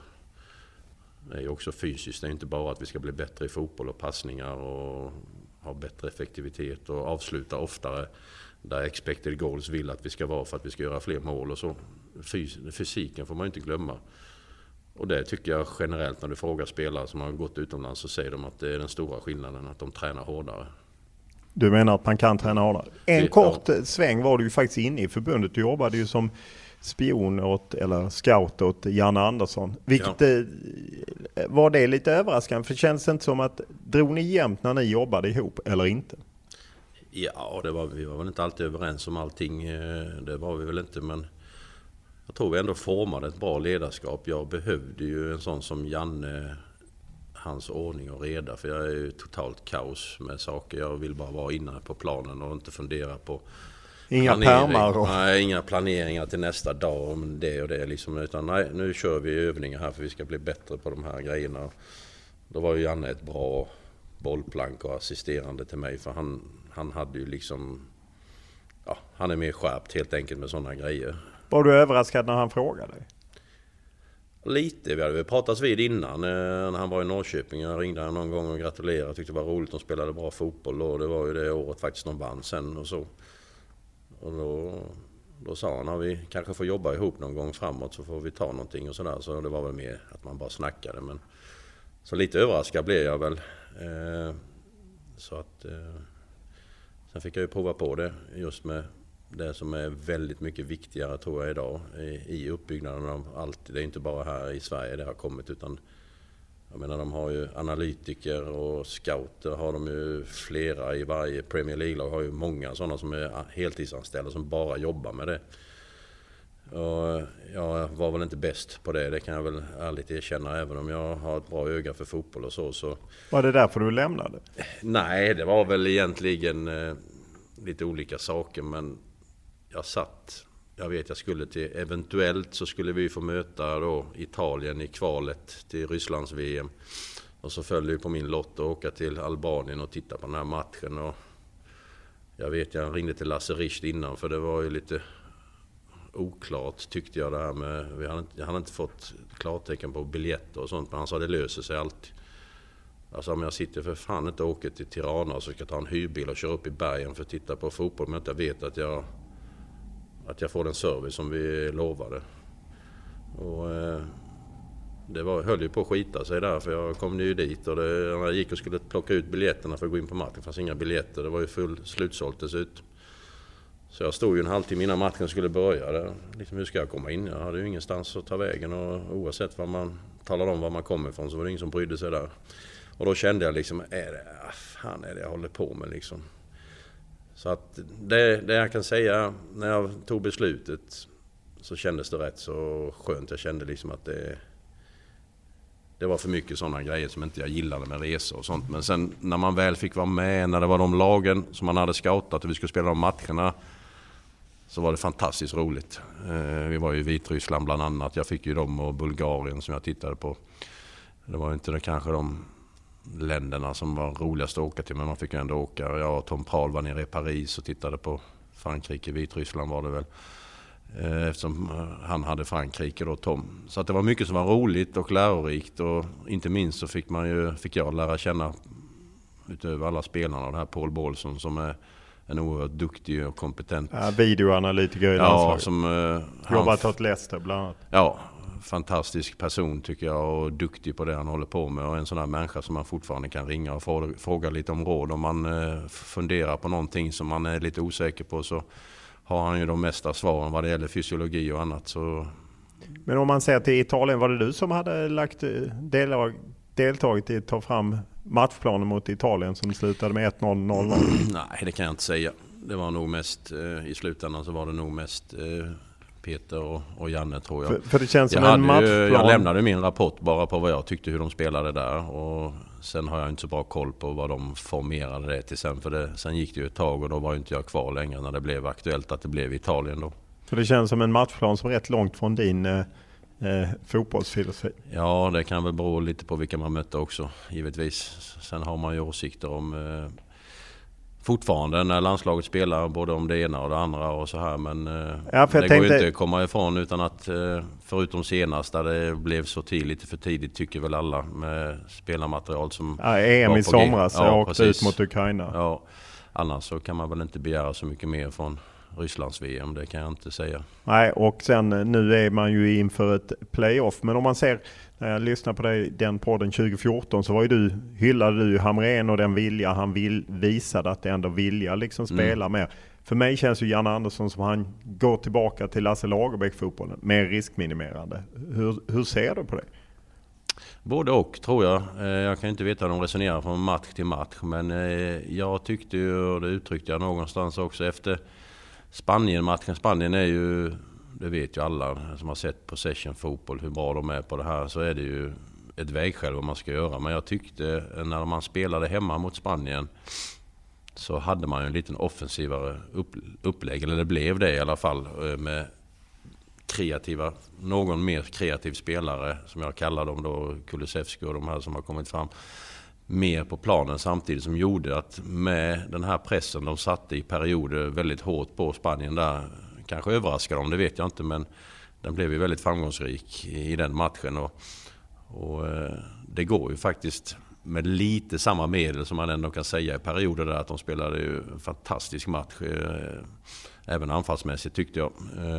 är ju också fysiskt. Det är inte bara att vi ska bli bättre i fotboll och passningar och ha bättre effektivitet och avsluta oftare där expected goals vill att vi ska vara för att vi ska göra fler mål och så. Fys- fysiken får man inte glömma. Och det tycker jag generellt när du frågar spelare som har gått utomlands, så säger de att det är den stora skillnaden, att de tränar hårdare. Du menar att man kan träna hårdare? En det, kort ja. sväng var du ju faktiskt inne i förbundet. Du jobbade ju som spion åt, eller scout åt Janne Andersson. Vilket ja. Var det lite överraskande? För det känns inte som att, drog ni jämt när ni jobbade ihop eller inte? Ja, det var, vi var väl inte alltid överens om allting. Det var vi väl inte, men jag tror vi ändå formade ett bra ledarskap. Jag behövde ju en sån som Janne, hans ordning och reda, för jag är ju totalt kaos med saker. Jag vill bara vara inne på planen och inte fundera på inga pärmar och... Nej, inga planeringar till nästa dag om det och det liksom, utan nej, nu kör vi övningar här för vi ska bli bättre på de här grejerna. Då var ju Janne ett bra bollplank och assisterande till mig, för han, han hade ju liksom, ja, han är mer skärpt helt enkelt med sådana grejer. Var du överraskad när han frågade dig? Lite, vi hade pratats vid innan när han var i Norrköping. Jag ringde han någon gång och gratulerade, tyckte det var roligt, de spelade bra fotboll och det var ju det året faktiskt de vann sen och så. Och då, då sa han att vi kanske får jobba ihop någon gång framåt, så får vi ta någonting och sådär. Så det var väl mer att man bara snackade, men så lite överraskad blev jag väl. Eh, så att eh, sen fick jag ju prova på det just med det som är väldigt mycket viktigare tror jag idag i, i uppbyggnaden av allt. Det är inte bara här i Sverige det har kommit, utan jag menar de har ju analytiker och scouter, har de ju flera i varje Premier League-lag, har ju många sådana som är heltidsanställda som bara jobbar med det. Och jag var väl inte bäst på det, det kan jag väl ärligt erkänna, även om jag har ett bra öga för fotboll och så. så. Var det därför du lämnade? Nej, det var väl egentligen eh, lite olika saker, men jag satt, jag vet jag skulle till, eventuellt så skulle vi få möta då Italien i kvalet till Rysslands V M. Och så följde vi på min lott att åka till Albanien och titta på den här matchen. Och jag vet, jag ringde till Lasse Richt innan, för det var ju lite oklart tyckte jag det här med, vi hade, jag hade inte fått klartecken på biljetter och sånt, men han sa det löser sig alltid. Alltså om jag sitter för fan inte och åker till Tirana och så ska ta en hyrbil och köra upp i bergen för att titta på fotboll, men inte vet att jag att jag får den service som vi lovade. Och eh, det var, höll ju på att skita sig där, för jag kom ju dit och det, jag gick och skulle plocka ut biljetterna för att gå in på matchen. Det fanns inga biljetter, det var ju full slutsålt dessutom. Så jag stod ju en halvtimme innan matchen skulle börja. Där. Liksom, hur ska jag komma in? Jag hade ju ingenstans att ta vägen, och oavsett vad man talade om var man kommer ifrån så var det ingen som brydde sig där. Och då kände jag liksom, är det, fan är det jag håller på med liksom. Så att det, det jag kan säga, när jag tog beslutet så kändes det rätt så skönt. Jag kände liksom att det, det var för mycket sådana grejer som inte jag gillade med resor och sånt. Men sen när man väl fick vara med, när det var de lagen som man hade scoutat och vi skulle spela de matcherna, så var det fantastiskt roligt. Eh, vi var ju i Vitryssland bland annat. Jag fick ju dem och Bulgarien som jag tittade på. Det var inte det, kanske de länderna som var roligast att åka till, men man fick ändå åka. Jag och Tom Prahl var nere i Paris och tittade på Frankrike, Vitryssland var det väl. Eftersom han hade Frankrike då, Tom. Så att det var mycket som var roligt och lärorikt, och inte minst så fick man ju, fick jag lära känna utöver alla spelarna, det här Paul Bolson som är en oerhört duktig och kompetent ja, videoanalytiker i landslaget. Ja, som uh, jobbat åt Leicester bland annat. Ja, fantastisk person tycker jag och duktig på det han håller på med och en sån här människa som man fortfarande kan ringa och fråga lite om råd. Om man funderar på någonting som man är lite osäker på så har han ju de mesta svaren vad det gäller fysiologi och annat. Så... Men om man ser till Italien, var det du som hade lagt del, deltagit i att ta fram matchplanen mot Italien som slutade med ett noll noll noll? Nej, det kan jag inte säga. Det var nog mest, eh, i slutändan så var det nog mest eh, Peter och, och Janne tror jag. För, för det känns som jag en hade, matchplan. Jag lämnade min rapport bara på vad jag tyckte hur de spelade där och sen har jag inte så bra koll på vad de formerade det till sen. För det, sen gick det ju ett tag och då var inte jag kvar längre när det blev aktuellt att det blev Italien då. För det känns som en matchplan som är rätt långt från din eh, eh, fotbollsfilosofi. Ja, det kan väl bero lite på vilka man mötte också, givetvis. Sen har man ju åsikter om... Eh, fortfarande när landslaget spelar både om det ena och det andra och så här, men ja, det går ju inte att komma ifrån utan att förutom senast där det blev så tidigt, lite för tidigt tycker väl alla med spelarmaterial som ja, E M i somras ja, jag åkte precis. ut mot Ukraina. Ja, annars så kan man väl inte begära så mycket mer från Rysslands V M, det kan jag inte säga. Nej, och sen nu är man ju inför ett playoff, men om man ser när jag lyssnade på dig den podden tjugo fjorton så var ju du, hyllade du Hamrén och den vilja han vill, visade att det ändå vilja liksom spela mm. med. För mig känns ju Janne Andersson som han går tillbaka till Lasse Lagerbäck-fotbollen, mer riskminimerande. Hur, hur ser du på det? Både och tror jag. Jag kan inte veta hur de resonerar från match till match, men jag tyckte ju, och det uttryckte jag någonstans också efter Spanien-matchen. Spanien är ju, det vet ju alla som har sett possession-fotboll hur bra de är på det här, så är det ju ett vägskäl vad man ska göra. Men jag tyckte när man spelade hemma mot Spanien så hade man ju en liten offensivare upp, upplägg, eller det blev det i alla fall, med kreativa, någon mer kreativ spelare som jag kallar dem då, Kulusevski och de här som har kommit fram mer på planen samtidigt, som gjorde att med den här pressen de satte i perioder väldigt hårt på Spanien där, kanske överraskade dem, det vet jag inte, men den blev ju väldigt framgångsrik i den matchen och, och det går ju faktiskt med lite samma medel som man ändå kan säga i perioder där, att de spelade ju en fantastisk match även anfallsmässigt tyckte jag.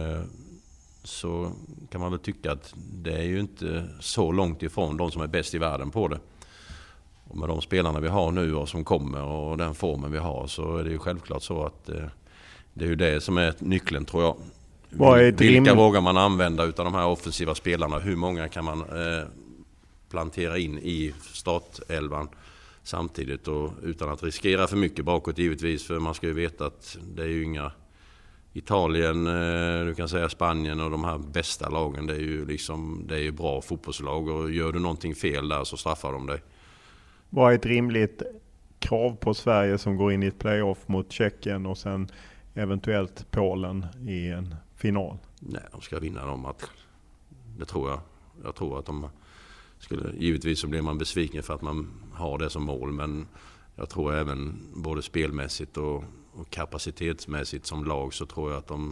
Så kan man väl tycka att det är ju inte så långt ifrån de som är bäst i världen på det. Och med de spelarna vi har nu och som kommer och den formen vi har, så är det ju självklart så att eh, det är ju det som är nyckeln tror jag. Vad är Vilka vågar man använda utav de här offensiva spelarna? Hur många kan man eh, plantera in i startelvan samtidigt och utan att riskera för mycket bakåt givetvis, för man ska ju veta att det är ju inga Italien, du kan säga Spanien och de här bästa lagen, det är ju liksom, det är ju bra fotbollslag och gör du någonting fel där så straffar de dig. Vad är ett rimligt krav på Sverige som går in i ett playoff mot Tjeckien och sen eventuellt Polen i en final? Nej, de ska vinna de matcher. Det tror jag. Jag tror att de skulle, givetvis så blir man besviken för att man har det som mål, men jag tror även både spelmässigt och och kapacitetsmässigt som lag så tror jag att de,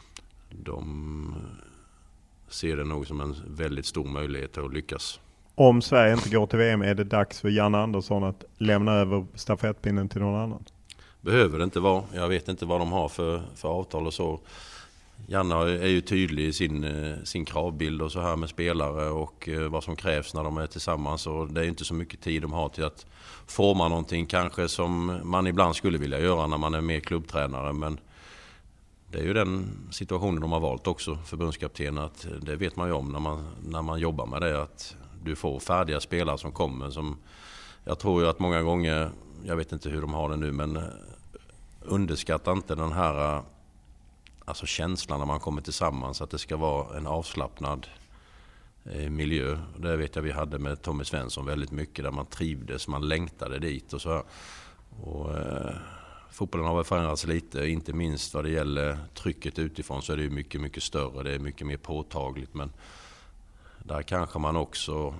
de ser det nog som en väldigt stor möjlighet att lyckas. Om Sverige inte går till V M är det dags för Janne Andersson att lämna över stafettpinnen till någon annan? Behöver det inte vara. Jag vet inte vad de har för, för avtal och så. Janne är ju tydlig i sin, sin kravbild och så här med spelare och vad som krävs när de är tillsammans, och det är inte så mycket tid de har till att forma någonting kanske som man ibland skulle vilja göra när man är mer klubbtränare, men det är ju den situationen de har valt också, förbundskapten, att det vet man ju om när man, när man jobbar med det, att du får färdiga spelare som kommer, som jag tror ju att många gånger, jag vet inte hur de har det nu, men underskatta inte den här alltså känslan när man kommer tillsammans, att det ska vara en avslappnad eh, miljö. Det vet jag vi hade med Tommy Svensson väldigt mycket, där man trivdes, man längtade dit och så. Och, eh, fotbollen har väl förändrats lite, inte minst vad det gäller trycket utifrån, så är det ju mycket, mycket större, det är mycket mer påtagligt, men där kanske man också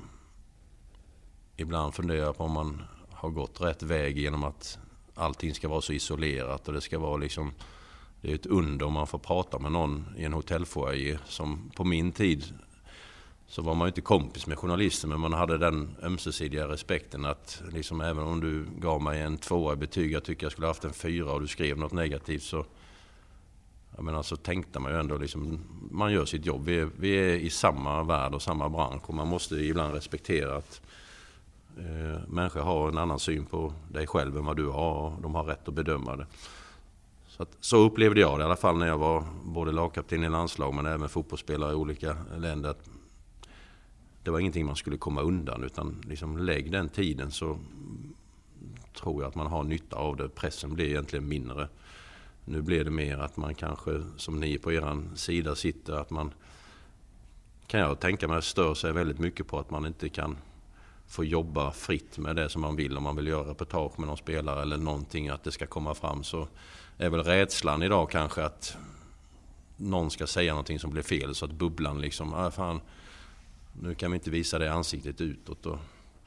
ibland funderar på om man har gått rätt väg genom att allting ska vara så isolerat och det ska vara liksom, det är ett under om man får prata med någon i en hotellfoyer. Som på min tid så var man ju inte kompis med journalister, men man hade den ömsesidiga respekten att liksom, även om du gav mig en tvåa i betyg, jag tycker jag skulle haft en fyra och du skrev något negativt, så jag menar, så tänkte man ju ändå liksom, man gör sitt jobb. Vi är, vi är i samma värld och samma bransch och man måste ibland respektera att eh, människor har en annan syn på dig själv än vad du har och de har rätt att bedöma det. Så, att, så upplevde jag det i alla fall när jag var både lagkapten i landslag men även fotbollsspelare i olika länder. Att det var ingenting man skulle komma undan, utan liksom lägg den tiden så tror jag att man har nytta av det. Pressen blir egentligen mindre. Nu blir det mer att man kanske, som ni på er sida sitter, att man, kan jag tänka mig, stör sig väldigt mycket på att man inte kan få jobba fritt med det som man vill. Om man vill göra reportage med någon spelare eller någonting, att det ska komma fram, så är väl rädslan idag kanske att någon ska säga någonting som blir fel, så att bubblan liksom, ah, fan, nu kan vi inte visa det ansiktet utåt. Och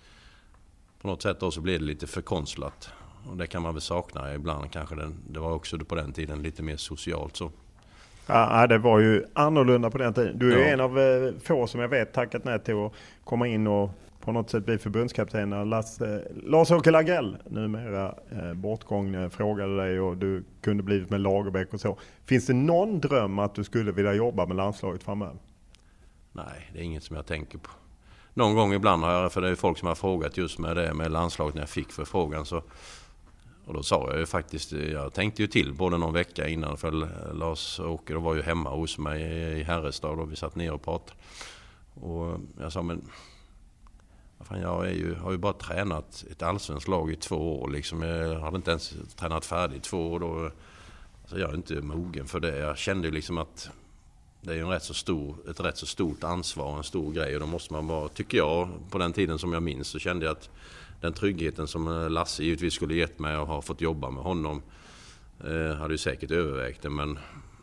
på något sätt då så blir det lite för konstlat. Och det kan man väl sakna ibland kanske. Den, det var också på den tiden lite mer socialt så. Ja, det var ju annorlunda på den tiden. Du är Ja. en av eh, få som jag vet tackat nej till att komma in och på något sätt bli förbundskapten. Lars, eh, Lars-Åke Lagrell, numera eh, bortgång, eh, frågade dig och du kunde blivit med Lagerbäck och så. Finns det någon dröm att du skulle vilja jobba med landslaget framöver? Nej, det är inget som jag tänker på. Någon gång ibland har jag, för det är folk som har frågat just med det med landslaget när jag fick förfrågan, så och då sa jag ju faktiskt, jag tänkte ju till både någon vecka innan, för Lars-Åke var ju hemma hos mig i Herrestad och vi satt ner och pratade. Och jag sa, men fan, jag är ju, har ju bara tränat ett allsvenskt lag i två år liksom. Jag hade inte ens tränat färdigt i två år då. Så jag är inte mogen för det. Jag kände ju liksom att det är ju en rätt så stor, ett rätt så stort ansvar, en stor grej, och då måste man vara, tycker jag, på den tiden som jag minns, så kände jag att den tryggheten som Lasse givetvis skulle gett mig och ha fått jobba med honom eh, hade ju säkert övervägt det, men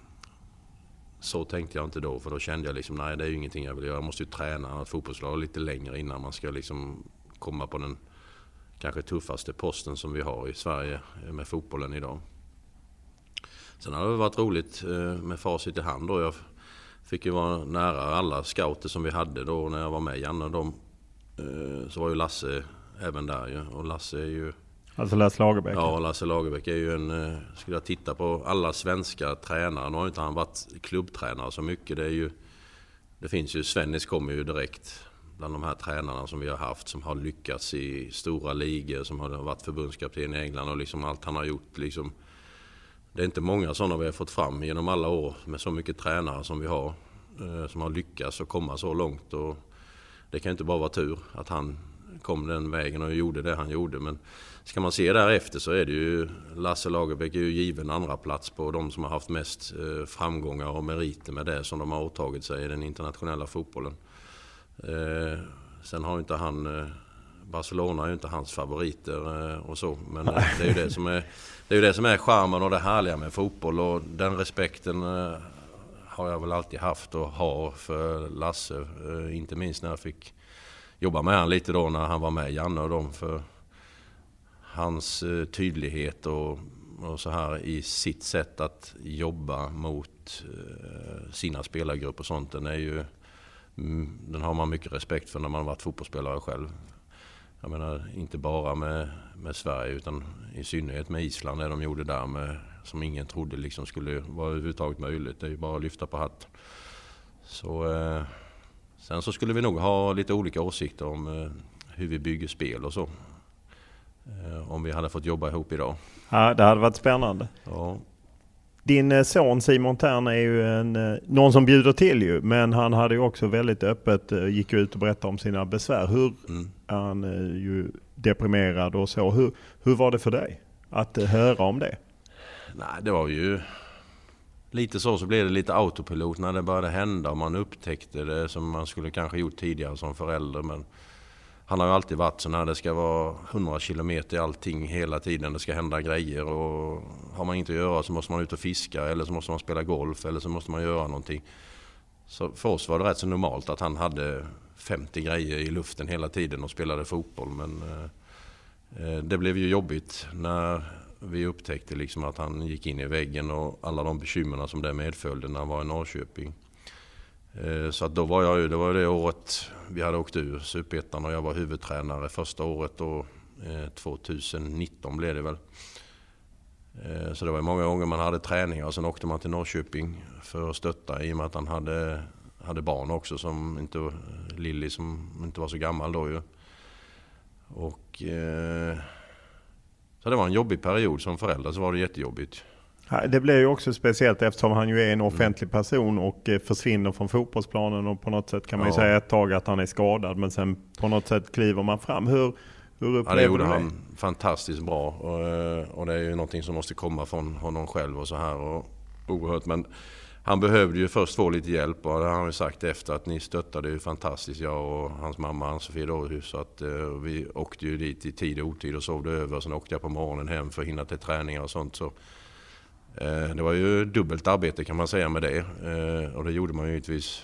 så tänkte jag inte då, för då kände jag liksom, nej, det är ju ingenting jag vill göra. Jag måste ju träna ett fotbollslag lite längre innan man ska liksom komma på den kanske tuffaste posten som vi har i Sverige med fotbollen idag. Sen har det varit roligt med facit i hand då. Jag fick ju vara nära alla scouter som vi hade då när jag var med, Janne och dem. Så var ju Lasse även där ju. Och Lasse är ju... Alltså Lasse Lagerbäck? Ja, Lasse Lagerbäck är ju en... Skulle jag titta på alla svenska tränare, nu har inte han varit klubbtränare så mycket. Det är ju... Det finns ju, Svennis kommer ju direkt bland de här tränarna som vi har haft, som har lyckats i stora ligor, som har varit förbundskapten i England och liksom allt han har gjort liksom. Det är inte många sådana vi har fått fram genom alla år med så mycket tränare som vi har, som har lyckats och komma så långt, och det kan inte bara vara tur att han kom den vägen och gjorde det han gjorde, men ska man se därefter så är det ju Lasse Lagerbäck är ju given andra plats på de som har haft mest framgångar och meriter med det som de har åtagit sig i den internationella fotbollen. Sen har inte han, Barcelona är ju inte hans favoriter och så, men det är ju det som är det är ju det som är charmen och det härliga med fotboll, och den respekten har jag väl alltid haft och har för Lasse, inte minst när jag fick jobba med han lite då när han var med Janne och dem, för hans tydlighet och, och så här i sitt sätt att jobba mot sina spelargrupper och sånt, den är ju, den har man mycket respekt för när man har varit fotbollsspelare själv. Jag menar inte bara med, med Sverige utan i synnerhet med Island, det de gjorde där med, som ingen trodde liksom skulle vara överhuvudtaget möjligt. Det är ju bara att lyfta på hatt. Så, eh, sen så skulle vi nog ha lite olika åsikter om eh, hur vi bygger spel och så. Eh, om vi hade fått jobba ihop idag. Ja, det hade varit spännande. Ja. Din son Simon Thern är ju en, någon som bjuder till ju, men han hade ju också väldigt öppet, gick ut och berättade om sina besvär. Hur mm. Han är ju deprimerad och så. Hur, hur var det för dig att höra om det? Nej, det var ju lite så, så blev det lite autopilot när det började hända och man upptäckte det som man skulle kanske gjort tidigare som förälder, men han har ju alltid varit så när det ska vara hundra kilometer i allting hela tiden. Det ska hända grejer, och har man inte att göra så måste man ut och fiska, eller så måste man spela golf, eller så måste man göra någonting. Så för oss var det rätt så normalt att han hade femtio grejer i luften hela tiden och spelade fotboll. Men eh, det blev ju jobbigt när vi upptäckte liksom att han gick in i väggen och alla de bekymmerna som det medföljde när han var i Norrköping. Så att då var jag ju, det var det året vi hade åkt ur Superettan och jag var huvudtränare första året då, eh, tjugonitton blev det väl. Så det var många gånger man hade träningar och sen åkte man till Norrköping för att stötta i och med att han hade, hade barn också, som inte, Lilly som inte var så gammal då ju. Och, eh, så det var en jobbig period som förälder, så var det jättejobbigt. Det blir ju också speciellt eftersom han ju är en offentlig person och försvinner från fotbollsplanen, och på något sätt kan man ju ja. säga ett tag att han är skadad, men sen på något sätt kliver man fram. Hur, hur upplever ja, det gjorde du det? Han fantastiskt bra, och, och det är ju någonting som måste komma från honom själv och så här, och oerhört, men han behövde ju först få lite hjälp, och det har han ju sagt efter att ni stöttade ju fantastiskt, jag och hans mamma Ann-Sofie Dårhus, så att uh, vi åkte ju dit i tid och otid och sov över, och sen åkte jag på morgonen hem för att hinna till träningar och sånt, så uh, det var ju dubbelt arbete kan man säga med det, uh, och det gjorde man ju givetvis,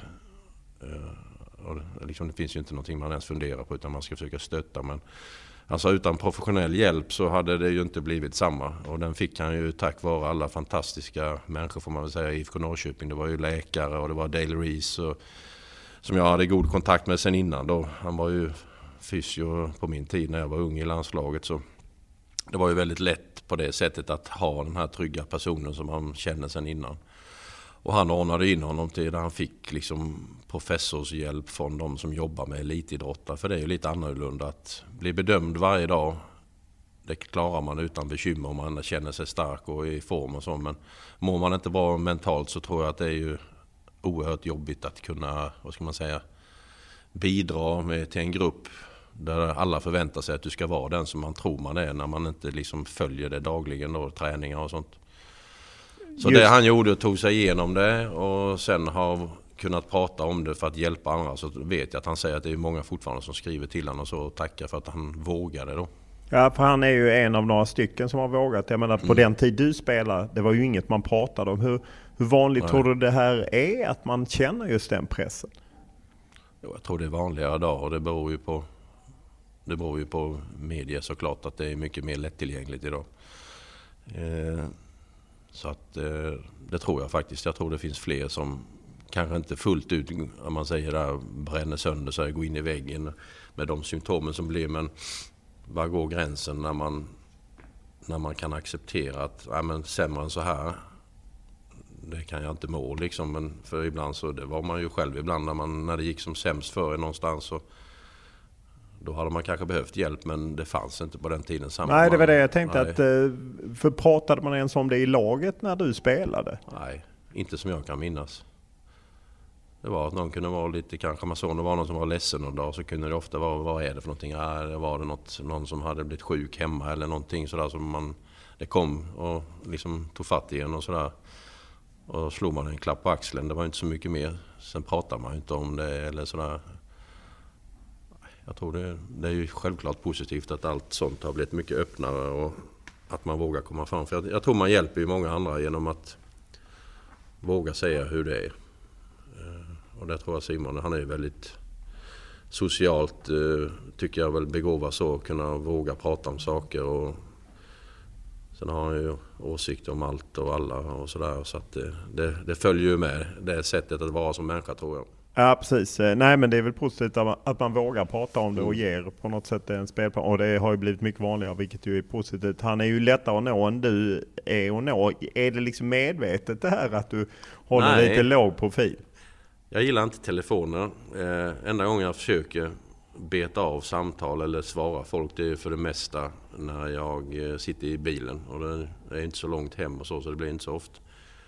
uh, och det, liksom, det finns ju inte någonting man ens funderar på, utan man ska försöka stötta, men alltså utan professionell hjälp så hade det ju inte blivit samma. Och den fick han ju tack vare alla fantastiska människor, får man väl säga, i I F K Norrköping. Det var ju läkare och det var Dale Reese och, som jag hade god kontakt med sen innan då. Han var ju fysio på min tid när jag var ung i landslaget, så det var ju väldigt lätt på det sättet att ha den här trygga personen som man känner sen innan. Och han ordnade in honom till där han fick liksom professorshjälp från de som jobbar med elitidrottare. För det är ju lite annorlunda att bli bedömd varje dag. Det klarar man utan bekymmer om man känner sig stark och i form och så. Men mår man inte bra mentalt så tror jag att det är ju oerhört jobbigt att kunna, vad ska man säga, bidra med till en grupp där alla förväntar sig att du ska vara den som man tror man är när man inte liksom följer det dagligen då, träningar och sånt. Så Just. det han gjorde tog sig igenom det, och sen har kunnat prata om det för att hjälpa andra, så vet jag att han säger att det är många fortfarande som skriver till honom och så, och tackar för att han vågade då. Ja, för han är ju en av några stycken som har vågat. Jag menar, på mm. den tid du spelar, det var ju inget man pratade om. Hur, hur vanligt Nej. tror du det här är att man känner just den pressen? Jo, jag tror det är vanligare idag, och det beror ju på det beror ju på media såklart, att det är mycket mer lättillgängligt idag. Eh, Så att eh, det tror jag faktiskt. Jag tror det finns fler som kanske inte fullt ut, om man säger där, bränner sönder sig, går in i väggen med de symptomen som blir. Men var går gränsen när man, när man kan acceptera att ja, men sämre än så här, det kan jag inte må liksom. Men för ibland så, det var man ju själv ibland när, man, när det gick som sämst för någonstans, så då hade man kanske behövt hjälp, men det fanns inte på den tiden. Samma Nej, det var det jag tänkte. Nej. Att, för pratade man ens om det i laget när du spelade? Nej, inte som jag kan minnas. Det var att någon kunde vara lite, kanske man såg det var någon som var ledsen någon dag, så kunde det ofta vara, vad är det för någonting? Ja, var det något, någon som hade blivit sjuk hemma eller någonting sådär, som man, det kom och liksom tog fatt igen och sådär. Och slog man en klapp på axeln, det var inte så mycket mer. Sen pratade man inte om det eller sådär. Jag tror det, det är ju självklart positivt att allt sånt har blivit mycket öppnare och att man vågar komma fram. För jag, jag tror man hjälper ju många andra genom att våga säga hur det är. Och det tror jag Simon, han är ju väldigt socialt, tycker jag väl, begåvad så, att kunna våga prata om saker. Och sen har han ju åsikter om allt och alla och sådär. Så att det, det, det följer ju med det sättet att vara som människa, tror jag. Ja, precis. Nej, men det är väl positivt att man, att man vågar prata om det och ger på något sätt en spelplan. Och det har ju blivit mycket vanligare, vilket ju är positivt. Han är ju lättare att nå än du är att nå. Är det liksom medvetet det här att du håller Nej. lite låg profil? Jag gillar inte telefoner. Eh, enda gången jag försöker beta av samtal eller svara folk, det är för det mesta när jag eh, sitter i bilen. Och det är inte så långt hem och så, så det blir inte så ofta.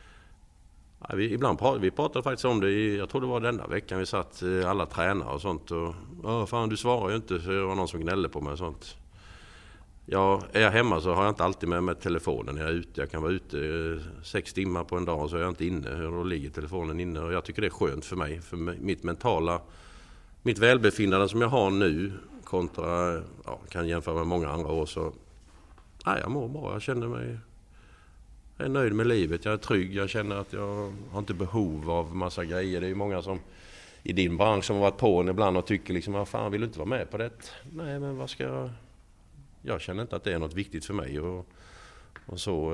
Ja, vi, ibland pratar, vi pratade faktiskt om det i, jag tror det var denna veckan vi satt alla tränare och sånt, och ja, fan du svarar ju inte, så det var någon som gnällde på mig och sånt. Ja, är jag hemma så har jag inte alltid med mig telefonen när jag är ute. Jag kan vara ute sex timmar på en dag och så är jag inte inne, och då ligger telefonen inne, och jag tycker det är skönt för mig, för mitt mentala, mitt välbefinnande som jag har nu kontra, ja, kan jämföra med många andra år, så nej, jag mår bra, jag känner mig Jag är nöjd med livet, jag är trygg, jag känner att jag har inte behov av massa grejer. Det är ju många som i din bransch som har varit på en ibland och tycker liksom, vad fan, vill du inte vara med på det? Nej, men vad ska jag... Jag känner inte att det är något viktigt för mig. Och, och så...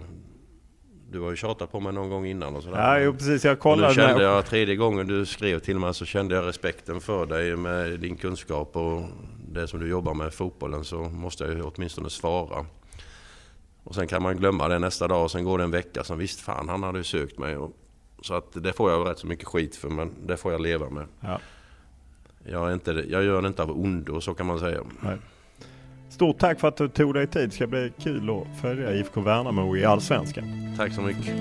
Du har ju tjatat på mig någon gång innan och sådär. Ja, jo, precis. Jag kollade. Och nu kände jag, tredje gången du skrev till mig, så kände jag respekten för dig med din kunskap och det som du jobbar med i fotbollen, så måste jag ju åtminstone svara. Och sen kan man glömma det nästa dag och sen går det en vecka som visst fan han hade ju sökt mig. Och, så att det får jag rätt så mycket skit för, men det får jag leva med. Ja. Jag, är inte, jag gör det inte av ondo, så kan man säga. Nej. Stort tack för att du tog dig tid. Det ska bli kul att följa I F K Värnamo i Allsvenskan. Tack så mycket.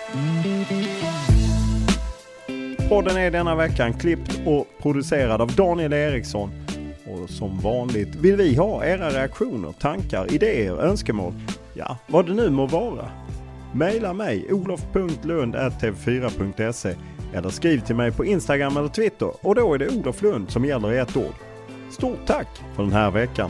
Podden är denna veckan klippt och producerad av Daniel Eriksson. Och som vanligt vill vi ha era reaktioner, tankar, idéer, önskemål. Ja, vad det nu må vara. Maila mig olof punkt lund at t v fyra punkt se eller skriv till mig på Instagram eller Twitter. Och då är det Olof Lund som gäller i ett ord. Stort tack för den här veckan.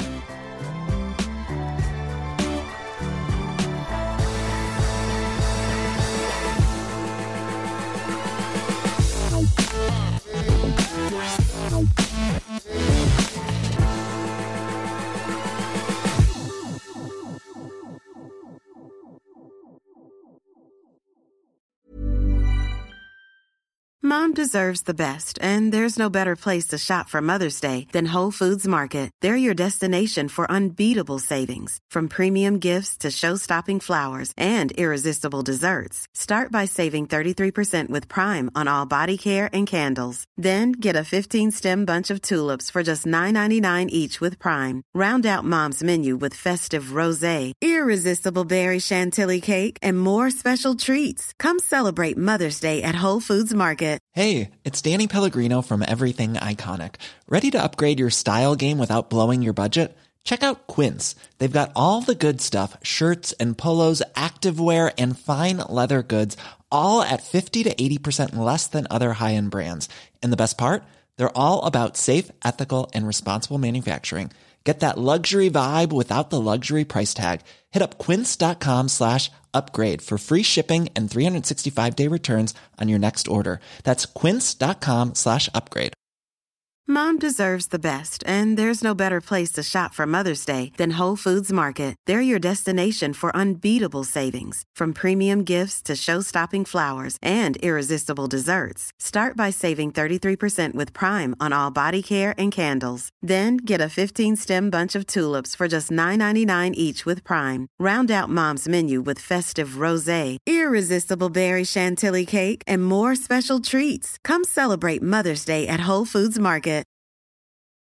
Mom deserves the best, and there's no better place to shop for Mother's Day than Whole Foods Market. They're your destination for unbeatable savings, from premium gifts to show-stopping flowers and irresistible desserts. Start by saving thirty-three percent with Prime on all body care and candles. Then get a fifteen-stem bunch of tulips for just nine ninety-nine each with Prime. Round out Mom's menu with festive rosé, irresistible berry chantilly cake, and more special treats. Come celebrate Mother's Day at Whole Foods Market. Hey, it's Danny Pellegrino from Everything Iconic. Ready to upgrade your style game without blowing your budget? Check out Quince. They've got all the good stuff, shirts and polos, activewear, and fine leather goods, all at fifty to eighty percent less than other high-end brands. And the best part? They're all about safe, ethical, and responsible manufacturing. Get that luxury vibe without the luxury price tag. Hit up quince.com slash upgrade for free shipping and three sixty-five day returns on your next order. That's quince.com slash upgrade. Mom deserves the best, and there's no better place to shop for Mother's Day than Whole Foods Market. They're your destination for unbeatable savings, from premium gifts to show-stopping flowers and irresistible desserts. Start by saving thirty-three percent with Prime on all body care and candles. Then get a fifteen-stem bunch of tulips for just nine ninety-nine each with Prime. Round out Mom's menu with festive rosé, irresistible berry chantilly cake, and more special treats. Come celebrate Mother's Day at Whole Foods Market.